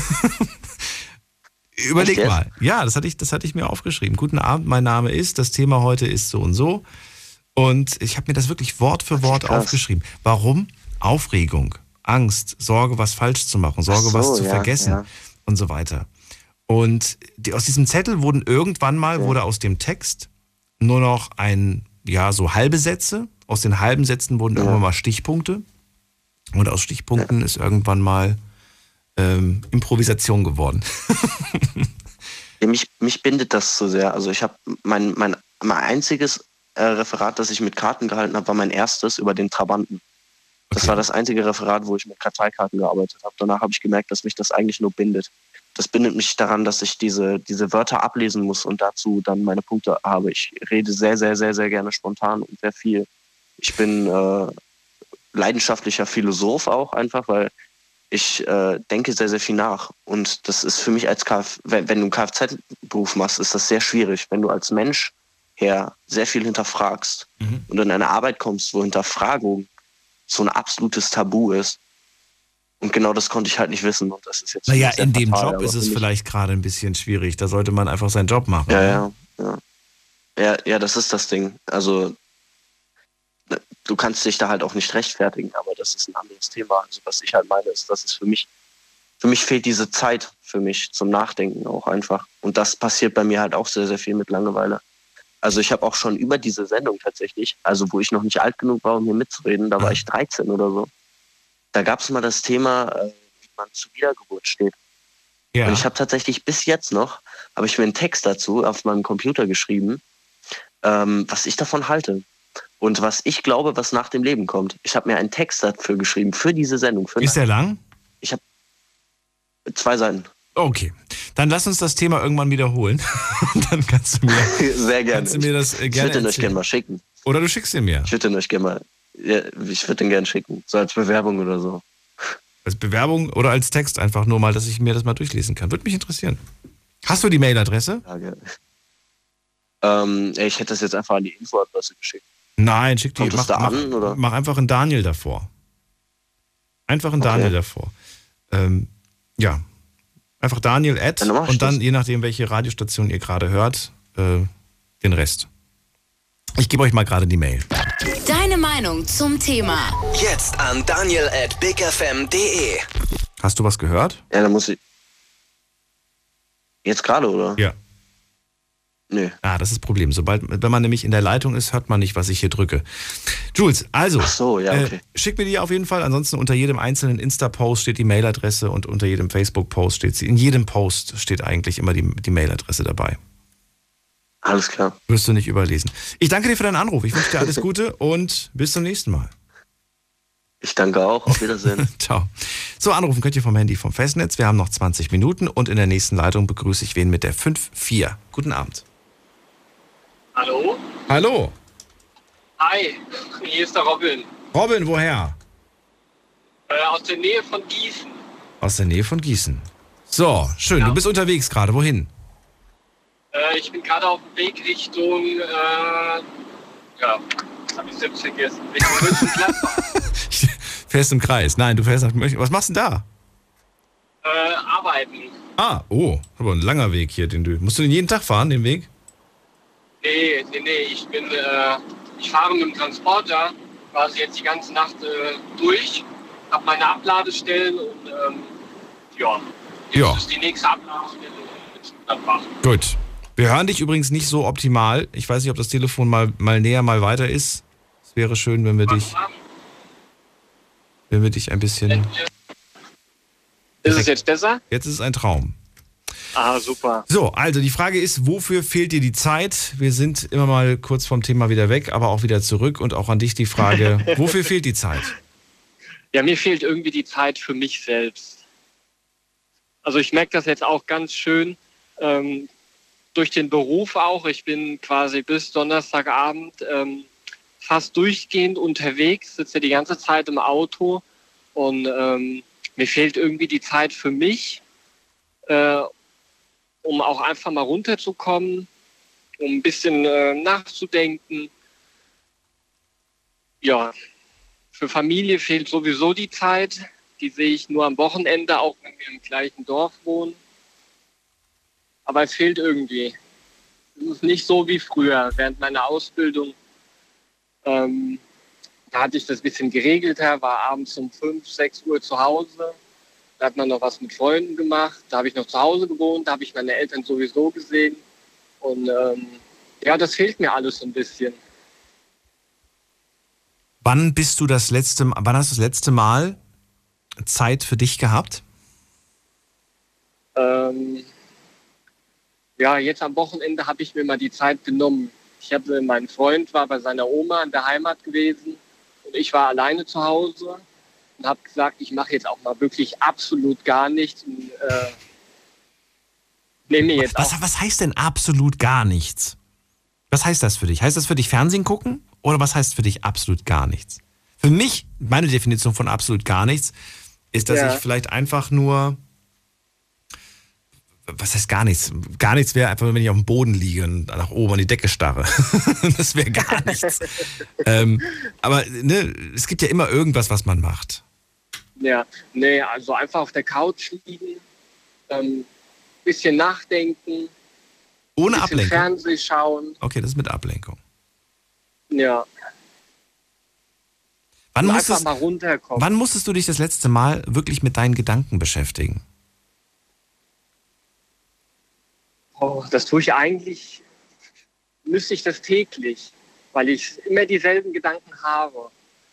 Überleg mal. Ja, das hatte ich mir aufgeschrieben. Guten Abend, mein Name ist, das Thema heute ist so und so. Und ich habe mir das wirklich Wort für Wort aufgeschrieben. Warum? Aufregung, Angst, Sorge, was falsch zu machen, Sorge, was zu vergessen und so weiter. Und aus diesem Zettel wurde aus dem Text nur noch so halbe Sätze. Aus den halben Sätzen wurden irgendwann mal Stichpunkte. Und aus Stichpunkten ist irgendwann mal Improvisation geworden. Ja, mich bindet das so sehr. Also ich habe mein einziges Referat, das ich mit Karten gehalten habe, war mein erstes über den Trabanten. Das war das einzige Referat, wo ich mit Karteikarten gearbeitet habe. Danach habe ich gemerkt, dass mich das eigentlich nur bindet. Das bindet mich daran, dass ich diese Wörter ablesen muss und dazu dann meine Punkte habe. Ich rede sehr, sehr, sehr, sehr gerne spontan und sehr viel. Ich bin leidenschaftlicher Philosoph auch einfach, weil ich denke sehr, sehr viel nach. Und das ist für mich wenn du einen Kfz-Beruf machst, ist das sehr schwierig. Wenn du als Mensch her sehr viel hinterfragst und in eine Arbeit kommst, wo Hinterfragung so ein absolutes Tabu ist. Und genau das konnte ich halt nicht wissen. Und das ist jetzt naja, in dem Job ist es vielleicht gerade ein bisschen schwierig. Da sollte man einfach seinen Job machen. Ja, das ist das Ding. Also du kannst dich da halt auch nicht rechtfertigen, aber das ist ein anderes Thema. Also was ich halt meine, ist, dass es für mich fehlt diese Zeit für mich zum Nachdenken auch einfach. Und das passiert bei mir halt auch sehr, sehr viel mit Langeweile. Also ich habe auch schon über diese Sendung tatsächlich, also wo ich noch nicht alt genug war, um hier mitzureden, da war ich 13 oder so. Da gab es mal das Thema, wie man zur Wiedergeburt steht. Ja. Und ich habe tatsächlich bis jetzt noch, habe ich mir einen Text dazu auf meinem Computer geschrieben, was ich davon halte. Und was ich glaube, was nach dem Leben kommt. Ich habe mir einen Text dafür geschrieben, für diese Sendung. Ist der lang? Ich habe 2 Seiten. Okay, dann lass uns das Thema irgendwann wiederholen. Dann kannst du mir, sehr gerne. Kannst du mir das gerne ich würde den euch gerne mal schicken. Oder du schickst ihn mir. Ich würde den euch gerne mal, ja, ich würde den gerne schicken. So als Bewerbung oder so. Als Bewerbung oder als Text einfach nur mal, dass ich mir das mal durchlesen kann. Würde mich interessieren. Hast du die Mailadresse? Ja, ich hätte das jetzt einfach an die Infoadresse geschickt. Nein, schick die. Mach einfach einen Daniel davor. Einfach einen Daniel davor. Ja. Einfach Daniel und dann, je nachdem, welche Radiostation ihr gerade hört, den Rest. Ich gebe euch mal gerade die Mail. Deine Meinung zum Thema. Jetzt an daniel@bigfm.de. Hast du was gehört? Ja, dann muss ich. Jetzt gerade, oder? Ja. Nö. Ah, das ist das Problem. Wenn man nämlich in der Leitung ist, hört man nicht, was ich hier drücke. Jules, also, ach so, ja, okay. Schick mir die auf jeden Fall. Ansonsten unter jedem einzelnen Insta-Post steht die Mailadresse und unter jedem Facebook-Post steht sie. In jedem Post steht eigentlich immer die Mailadresse dabei. Alles klar. Wirst du nicht überlesen. Ich danke dir für deinen Anruf. Ich wünsche dir alles Gute und bis zum nächsten Mal. Ich danke auch. Auf Wiedersehen. Ciao. So, anrufen könnt ihr vom Handy vom Festnetz. Wir haben noch 20 Minuten und in der nächsten Leitung begrüße ich wen mit der 5-4. Guten Abend. Hallo? Hallo. Hi, hier ist der Robin. Robin, woher? Aus der Nähe von Gießen. Aus der Nähe von Gießen. So, schön. Ja. Du bist unterwegs gerade. Wohin? Ich bin gerade auf dem Weg Richtung, habe ich selbst vergessen, Richtung Mönchengladbach. Fährst im Kreis. Nein, du fährst nach Mönchengladbach. Was machst du denn da? Arbeiten. Aber ein langer Weg hier. Musst du den jeden Tag fahren, den Weg? Nee. Ich fahre mit dem Transporter quasi jetzt die ganze Nacht durch, habe meine Abladestellen und jetzt ist die nächste Abladestelle in Gladbach. Gut. Wir hören dich übrigens nicht so optimal. Ich weiß nicht, ob das Telefon mal näher, mal weiter ist. Es wäre schön, wenn wir dich ein bisschen... Ist es jetzt besser? Jetzt ist es ein Traum. Ah, super. So, also die Frage ist, wofür fehlt dir die Zeit? Wir sind immer mal kurz vom Thema wieder weg, aber auch wieder zurück. Und auch an dich die Frage, wofür fehlt die Zeit? Ja, mir fehlt irgendwie die Zeit für mich selbst. Also ich merke das jetzt auch ganz schön durch den Beruf auch. Ich bin quasi bis Donnerstagabend fast durchgehend unterwegs, sitze die ganze Zeit im Auto und mir fehlt irgendwie die Zeit für mich, um auch einfach mal runterzukommen, um ein bisschen nachzudenken. Ja, für Familie fehlt sowieso die Zeit. Die sehe ich nur am Wochenende, auch wenn wir im gleichen Dorf wohnen. Aber es fehlt irgendwie. Es ist nicht so wie früher. Während meiner Ausbildung, da hatte ich das ein bisschen geregelter, war abends um 5, 6 Uhr zu Hause. Da hat man noch was mit Freunden gemacht. Da habe ich noch zu Hause gewohnt. Da habe ich meine Eltern sowieso gesehen. Und das fehlt mir alles so ein bisschen. Wann hast du das letzte Mal Zeit für dich gehabt? Jetzt am Wochenende habe ich mir mal die Zeit genommen. Mein Freund war bei seiner Oma in der Heimat gewesen und Und ich war alleine zu Hause und habe gesagt, ich mache jetzt auch mal wirklich absolut gar nichts. Und, nehme jetzt was heißt denn absolut gar nichts? Was heißt das für dich? Heißt das für dich Fernsehen gucken? Oder was heißt für dich absolut gar nichts? Für mich, meine Definition von absolut gar nichts, ist, dass ich vielleicht einfach nur, was heißt gar nichts? Gar nichts wäre einfach, wenn ich auf dem Boden liege und nach oben an die Decke starre. Das wäre gar nichts. Aber ne, es gibt ja immer irgendwas, was man macht. Ja, nee, also einfach auf der Couch liegen, bisschen nachdenken. Ohne Ablenkung? Fernsehen schauen. Okay, das ist mit Ablenkung. Ja. Wann musstest du dich das letzte Mal wirklich mit deinen Gedanken beschäftigen? Oh, das tue ich eigentlich, müsste ich das täglich, weil ich immer dieselben Gedanken habe.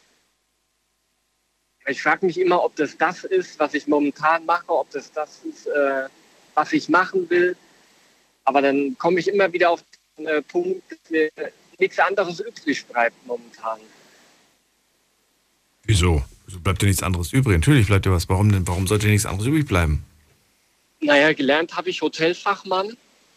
Ich frage mich immer, ob das ist, was ich momentan mache, ob das ist, was ich machen will. Aber dann komme ich immer wieder auf den Punkt, dass mir nichts anderes übrig bleibt momentan. Wieso? Wieso bleibt dir nichts anderes übrig? Natürlich bleibt dir was. Warum denn? Warum sollte dir nichts anderes übrig bleiben? Naja, gelernt habe ich Hotelfachmann.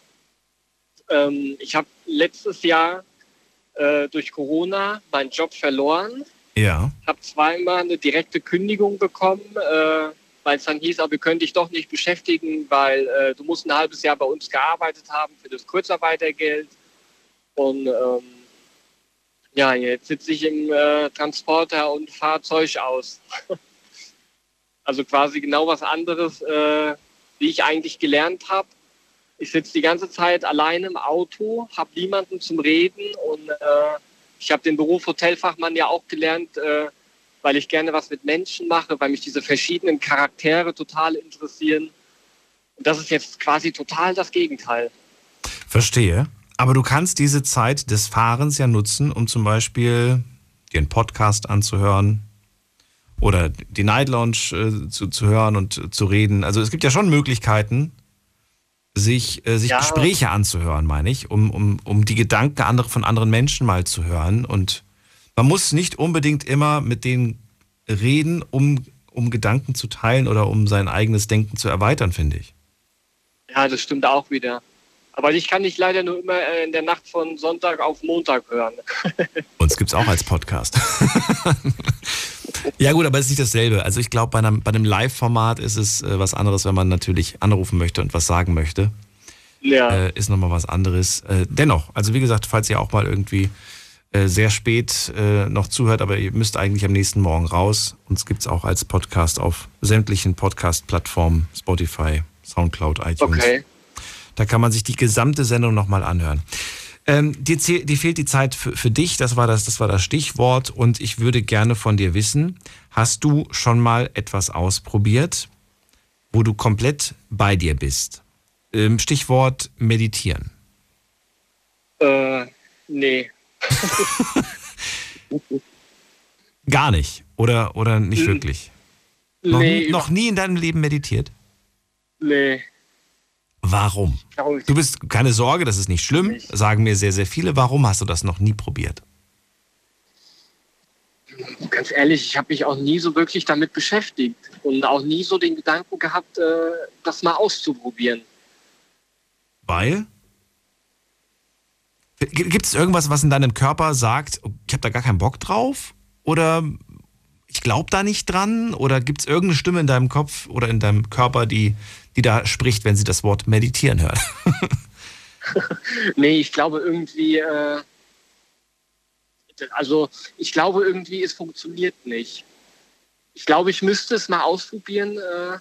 Ich habe letztes Jahr durch Corona meinen Job verloren. Ja. Habe zweimal eine direkte Kündigung bekommen, weil es dann hieß, aber wir können dich doch nicht beschäftigen, weil du musst ein halbes Jahr bei uns gearbeitet haben für das Kurzarbeitergeld. Und ja, jetzt sitze ich im Transporter und fahre Zeug aus. Also quasi genau was anderes, wie ich eigentlich gelernt habe. Ich sitze die ganze Zeit alleine im Auto, habe niemanden zum Reden und ich habe den Beruf Hotelfachmann ja auch gelernt, weil ich gerne was mit Menschen mache, weil mich diese verschiedenen Charaktere total interessieren. Und das ist jetzt quasi total das Gegenteil. Verstehe. Aber du kannst diese Zeit des Fahrens ja nutzen, um zum Beispiel dir einen Podcast anzuhören oder die Night Lounge zu hören und zu reden. Also es gibt ja schon Möglichkeiten, sich Gespräche anzuhören, meine ich, um die Gedanken von anderen Menschen mal zu hören. Und man muss nicht unbedingt immer mit denen reden, um Gedanken zu teilen oder um sein eigenes Denken zu erweitern, finde ich. Ja, das stimmt auch wieder. Aber ich kann dich leider nur immer in der Nacht von Sonntag auf Montag hören. Uns gibt's auch als Podcast. Ja gut, aber es ist nicht dasselbe. Also ich glaube, bei einem Live-Format ist es was anderes, wenn man natürlich anrufen möchte und was sagen möchte. Ja. Ist nochmal was anderes. Dennoch, also wie gesagt, falls ihr auch mal irgendwie sehr spät noch zuhört, aber ihr müsst eigentlich am nächsten Morgen raus. Uns gibt's auch als Podcast auf sämtlichen Podcast-Plattformen, Spotify, Soundcloud, iTunes. Okay. Da kann man sich die gesamte Sendung nochmal anhören. Dir fehlt die Zeit für dich, das war das Stichwort. Und ich würde gerne von dir wissen, hast du schon mal etwas ausprobiert, wo du komplett bei dir bist? Stichwort meditieren. Nee. Gar nicht? Oder nicht wirklich? Nee. Noch nie in deinem Leben meditiert? Nee. Warum? Du bist, keine Sorge, das ist nicht schlimm, sagen mir sehr, sehr viele. Warum hast du das noch nie probiert? Ganz ehrlich, ich habe mich auch nie so wirklich damit beschäftigt und auch nie so den Gedanken gehabt, das mal auszuprobieren. Weil? Gibt es irgendwas, was in deinem Körper sagt, ich habe da gar keinen Bock drauf? Oder ich glaube da nicht dran? Oder gibt es irgendeine Stimme in deinem Kopf oder in deinem Körper, die da spricht, wenn sie das Wort meditieren hört? Nee, ich glaube irgendwie, es funktioniert nicht. Ich glaube, ich müsste es mal ausprobieren,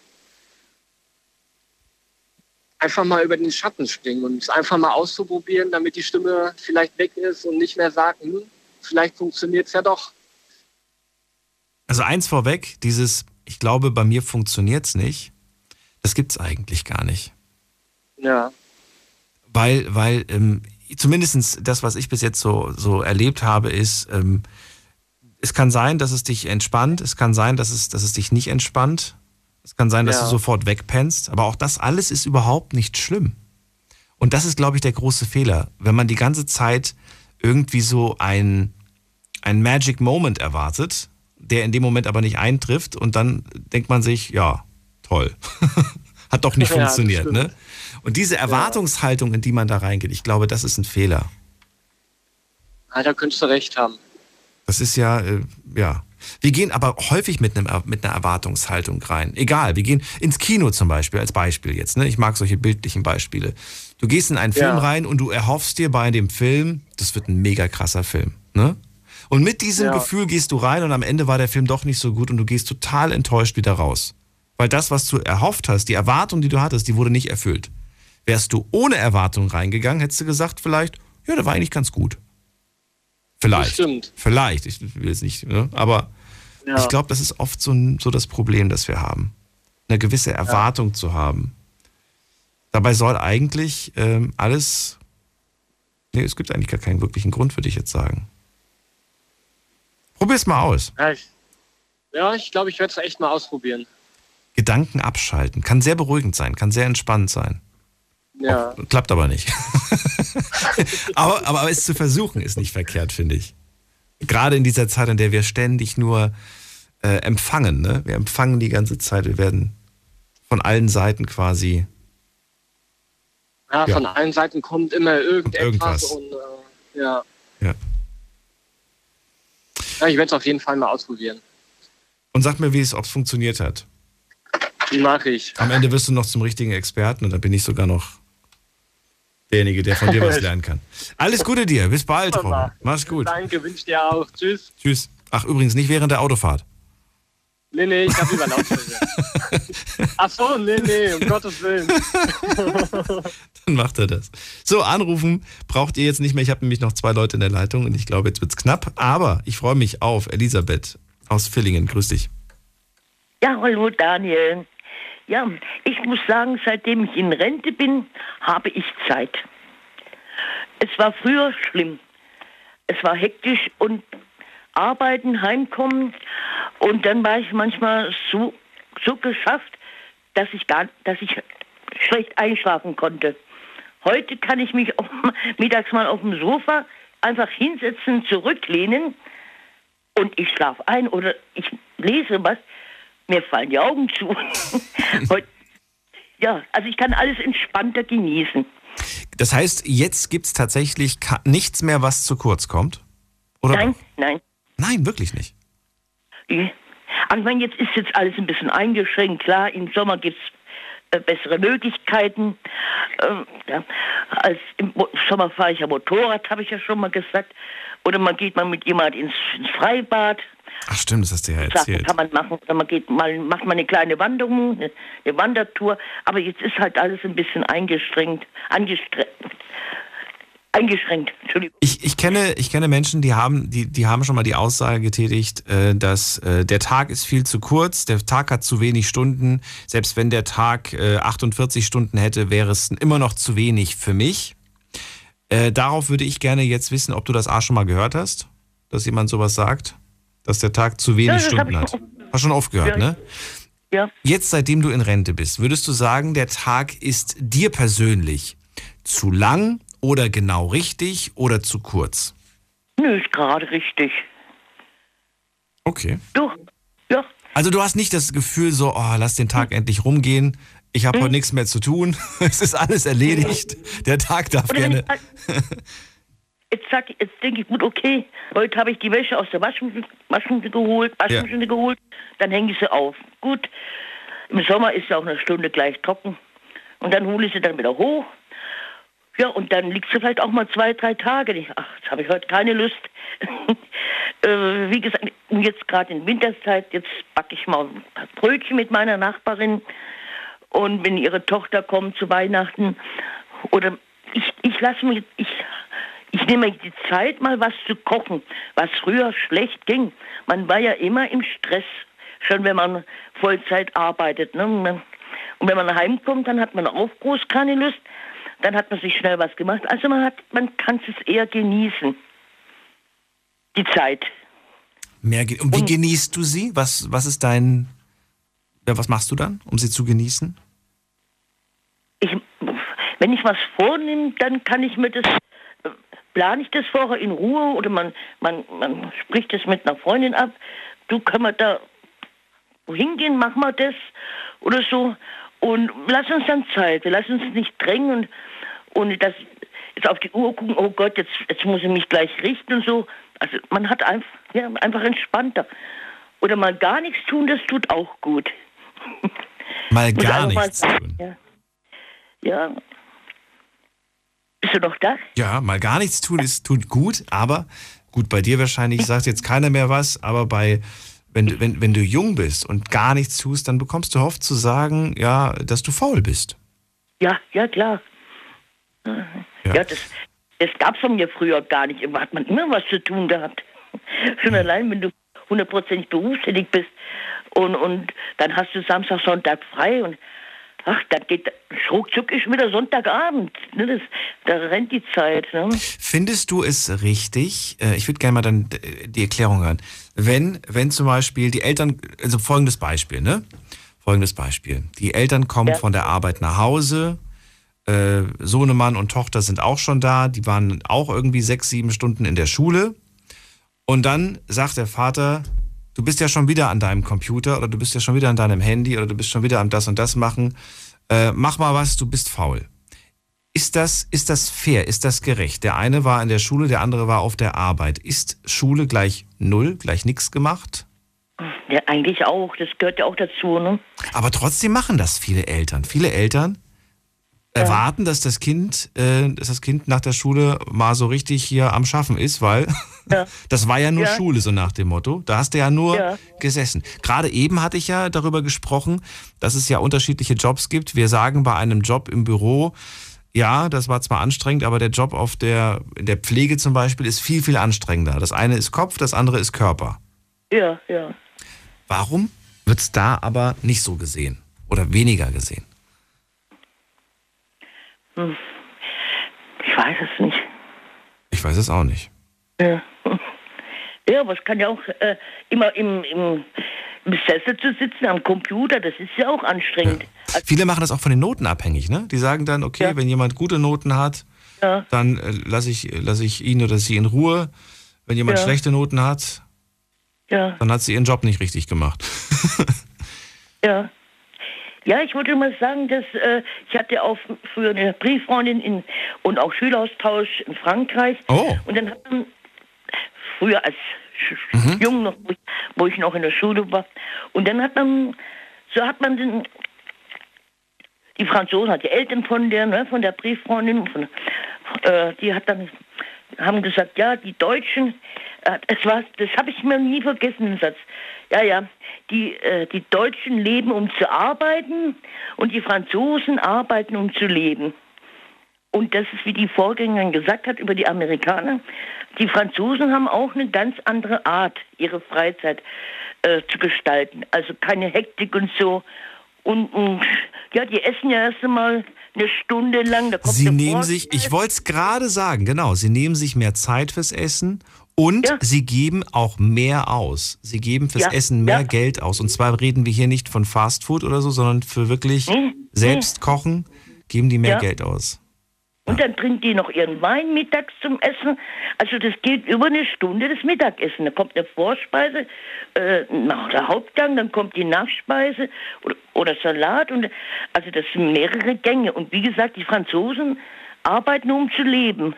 einfach mal über den Schatten springen und es einfach mal auszuprobieren, damit die Stimme vielleicht weg ist und nicht mehr sagt, vielleicht funktioniert es ja doch. Also eins vorweg, ich glaube, bei mir funktioniert es nicht, das gibt es eigentlich gar nicht. Ja. Weil zumindest das, was ich bis jetzt so erlebt habe, ist, es kann sein, dass es dich entspannt, es kann sein, dass es dich nicht entspannt, es kann sein, dass du sofort wegpennst, aber auch das alles ist überhaupt nicht schlimm. Und das ist, glaube ich, der große Fehler, wenn man die ganze Zeit irgendwie so ein einen Magic Moment erwartet, der in dem Moment aber nicht eintrifft und dann denkt man sich, ja, toll. Hat doch nicht funktioniert, ne? Und diese Erwartungshaltung, in die man da reingeht, ich glaube, das ist ein Fehler. Da könntest du recht haben. Das ist ja. Wir gehen aber häufig mit einer Erwartungshaltung rein. Egal, wir gehen ins Kino zum Beispiel, als Beispiel jetzt. Ne? Ich mag solche bildlichen Beispiele. Du gehst in einen Film rein und du erhoffst dir bei dem Film, das wird ein mega krasser Film. Ne? Und mit diesem Gefühl gehst du rein und am Ende war der Film doch nicht so gut und du gehst total enttäuscht wieder raus. Weil das, was du erhofft hast, die Erwartung, die du hattest, die wurde nicht erfüllt. Wärst du ohne Erwartung reingegangen, hättest du gesagt vielleicht, ja, der war eigentlich ganz gut. Vielleicht. Stimmt. Vielleicht. Ich will jetzt nicht, ne? Aber ich glaube, das ist oft so das Problem, das wir haben. Eine gewisse Erwartung zu haben. Dabei soll eigentlich alles. Nee, es gibt eigentlich gar keinen wirklichen Grund, würde ich jetzt sagen. Probier's mal aus. Ich glaube, ich werde es echt mal ausprobieren. Gedanken abschalten. Kann sehr beruhigend sein, kann sehr entspannend sein. Ja. Klappt aber nicht. aber es zu versuchen ist nicht verkehrt, finde ich. Gerade in dieser Zeit, in der wir ständig nur empfangen. Ne? Wir empfangen die ganze Zeit. Wir werden von allen Seiten quasi. Von allen Seiten kommt immer irgendetwas. Und, Ja, ich werde es auf jeden Fall mal ausprobieren. Und sag mir, ob es funktioniert hat. Die mache ich. Am Ende wirst du noch zum richtigen Experten und dann bin ich sogar noch derjenige, der von dir was lernen kann. Alles Gute dir, bis bald, Robin. Mach's gut. Danke, wünsche dir auch. Tschüss. Tschüss. Ach, übrigens, nicht während der Autofahrt. Nee, ich habe über Lautsprecher. Ach so, nee, um Gottes Willen. Dann macht er das. So, anrufen braucht ihr jetzt nicht mehr. Ich habe nämlich noch 2 Leute in der Leitung und ich glaube, jetzt wird's knapp. Aber ich freue mich auf Elisabeth aus Villingen. Grüß dich. Ja, hallo Daniel. Ja, ich muss sagen, seitdem ich in Rente bin, habe ich Zeit. Es war früher schlimm. Es war hektisch und arbeiten, heimkommen und dann war ich manchmal so geschafft, dass ich schlecht einschlafen konnte. Heute kann ich mich auch mittags mal auf dem Sofa einfach hinsetzen, zurücklehnen und ich schlafe ein oder ich lese was. Mir fallen die Augen zu. Also ich kann alles entspannter genießen. Das heißt, jetzt gibt es tatsächlich nichts mehr, was zu kurz kommt? Oder? Nein. Nein, wirklich nicht. Aber ich meine, jetzt alles ein bisschen eingeschränkt. Klar, im Sommer gibt es bessere Möglichkeiten. Im Sommer fahre ich ja Motorrad, habe ich ja schon mal gesagt. Oder man geht mal mit jemand ins Freibad. Ach stimmt, das hast du ja erzählt. Kann man machen. Oder macht mal eine kleine Wanderung, eine Wandertour. Aber jetzt ist halt alles ein bisschen eingeschränkt. Entschuldigung. Ich kenne Menschen, die haben schon mal die Aussage getätigt, dass der Tag ist viel zu kurz, der Tag hat zu wenig Stunden. Selbst wenn der Tag 48 Stunden hätte, wäre es immer noch zu wenig für mich. Darauf würde ich gerne jetzt wissen, ob du das schon mal gehört hast, dass jemand sowas sagt, dass der Tag zu wenig Stunden hat. Hast schon aufgehört, ne? Ja. Jetzt, seitdem du in Rente bist, würdest du sagen, der Tag ist dir persönlich zu lang oder genau richtig oder zu kurz? Nö, ist gerade richtig. Okay. Doch, ja. Also du hast nicht das Gefühl so, lass den Tag endlich rumgehen, ich habe heute nichts mehr zu tun, es ist alles erledigt, der Tag darf gerne... Jetzt denke ich, gut, okay, heute habe ich die Wäsche aus der Waschmaschine geholt, dann hänge ich sie auf. Gut, im Sommer ist sie auch eine Stunde gleich trocken und dann hole ich sie dann wieder hoch. Ja, und dann liegt sie vielleicht auch mal 2-3 Tage. Jetzt habe ich heute keine Lust. Wie gesagt, jetzt gerade in Winterszeit, jetzt backe ich mal ein paar Brötchen mit meiner Nachbarin und wenn ihre Tochter kommt zu Weihnachten oder ich nehme mir die Zeit, mal was zu kochen, was früher schlecht ging. Man war ja immer im Stress, schon wenn man Vollzeit arbeitet. Ne? Und wenn man heimkommt, dann hat man auch groß keine Lust. Dann hat man sich schnell was gemacht. Also man kann es eher genießen, die Zeit. Und wie genießt du sie? Was ist was machst du dann, um sie zu genießen? Wenn ich was vornehme, dann kann ich mir das plane ich das vorher in Ruhe oder man spricht das mit einer Freundin ab. Du, können wir da wohin gehen, machen wir das oder so. Und lass uns dann Zeit. Wir lassen uns nicht drängen und das jetzt auf die Uhr gucken, oh Gott, jetzt muss ich mich gleich richten und so. Also man hat einfach entspannter. Oder mal gar nichts tun, das tut auch gut. Mal gar nichts tun? Ja. Bist du noch da? Ja, mal gar nichts tun tut gut, aber gut, bei dir wahrscheinlich sagt jetzt keiner mehr was, aber wenn du jung bist und gar nichts tust, dann bekommst du oft zu sagen, ja, dass du faul bist. Ja, klar. Ja, das gab es von mir früher gar nicht. Immer hat man immer was zu tun gehabt. Schon allein, wenn du 100% berufstätig bist und dann hast du Samstag, Sonntag frei und dann geht ruckzuck ist wieder Sonntagabend. Ne? Da rennt die Zeit. Ne? Findest du es richtig, ich würde gerne mal dann die Erklärung hören, wenn zum Beispiel die Eltern, also folgendes Beispiel, ne? Folgendes Beispiel. Die Eltern kommen von der Arbeit nach Hause, Sohnemann und Tochter sind auch schon da, die waren auch irgendwie 6-7 Stunden in der Schule und dann sagt der Vater, du bist ja schon wieder an deinem Computer oder du bist ja schon wieder an deinem Handy oder du bist schon wieder am das und das machen, mach mal was, du bist faul. Ist das fair, ist das gerecht? Der eine war in der Schule, der andere war auf der Arbeit. Ist Schule gleich null, gleich nichts gemacht? Ja, eigentlich auch, das gehört ja auch dazu, ne? Aber trotzdem machen das viele Eltern. Viele Eltern erwarten, dass das Kind nach der Schule mal so richtig hier am Schaffen ist, weil das war ja nur Schule, so nach dem Motto. Da hast du ja nur gesessen. Gerade eben hatte ich ja darüber gesprochen, dass es ja unterschiedliche Jobs gibt. Wir sagen bei einem Job im Büro, ja, das war zwar anstrengend, aber der Job in der Pflege zum Beispiel ist viel, viel anstrengender. Das eine ist Kopf, das andere ist Körper. Ja. Warum wird es da aber nicht so gesehen oder weniger gesehen? Ich weiß es nicht. Ich weiß es auch nicht. Ja, aber es kann ja auch immer im Sessel zu sitzen, am Computer, das ist ja auch anstrengend. Ja. Viele machen das auch von den Noten abhängig, ne? Die sagen dann, okay, wenn jemand gute Noten hat, dann lasse ich ihn oder sie in Ruhe. Wenn jemand schlechte Noten hat, dann hat sie ihren Job nicht richtig gemacht. Ja, ich wollte mal sagen, dass ich hatte auch früher eine Brieffreundin und auch Schüleraustausch in Frankreich. Oh. Und dann hat man früher als Jung noch, wo ich noch in der Schule war, und dann hat man die Franzosen, die Eltern von der Brieffreundin, die haben gesagt, ja, die Deutschen, das habe ich mir nie vergessen, den Satz. Ja, die Deutschen leben, um zu arbeiten und die Franzosen arbeiten, um zu leben. Und das ist, wie die Vorgängerin gesagt hat, über die Amerikaner. Die Franzosen haben auch eine ganz andere Art, ihre Freizeit zu gestalten. Also keine Hektik und so. Und die essen ja erst einmal eine Stunde lang. Da kommt sie nehmen sich, ich wollte es gerade sagen, genau, sie nehmen sich mehr Zeit fürs Essen und sie geben auch mehr aus. Sie geben fürs Essen mehr Geld aus. Und zwar reden wir hier nicht von Fast Food oder so, sondern für wirklich selbst kochen, geben die mehr Geld aus. Und dann trinken die noch ihren Wein mittags zum Essen. Also das geht über eine Stunde, das Mittagessen. Da kommt eine Vorspeise, nach der Hauptgang, dann kommt die Nachspeise oder Salat. Also das sind mehrere Gänge. Und wie gesagt, die Franzosen arbeiten, um zu leben.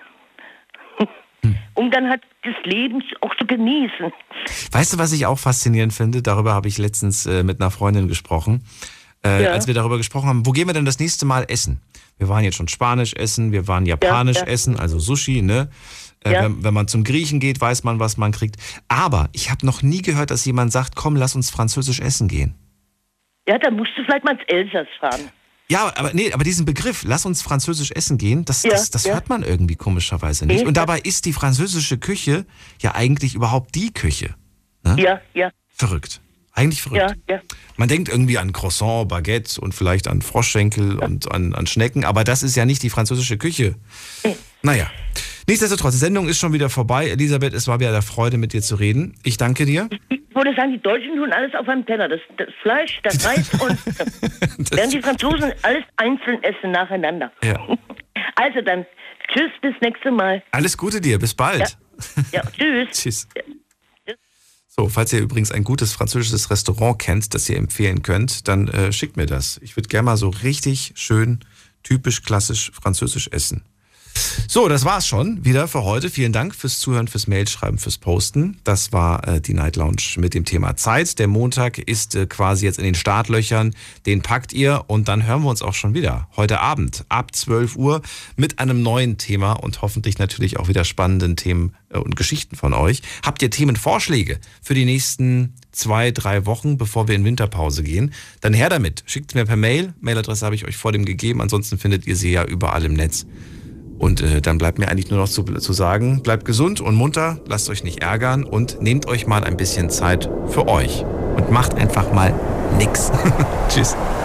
Um dann halt das Leben auch zu genießen. Weißt du, was ich auch faszinierend finde? Darüber habe ich letztens mit einer Freundin gesprochen. Als wir darüber gesprochen haben, wo gehen wir denn das nächste Mal essen? Wir waren jetzt schon Spanisch essen, wir waren Japanisch essen, also Sushi, ne? Wenn man zum Griechen geht, weiß man, was man kriegt. Aber ich habe noch nie gehört, dass jemand sagt, komm, lass uns französisch essen gehen. Ja, dann musst du vielleicht mal ins Elsass fahren. Ja, aber diesen Begriff, lass uns französisch essen gehen, das hört man irgendwie komischerweise nicht. Und dabei ist die französische Küche ja eigentlich überhaupt die Küche. Ne? Ja. Verrückt. Eigentlich verrückt. Ja. Man denkt irgendwie an Croissant, Baguette und vielleicht an Froschschenkel und an Schnecken, aber das ist ja nicht die französische Küche. Naja, nichtsdestotrotz, die Sendung ist schon wieder vorbei. Elisabeth, es war wieder eine Freude, mit dir zu reden. Ich danke dir. Ich würde sagen, die Deutschen tun alles auf einem Teller. Das Fleisch, das Reis und während die Franzosen alles einzeln essen nacheinander. Ja. Also dann, Tschüss, bis nächste Mal. Alles Gute dir, bis bald. Ja, tschüss. Tschüss. So, falls ihr übrigens ein gutes französisches Restaurant kennt, das ihr empfehlen könnt, dann schickt mir das. Ich würde gerne mal so richtig schön, typisch klassisch französisch essen. So, das war's schon wieder für heute. Vielen Dank fürs Zuhören, fürs Mailschreiben, fürs Posten. Das war die Night Lounge mit dem Thema Zeit. Der Montag ist quasi jetzt in den Startlöchern. Den packt ihr und dann hören wir uns auch schon wieder. Heute Abend ab 12 Uhr mit einem neuen Thema und hoffentlich natürlich auch wieder spannenden Themen und Geschichten von euch. Habt ihr Themenvorschläge für die nächsten 2-3 Wochen, bevor wir in Winterpause gehen? Dann her damit. Schickt es mir per Mail. Mailadresse habe ich euch vor dem gegeben. Ansonsten findet ihr sie ja überall im Netz. Und dann bleibt mir eigentlich nur noch zu sagen, bleibt gesund und munter, lasst euch nicht ärgern und nehmt euch mal ein bisschen Zeit für euch. Und macht einfach mal nix. Tschüss.